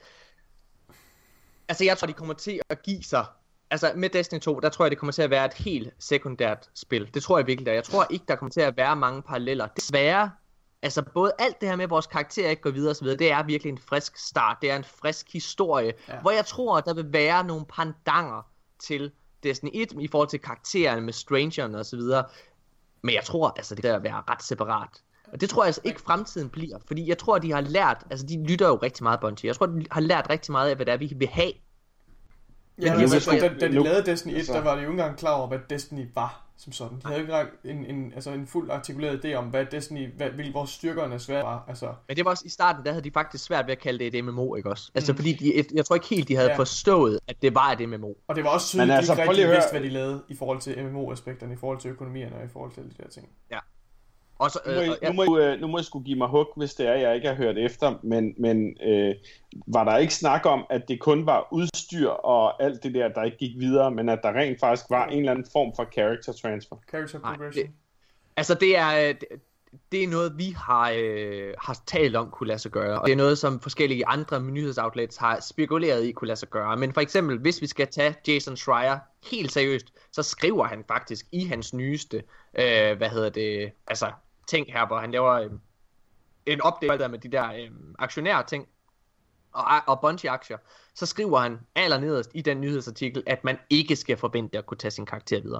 altså, jeg tror, de kommer til at give sig. Altså med Destiny to, der tror jeg det kommer til at være et helt sekundært spil. Det tror jeg virkelig der. Jeg tror ikke der kommer til at være mange paralleller. Desværre, altså både alt det her med at vores karakterer ikke går videre og så videre, det er virkelig en frisk start. Det er en frisk historie, ja. Hvor jeg tror der vil være nogle pandanger til Destiny et i forhold til karaktererne med Strangerne og så videre. Men jeg tror altså det der vil være ret separat. Og det tror jeg altså ikke fremtiden bliver, fordi jeg tror de har lært, altså de lytter jo rigtig meget Bungie. Jeg tror de har lært rigtig meget af hvad det er vi vil have. Ja, men altså, da, da de lavede Destiny et, der var de jo ikke engang klar over, hvad Destiny var som sådan. De havde ikke engang en, en, altså en fuld artikuleret idé om, hvad Destiny, hvad, hvilke vores styrkerne svært var. Altså. Men det var også i starten, der havde de faktisk svært ved at kalde det et M M O, ikke også? Altså mm. fordi, de, jeg tror ikke helt, de havde ja. forstået, at det var et M M O. Og det var også tydeligt, at altså, de ikke rigtig vidste, hvad de lavede i forhold til M M O-aspekterne, i forhold til økonomierne og i forhold til alle de der ting. Ja. Og så, øh, nu, må I, nu, må I, nu må I skulle give mig hug, hvis det er, jeg ikke har hørt efter, men, men øh, var der ikke snak om, at det kun var udstyr og alt det der, der ikke gik videre, men at der rent faktisk var en eller anden form for character transfer? Character progression. Nej, det, altså det er, det, det er noget, vi har, øh, har talt om kunne lade sig gøre, og det er noget, som forskellige andre nyhedsoutlets har spekuleret i kunne lade sig gøre. Men for eksempel, hvis vi skal tage Jason Schreier helt seriøst, så skriver han faktisk i hans nyeste, øh, hvad hedder det, altså ting her, hvor han laver øh, en update med de der øh, aktionære ting og, og Bungie-aktier, så skriver han allernederst i den nyhedsartikel, at man ikke skal forvente at kunne tage sin karakter videre.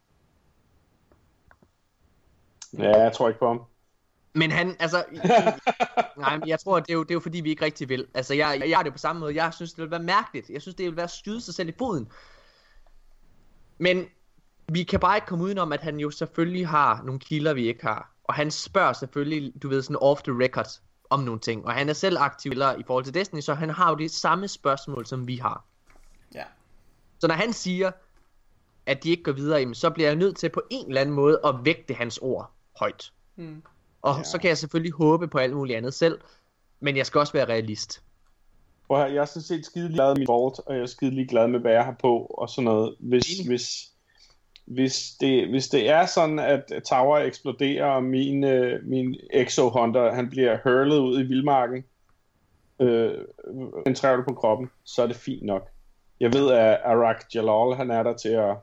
Ja, jeg tror ikke på ham. Men han, altså, nej, men jeg tror, det er, jo, det er jo fordi, vi ikke rigtig vil. Altså, jeg, jeg, jeg har det på samme måde. Jeg synes, det vil være mærkeligt. Jeg synes, det vil være at skyde sig selv i foden. Men vi kan bare ikke komme udenom, at han jo selvfølgelig har nogle kilder, vi ikke har. Og han spørger selvfølgelig, du ved, sådan off the record, om nogle ting. Og han er selv aktiv i forhold til Destiny, så han har jo det samme spørgsmål, som vi har. Ja. Så når han siger, at de ikke går videre, jamen, så bliver jeg nødt til på en eller anden måde at vægte hans ord højt. Mm. Og ja. Så kan jeg selvfølgelig håbe på alt muligt andet selv, men jeg skal også være realist. Jeg er sådan set skide glad med min vault, og jeg er skide glad med, hvad jeg har på, og sådan noget. Hvis, hvis, hvis, det, hvis det er sådan, at Tower eksploderer, og min, øh, min Exo-Hunter, han bliver hurlet ud i vildmarken, øh, en trævle på kroppen, så er det fint nok. Jeg ved, at Arak Jalal, han er der til at...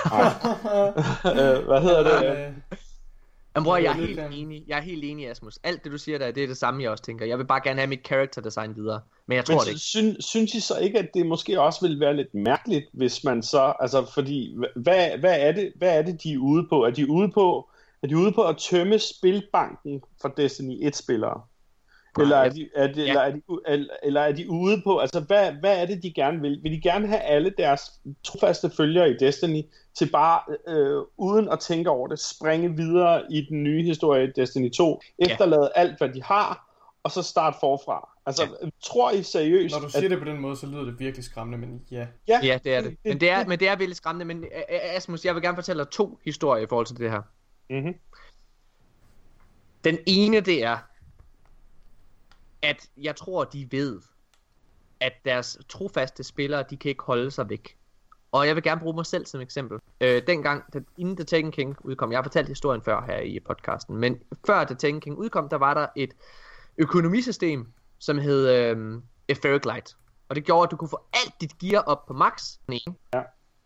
øh, hvad hedder det? Jamen bror, jeg er helt enig. Jeg er helt enig, Asmus. Alt det du siger der, det er det samme, jeg også tænker. Jeg vil bare gerne have mit character design videre. Men jeg tror Men, det ikke. Synes, synes I så ikke, at det måske også ville være lidt mærkeligt, hvis man så... Altså, fordi, hvad, hvad, er det, hvad er det, de er ude på? Er de ude på, er de ude på at tømme spilbanken for Destiny et-spillere? Eller er, de, er, de, ja. eller, er de, eller er de ude på, altså hvad, hvad er det de gerne vil? Vil de gerne have alle deres trofaste følgere i Destiny til bare, øh, uden at tænke over det, springe videre i den nye historie i Destiny to, efterlade ja. alt hvad de har, og så starte forfra? Altså ja. tror I seriøst? Når du siger at... det på den måde, så lyder det virkelig skræmmende, men ja. Ja, ja det er det. Men det er, men det er virkelig skræmmende, men Asmus, jeg vil gerne fortælle dig to historier i forhold til det her. Mm-hmm. Den ene, det er, at jeg tror, de ved, at deres trofaste spillere, de kan ikke holde sig væk. Og jeg vil gerne bruge mig selv som eksempel. Øh, dengang, da, inden The Taken King udkom, jeg har fortalt historien før her i podcasten, men før The Taken King udkom, der var der et økonomisystem, som hed øh, Etheric Light. Og det gjorde, at du kunne få alt dit gear op på max. Ja.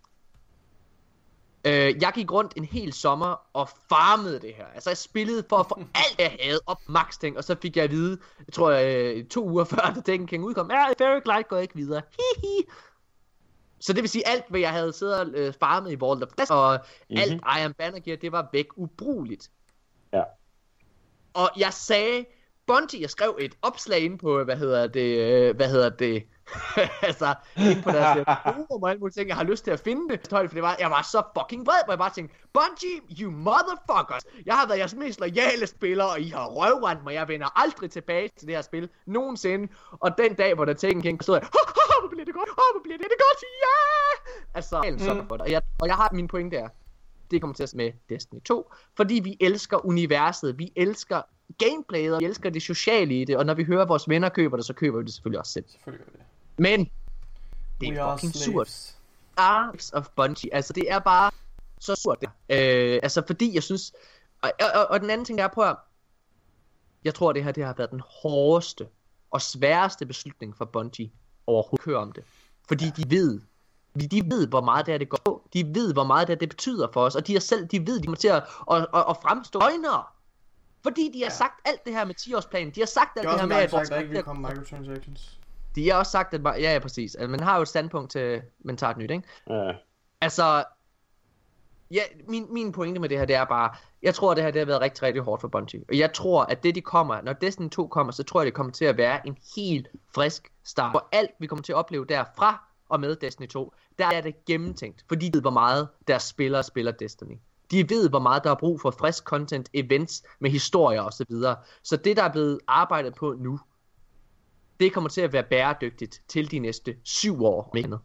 Øh, jeg gik rundt en hel sommer og farmede det her. Altså jeg spillede for at få alt jeg havde op max ting, og så fik jeg at vide, jeg tror øh, to uger før The Taken King udkom, ja, Etheric Light går ikke videre. Hihi. Så det vil sige, alt hvad jeg havde siddet og øh, farmet i Vault of Glass, og mm-hmm. alt Iron Banner gear, det var væk ubrugeligt. Ja. Og jeg sagde, Bungie, jeg skrev et opslag ind på, hvad hedder det, øh, hvad hedder det, altså, inde på deres forum og alle mulige ting, jeg har lyst til at finde det, for det var, jeg var så fucking vred, hvor jeg bare tænkte, Bungie, you motherfuckers, jeg har været jeres mest loyale spiller, og I har røvrendt mig, jeg vender aldrig tilbage til det her spil, nogensinde, og den dag, hvor der Taken King stod jeg, hvor bliver det godt, hvor bliver det, det godt, ja! Yeah! Altså, mm. sådan for det, og jeg, og jeg har min pointe der, det kommer til at med Destiny to, fordi vi elsker universet, vi elsker gameplayet, og vi elsker det sociale i det, og når vi hører vores venner køber det, så køber vi det selvfølgelig også selv. Selvfølgelig gør det. Men det er fucking surt. Arcs of Bungie, altså det er bare så surt det. Øh, altså fordi jeg synes, og, og, og den anden ting der er på, jeg tror det her det har været den hårdeste og sværeste beslutning for Bungie overhovedet at køre om det. Fordi de ved, de ved hvor meget det er det går på, de ved hvor meget det er det betyder for os, og de er selv, de ved de kommer til at, at, at, at fremstå øjnere. Fordi de har ja. sagt alt det her med ti-årsplanen, de har sagt alt det, det her med at sagt, der ikke vil komme microtransactions. De har også sagt, at ja, ja, præcis. Altså, man har jo et standpunkt til, man tager et nyt, ikke? Ja. Altså, ja, min, min pointe med det her, det er bare, jeg tror, at det her det har været rigtig, rigtig hårdt for Bungie. Og jeg tror, at det de kommer, når Destiny to kommer, så tror jeg, det kommer til at være en helt frisk start. For alt, vi kommer til at opleve derfra og med Destiny to, der er det gennemtænkt. Fordi de ved, hvor meget deres spillere spiller Destiny. De ved, hvor meget der er brug for frisk content, events med historier osv. Så, så det, der er blevet arbejdet på nu, det kommer til at være bæredygtigt til de næste syv år. Med.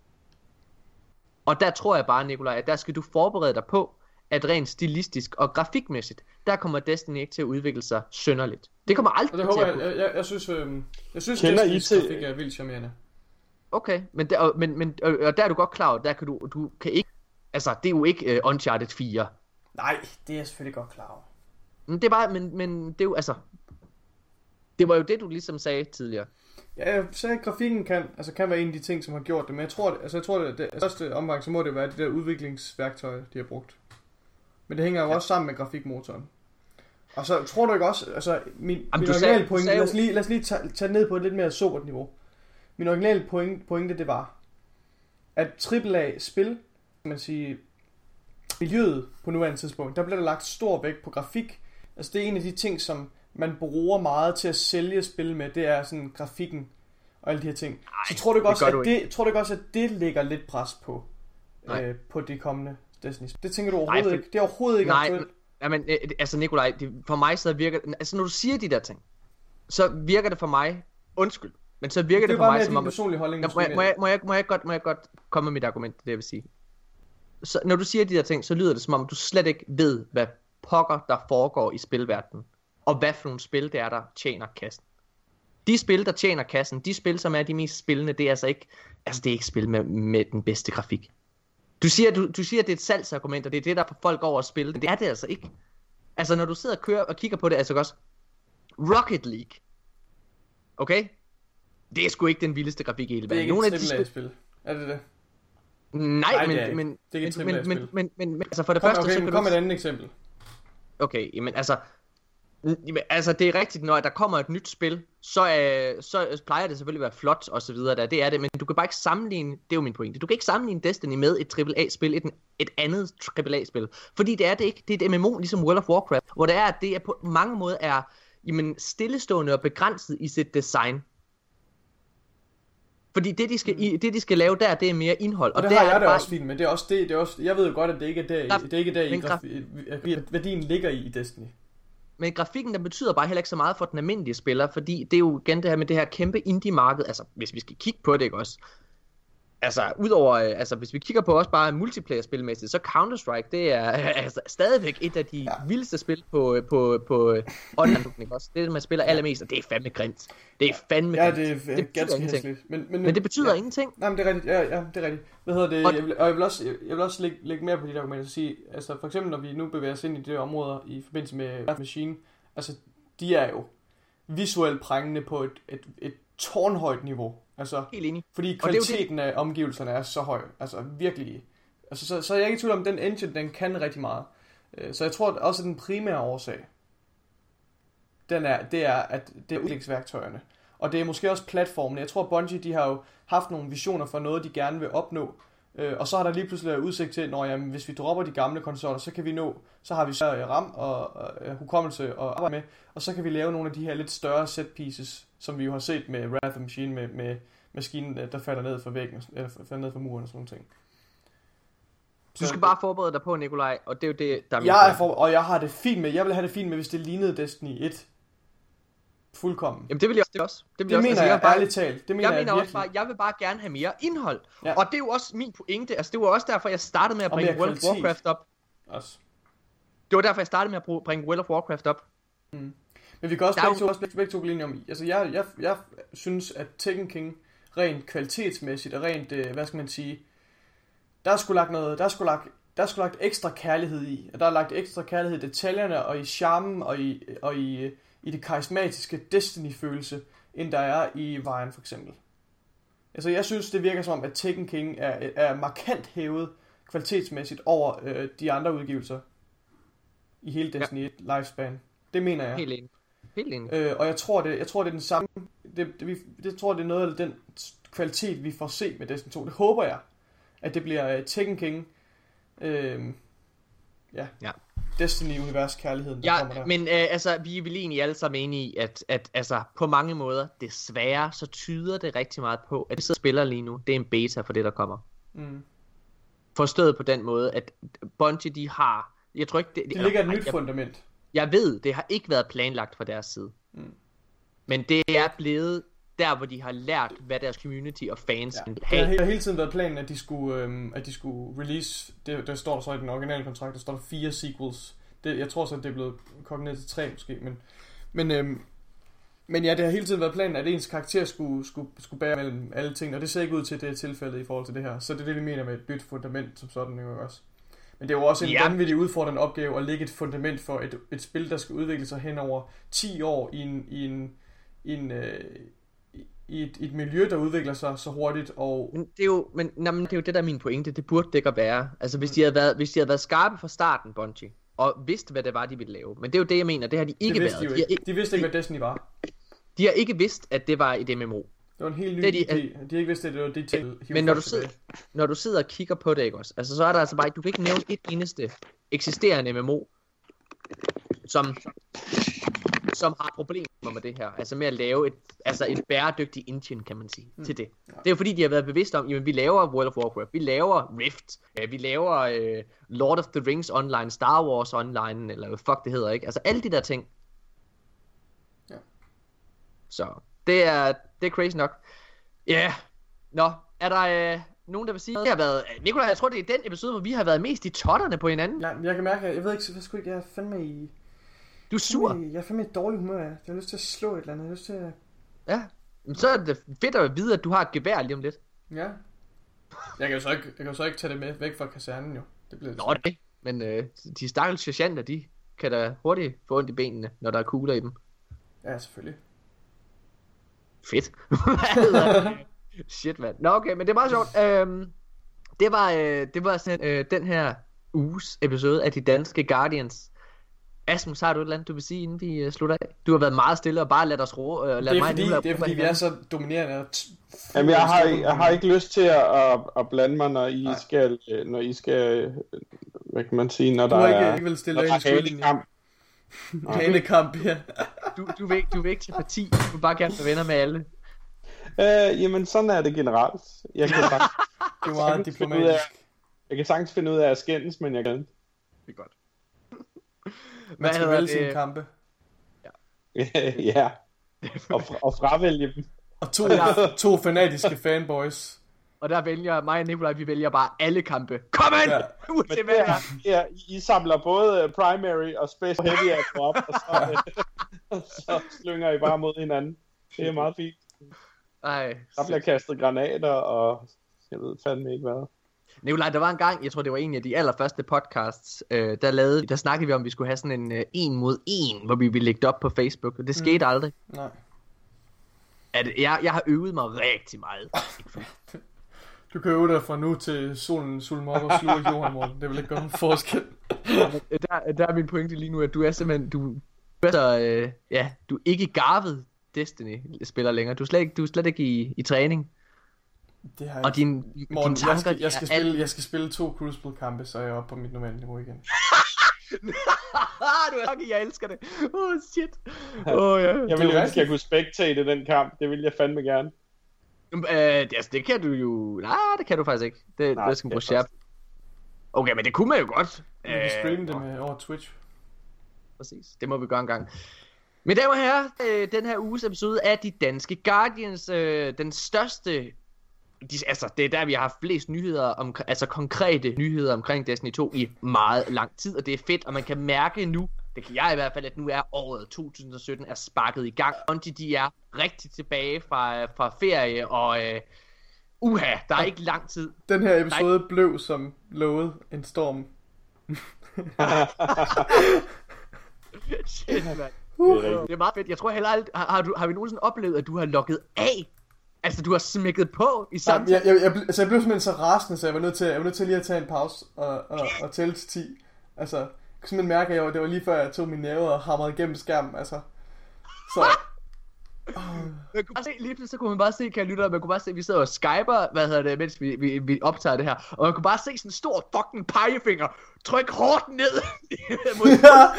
Og der tror jeg bare, Nikolaj, at der skal du forberede dig på, at rent stilistisk og grafikmæssigt, der kommer Destiny ikke til at udvikle sig synderligt. Det kommer aldrig det til at jeg, jeg, jeg, jeg synes, øh, jeg synes Destiny's til... grafik er vildt charmerende. Okay, men der, men, men, og der er du godt klar over, der kan du, du kan ikke, altså det er jo ikke uh, Uncharted fire. Nej, det er jeg selvfølgelig godt klar over. Men det er bare, men, men det er jo, altså, det var jo det, du ligesom sagde tidligere. Ja, jeg sagde, at grafikken kan, altså kan være en af de ting, som har gjort det, men jeg tror, det, altså jeg tror, det, det første omgang, så må det være det der udviklingsværktøj, de har brugt. Men det hænger jo ja. også sammen med grafikmotoren. Og så tror du ikke også, altså min, min originale pointe, lad os lige, lad os lige tage, tage ned på et lidt mere sobert niveau. Min originale pointe, pointe det var, at triple A-spil, kan man sige, miljøet på nuværende tidspunkt, der bliver der lagt stor vægt på grafik. Altså det er en af de ting, som man bruger meget til at sælge spil med, det er sådan grafikken og alle de her ting. Ej, så tror du ikke også, at det, det, tror du ikke også, at det lægger lidt pres på, øh, på de kommende Destiny? Det tænker du overhovedet nej, for, ikke? Det er overhovedet ikke nej, aktuelt. Nej, men altså Nikolaj, det, for mig så virker, altså når du siger de der ting, så virker det for mig, undskyld, men så virker det, det for mig som om... personlige holdning. Ja, må, jeg, må, jeg, må, jeg, må, jeg godt, må jeg godt komme med mit argument, det jeg vil sige. Så når du siger de der ting, så lyder det som om, du slet ikke ved, hvad pokker der foregår i spilverdenen. Og hvad for nogle spil det er, der tjener kassen. De spil, der tjener kassen, de spil, som er de mest spillende, det er altså ikke, altså det er ikke spil med, med den bedste grafik. Du siger, du, du siger, at det er et salgsargument, og det er det, der får folk over at spille. Det er det altså ikke. Altså når du sidder og kører og kigger på det, altså også Rocket League. Okay? Det er sgu ikke den vildeste grafik i hele verden. Det er ikke et triple A-spil. Er det det? Nej, Nej, men, det er men, det er ikke men, men, men, men, men, men, altså for det kom, første... Okay, så men kan kom du... med et andet eksempel. Okay, jamen altså... Jamen, altså det er rigtigt, når der kommer et nyt spil, så, øh, så plejer det selvfølgelig at være flot og så videre der, det er det, men du kan bare ikke sammenligne, det er jo min pointe, du kan ikke sammenligne Destiny med et triple A-spil, et, et andet triple A-spil, fordi det er det ikke, det er et M M O ligesom World of Warcraft, hvor det er, at det er på mange måder er jamen, stillestående og begrænset i sit design. Fordi det de, skal, mm. det, de skal lave der, det er mere indhold. Og, og det der har jeg er da bare... også fint med. Det er også det, det er også, jeg ved jo godt, at det ikke er der, Graf... det er ikke der i graf... graf... værdien ligger i, i Destiny. Men grafikken, der betyder bare heller ikke så meget for den almindelige spiller, fordi det er jo igen det her med det her kæmpe indie-marked, altså hvis vi skal kigge på det, ikke også? Altså, udover, altså hvis vi kigger på også bare multiplayer-spilmæssigt, så Counter-Strike, det er altså stadigvæk et af de ja. vildeste spil på, på, på online, ikke også? Det er det, man spiller allermest, og det er fandme grint. Det er fandme ja, grint. det er det ganske hæsligt. Men, men, men det betyder ja. ingenting. Nej, men det er rigtigt, ja, ja, det er rigtigt. Hvad hedder det, og, jeg, vil, og jeg vil også, jeg vil også lægge, lægge mere på de argumenter og sige, altså for eksempel når vi nu bevæger os ind i de områder i forbindelse med Wrath Machine, altså de er jo visuelt prængende på et, et, et tårnhøjt niveau. Altså, helt enig. Fordi kvaliteten af omgivelserne er så høj. Altså virkelig. Altså, så, så er jeg ikke i tvivl om, den engine, den kan rigtig meget. Så jeg tror at også, at den primære årsag, den er, det er, at det er udviklingsværktøjerne. Og det er måske også platformen. Jeg tror, at Bungie, de har jo haft nogle visioner for noget, de gerne vil opnå. Og så har der lige pludselig været udsigt til, når jamen, hvis vi dropper de gamle konsoller, så kan vi nå, så har vi så RAM og, og hukommelse og arbejde med, og så kan vi lave nogle af de her lidt større set pieces, som vi jo har set med Wrath of Machine, med, med maskinen, der falder ned fra væggen, eller falder ned fra muren og sådan nogle ting. Så du skal bare forberede dig på, Nikolaj, og det er jo det, der er jeg er for, og jeg har det fint med, jeg vil have det fint med, hvis det lignede Destiny et. Fuldkommen. Jamen det vil jeg også. Det, også. det, vil det jeg mener også. jeg, jeg ærligt talt. Det mener jeg, jeg, mener jeg også bare, jeg vil bare gerne have mere indhold. Ja. Og det er jo også min pointe. Altså det var også derfor, jeg startede med at bringe World of Warcraft op. Også. Det var derfor, jeg startede med at bringe World of Warcraft op. Mm. Men vi kan også begge to, også begge to linje om. Altså jeg, jeg, jeg synes, at Taken King rent kvalitetsmæssigt og rent, hvad skal man sige, der er sgu lagt noget, der er sgu lagt, der er sgu lagt ekstra kærlighed i. Der er lagt ekstra kærlighed i detaljerne og i charmen og i, og i i det karismatiske Destiny-følelse, end der er i Vejen for eksempel. Altså jeg synes, det virker som om, at Taken King er, er markant hævet kvalitetsmæssigt over øh, de andre udgivelser i hele Destiny et ja. Lifespan. Det mener jeg. Helt enig. Helt enig. Øh, og jeg tror, det, jeg tror, det er den samme, det, det, vi, det tror, det er noget af den kvalitet, vi får se med Destiny to. Det håber jeg, at det bliver uh, Taken King, øh, ja, ja. Destiny-univers kærligheden, der ja, kommer der. Men øh, altså, vi er vel egentlig alle sammen enige i, at, at altså, på mange måder, desværre, så tyder det rigtig meget på, at det sidder spiller lige nu, det er en beta for det, der kommer. Mm. Forstået på den måde, at Bungie, de har, jeg tror ikke... Det, det ligger et jeg, nyt jeg, fundament. Jeg ved, det har ikke været planlagt fra deres side. Mm. Men det er blevet der, hvor de har lært, hvad deres community og fans ja. kan have. Det har hele tiden været planen, at de skulle, øhm, at de skulle release, det, der står der så i den originale kontrakt, der står der fire sequels. Det, jeg tror så, at det er blevet kogt ned til tre måske, men, men, øhm, men ja, det har hele tiden været planen, at ens karakter skulle, skulle, skulle bære mellem alle ting, og det ser ikke ud til, at det er tilfældet i forhold til det her. Så det er det, vi mener med et nyt fundament, som sådan jo også. Men det er jo også en ja. vanvittig udfordrende opgave at lægge et fundament for et, et spil, der skal udvikle sig hen over ti år i en, i en, i en øh, i et, et miljø, der udvikler sig så hurtigt. Og men det er jo, men, nej, men det er jo det, der er min pointe. Det burde det ikke at være. Altså, hvis de havde været, hvis de havde været skarpe fra starten, Bungie, og vidste, hvad det var, de ville lave. Men det er jo det, jeg mener. Det har de ikke det været. De, de, ikke. de vidste ikke, hvad Destiny var. De har ikke vidst, at det var et M M O. Det var en helt ny de, idé. De har ikke vidst, at det var det til. Men når du, sidder, når du sidder og kigger på det, ikke også? Altså, så er der altså bare, du kan ikke nævne et eneste eksisterende M M O, som, som har problemer med det her. Altså med at lave et, altså et bæredygtigt engine, kan man sige, mm. til det. Ja. Det er jo fordi, de har været bevidste om, jamen vi laver World of Warcraft, vi laver Rift, vi laver uh, Lord of the Rings online, Star Wars online, eller hvad fuck det hedder, ikke? Altså alle de der ting. Ja. Så det er, det er crazy nok. Ja, yeah. Nå, er der øh, nogen, der vil sige noget? Det har været, Nikolaj, jeg tror, det er den episode, hvor vi har været mest i totterne på hinanden. Ja, jeg kan mærke, jeg ved ikke, hvad skulle jeg er fandme i... Du er sur. Jeg er fandme i dårlig humør, jeg har lyst til at slå et eller andet, jeg har lyst til at... Ja, men så er det fedt at vide, at du har et gevær lige om lidt. Ja. Jeg kan jo så ikke, jeg kan jo så ikke tage det med væk fra kasernen jo. Det bliver Nå, det. Men øh, de stakkels sergeanter, de kan da hurtigt få ondt i benene, når der er kugler i dem. Ja, selvfølgelig. Fedt. Shit, mand. Nå, okay, men det er meget sjovt. Øhm, det var, øh, det var sådan, øh, den her uges episode af de danske Guardians. Asmus, har du et eller andet, du vil sige, inden vi øh, slutter af? Du har været meget stille og bare ladet os ro. Øh, lad det er mig fordi, nu, det er fordi vi er så dominerende. Jamen, jeg har, jeg har ikke lyst til at, at, at blande mig, når I Nej. skal, når I skal, hvad kan man sige, når du der ikke, er, ikke vil stille når der er hanekamp. Hanekamp, ja. du, du, vil, du vil ikke til parti, du vil bare gerne være venner med alle. Øh, jamen, sådan er det generelt. Jeg kan sagtens, det er meget diplomatisk. Af, jeg kan sagtens finde ud af at skændes, men jeg kan. Det er godt. Man skal vælge sine kampe. Ja. ja. Og, fra, og fravælge dem. Og to, to fanatiske fanboys. Og der vælger mig og Nikolaj, vi vælger bare alle kampe. Kom ind! Ja. Men det er, ja, I samler både primary og special heavy at op, og så, og så slynger I bare mod hinanden. Det er meget fint. Ej, der bliver kastet granater, og jeg ved fandme ikke hvad. Nikolaj, der var en gang, jeg tror det var en af de allerførste podcasts, øh, der lavede, der snakkede vi om, at vi skulle have sådan en øh, en mod en, hvor vi ville lægge det op på Facebook, og det skete mm. aldrig. Nej. At jeg, jeg har øvet mig rigtig meget. Du kan øve dig fra nu til solen sulmer op og sluger jorden, Morten. Det vil ikke gøre nogen forskel. der, der er min pointe lige nu, at du er simpelthen, du, du er så, øh, ja, du er ikke garvet Destiny-spiller længere. Du er slet ikke, du er slet ikke i, i træning. Det har og din, Morten, din tanker, jeg, skal, jeg, skal spille, alt... jeg skal spille to Crucible-kampe, så er jeg oppe på mit normale niveau igen. Du er okay, jeg elsker det. Oh shit. Oh, ja. Jeg ville ønske, at jeg kunne spectate den kamp. Det ville jeg fandme gerne. Uh, det, altså, det kan du jo... Nej, det kan du faktisk ikke. Det, Nej, det skal bruge sharp. Okay, men det kunne man jo godt. Du kan streame det med over Twitch. Præcis, det må vi gøre en gang. Mine damer og herrer, øh, den her uges episode af de danske Guardians, øh, den største, de, altså det er der vi har haft flest nyheder, om, altså konkrete nyheder omkring Destiny to i meget lang tid, og det er fedt, og man kan mærke nu, det kan jeg i hvert fald, at nu er året to tusind og sytten er sparket i gang. Bungie, de er rigtig tilbage fra, fra ferie, og øh, uha, der er ikke lang tid. Den her episode ikke... blev som lovet en storm. Shit, man. Uh, det er meget fedt. Jeg tror heller aldrig, har, har, du, har vi nogensinde oplevet, at du har logget af? Altså, du har smækket på i samtidig? Jeg, jeg, jeg, altså, jeg blev simpelthen så rasende, så jeg var nødt til, jeg var nødt til lige at tage en pause og, og, og tælle til ti. Altså, jeg kunne simpelthen mærke, at jeg, det var lige før, jeg tog min næve og hamrede igennem skærmen, altså. Så... Man kunne bare se, lige pludselig så kunne man bare se, kan jeg lytte, man kunne bare se, at vi sidder og skyper, hvad hedder det, mens vi, vi, vi optager det her, og man kunne bare se sådan en stor fucking pegefinger, tryk hårdt ned. mod...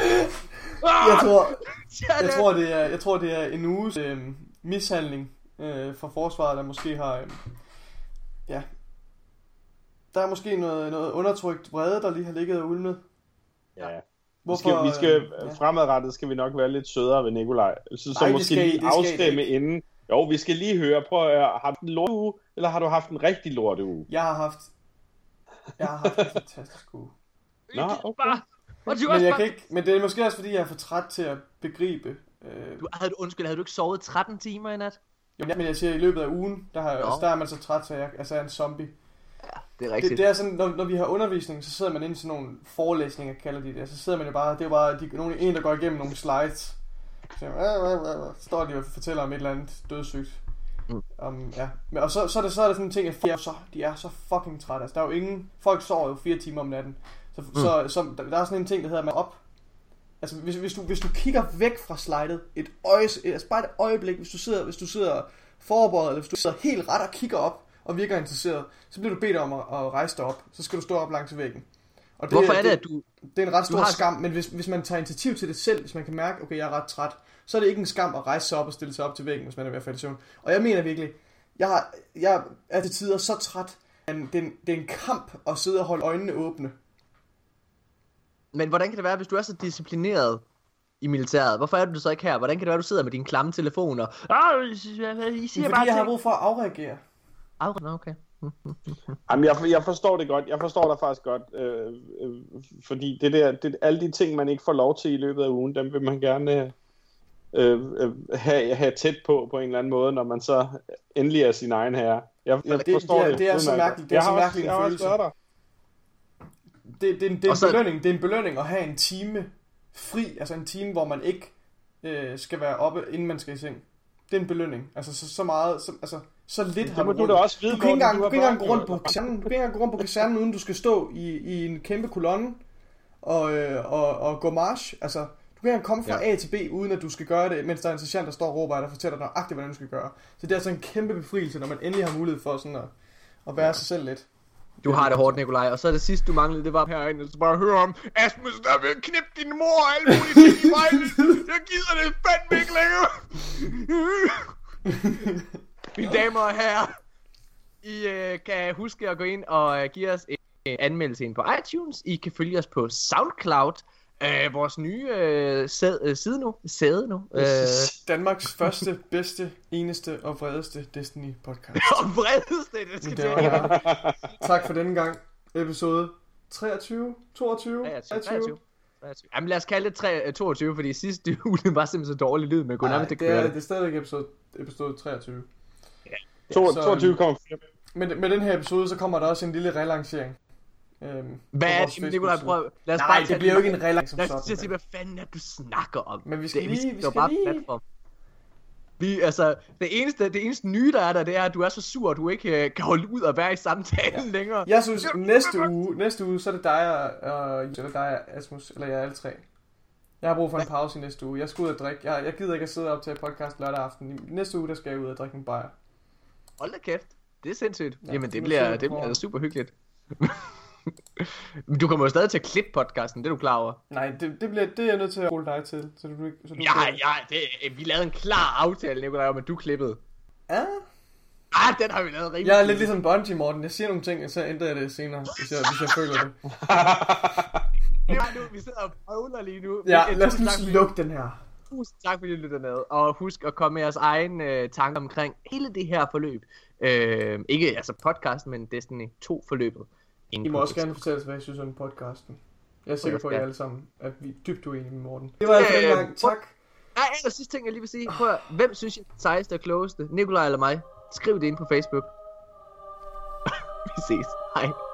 jeg tror, jeg tror det er, jeg tror det er en uges øh, mishandling øh, fra forsvaret, der måske har, øh, ja, der er måske noget, noget undertrykt vrede, der lige har ligget og ulmet. Ja. Hvorfor, vi skal, vi skal ja. Fremadrettet skal vi nok være lidt sødere ved Nikolaj. Så, så Ej, måske skal, lige afstemme inden. Jo, vi skal lige høre. Prøv at høre. Har du en lorteuge, eller har du haft en rigtig lorteuge? Jeg har haft Jeg har haft en fantastisk uge. Nå, okay. Men, jeg kan ikke, men det er måske også fordi jeg er for træt til at begribe. Øh... Du, havde, undskyld, havde du ikke sovet tretten timer i nat? Jamen, men jeg siger i løbet af ugen, der, har, altså, der er man så træt, så jeg altså, er en zombie. Ja, det er rigtigt. Det, det er sådan, når, når vi har undervisning, så sidder man inde i sådan nogle forelæsninger, kalder de det. Så sidder man jo bare, det er jo bare de, nogen, en, der går igennem nogle slides. Så, øh, øh, øh, står de og fortæller om et eller andet dødssygt. Mm. Um, ja. Men, og så, så, er det, så er det sådan en ting, at de er, så, de er så fucking trætte. Altså, der er jo ingen, folk sover jo fire timer om natten. Så, mm. så, så der, der er sådan en ting, der hedder, man op. Altså, hvis, hvis, du, hvis du kigger væk fra slidet, et øje, altså bare et øjeblik, hvis du sidder, hvis du sidder forberedt, eller hvis du sidder helt ret og kigger op, og virker interesseret, så bliver du bedt om at, at rejse dig op. Så skal du stå op langs væggen. Og det, Hvorfor er det, det, at du... Det er en ret stor har... skam, men hvis, hvis man tager initiativ til det selv, hvis man kan mærke, okay, jeg er ret træt, så er det ikke en skam at rejse sig op og stille sig op til væggen, hvis man er ved at falde i søvn. Og jeg mener virkelig, jeg, har, jeg er til tider så træt, at det, det er en kamp at sidde og holde øjnene åbne. Men hvordan kan det være, hvis du er så disciplineret, i militæret. Hvorfor er du så ikke her? Hvordan kan det være, du sidder med dine klamme telefoner? Ah, I siger Fordi bare jeg har ting. brug for at afreagere. Ah, okay. Jamen, jeg, jeg forstår det godt. Jeg forstår dig faktisk godt. Øh, øh, fordi det der, det, alle de ting, man ikke får lov til i løbet af ugen, dem vil man gerne øh, øh, have, have tæt på på en eller anden måde, når man så endelig er sin egen herre. Jeg, jeg det, forstår det, er, det. det er så mærkeligt. Det er så mærkeligt en følelse. Det, det, er en, det, er en så... belønning, det er en belønning at have en time fri, altså en time, hvor man ikke øh, skal være oppe, inden man skal i seng. Det er en belønning. Altså så, så meget, så, altså så lidt har du du da også vide, du kan ikke engang, du du kan ikke engang gå rundt på kasernen, du kan ikke engang gå rundt på kasernen, uden du skal stå i, i en kæmpe kolonne og, øh, og, og gå march. Altså, du kan ikke engang komme fra ja. A til B, uden at du skal gøre det, mens der er en sergeant, der står og råber, og der fortæller dig nøjagtigt, hvordan du skal gøre. Så det er altså en kæmpe befrielse, når man endelig har mulighed for sådan at, at være ja. sig selv lidt. Du har det hårdt, Nikolaj, og så det sidste, du manglede, det var herinde, så bare høre om, Asmus, der vil knippe din mor og alle mulige ting i vejen. Jeg gider det fandme ikke længere. Mine damer og herrer, I øh, kan huske at gå ind og øh, give os en øh, anmeldelse ind på iTunes. I kan følge os på SoundCloud, øh, vores nye øh, sæd, øh, side nu, sæde nu. Øh. Danmarks første, bedste, eneste og vredeste Destiny podcast. Og vredeste, det skal det var, tak for denne gang. Episode treogtyve, toogtyve, treogtyve, treogtyve. Jamen lad os kalde det toogtyve, fordi sidste uge det var simpelthen så dårlig lyd, men Gunnar, det, det er det. Det er stadigvæk episode, episode treogtyve. Ja. toogtyve komma fire. Med, med den her episode, så kommer der også en lille relancering. Øhm, hvad er det, Nikolaj, prøv lad os Nej, bare det bliver jo ikke en relancering som sådan. Lad os sige, hvad fanden er du snakker om? Men vi skal det, lige, vi skal bare lige. Platform. Vi, altså, det eneste, det eneste nye, der er der, det er, at du er så sur, at du ikke uh, kan holde ud og være i samtalen ja. længere. Jeg synes, næste uge, næste uge, så er det dig og, uh, eller dig og Asmus, eller jeg alle tre. Jeg har brug for en pause i næste uge. Jeg skal ud og drikke. Jeg, jeg gider ikke at sidde og optage podcast lørdag aften. Næste uge, der skal jeg ud og drikke en bajer. Hold da kæft. Det er sindssygt. Ja, Jamen, det bliver, det bliver super hyggeligt. Men du kommer jo stadig til at klippe podcasten, det er du klar over? Nej, det, det, bliver, det er jeg nødt til at rulle dig til. Så du, så du ja, kan... ja, det, vi lavede en klar aftale, Nikolaj, om at du klippede. Ja? Ah, den har vi lavet rimelig. Jeg er lidt ligesom Bungie, Morten. Jeg siger nogle ting, og så ændrer jeg det senere, hvis jeg, hvis jeg føler det. Ja, nu, vi sidder og prøvler lige nu. Ja, lad os nu lukke den her. Tusind tak, fordi du lytter med. Og husk at komme med jeres egen øh, tanker omkring hele det her forløb. Øh, ikke altså podcasten, men Destiny to forløbet. I må også gerne fortælle os, hvad I synes om podcasten. Jeg er sikker på, at I alle sammen er dybt uenige med Morten. Det var alt for en gang. Tak. Nej, og sidste ting, jeg lige vil sige. Prøv at, hvem synes I er den sejeste og klogeste? Nikolaj eller mig? Skriv det ind på Facebook. Vi ses. Hej.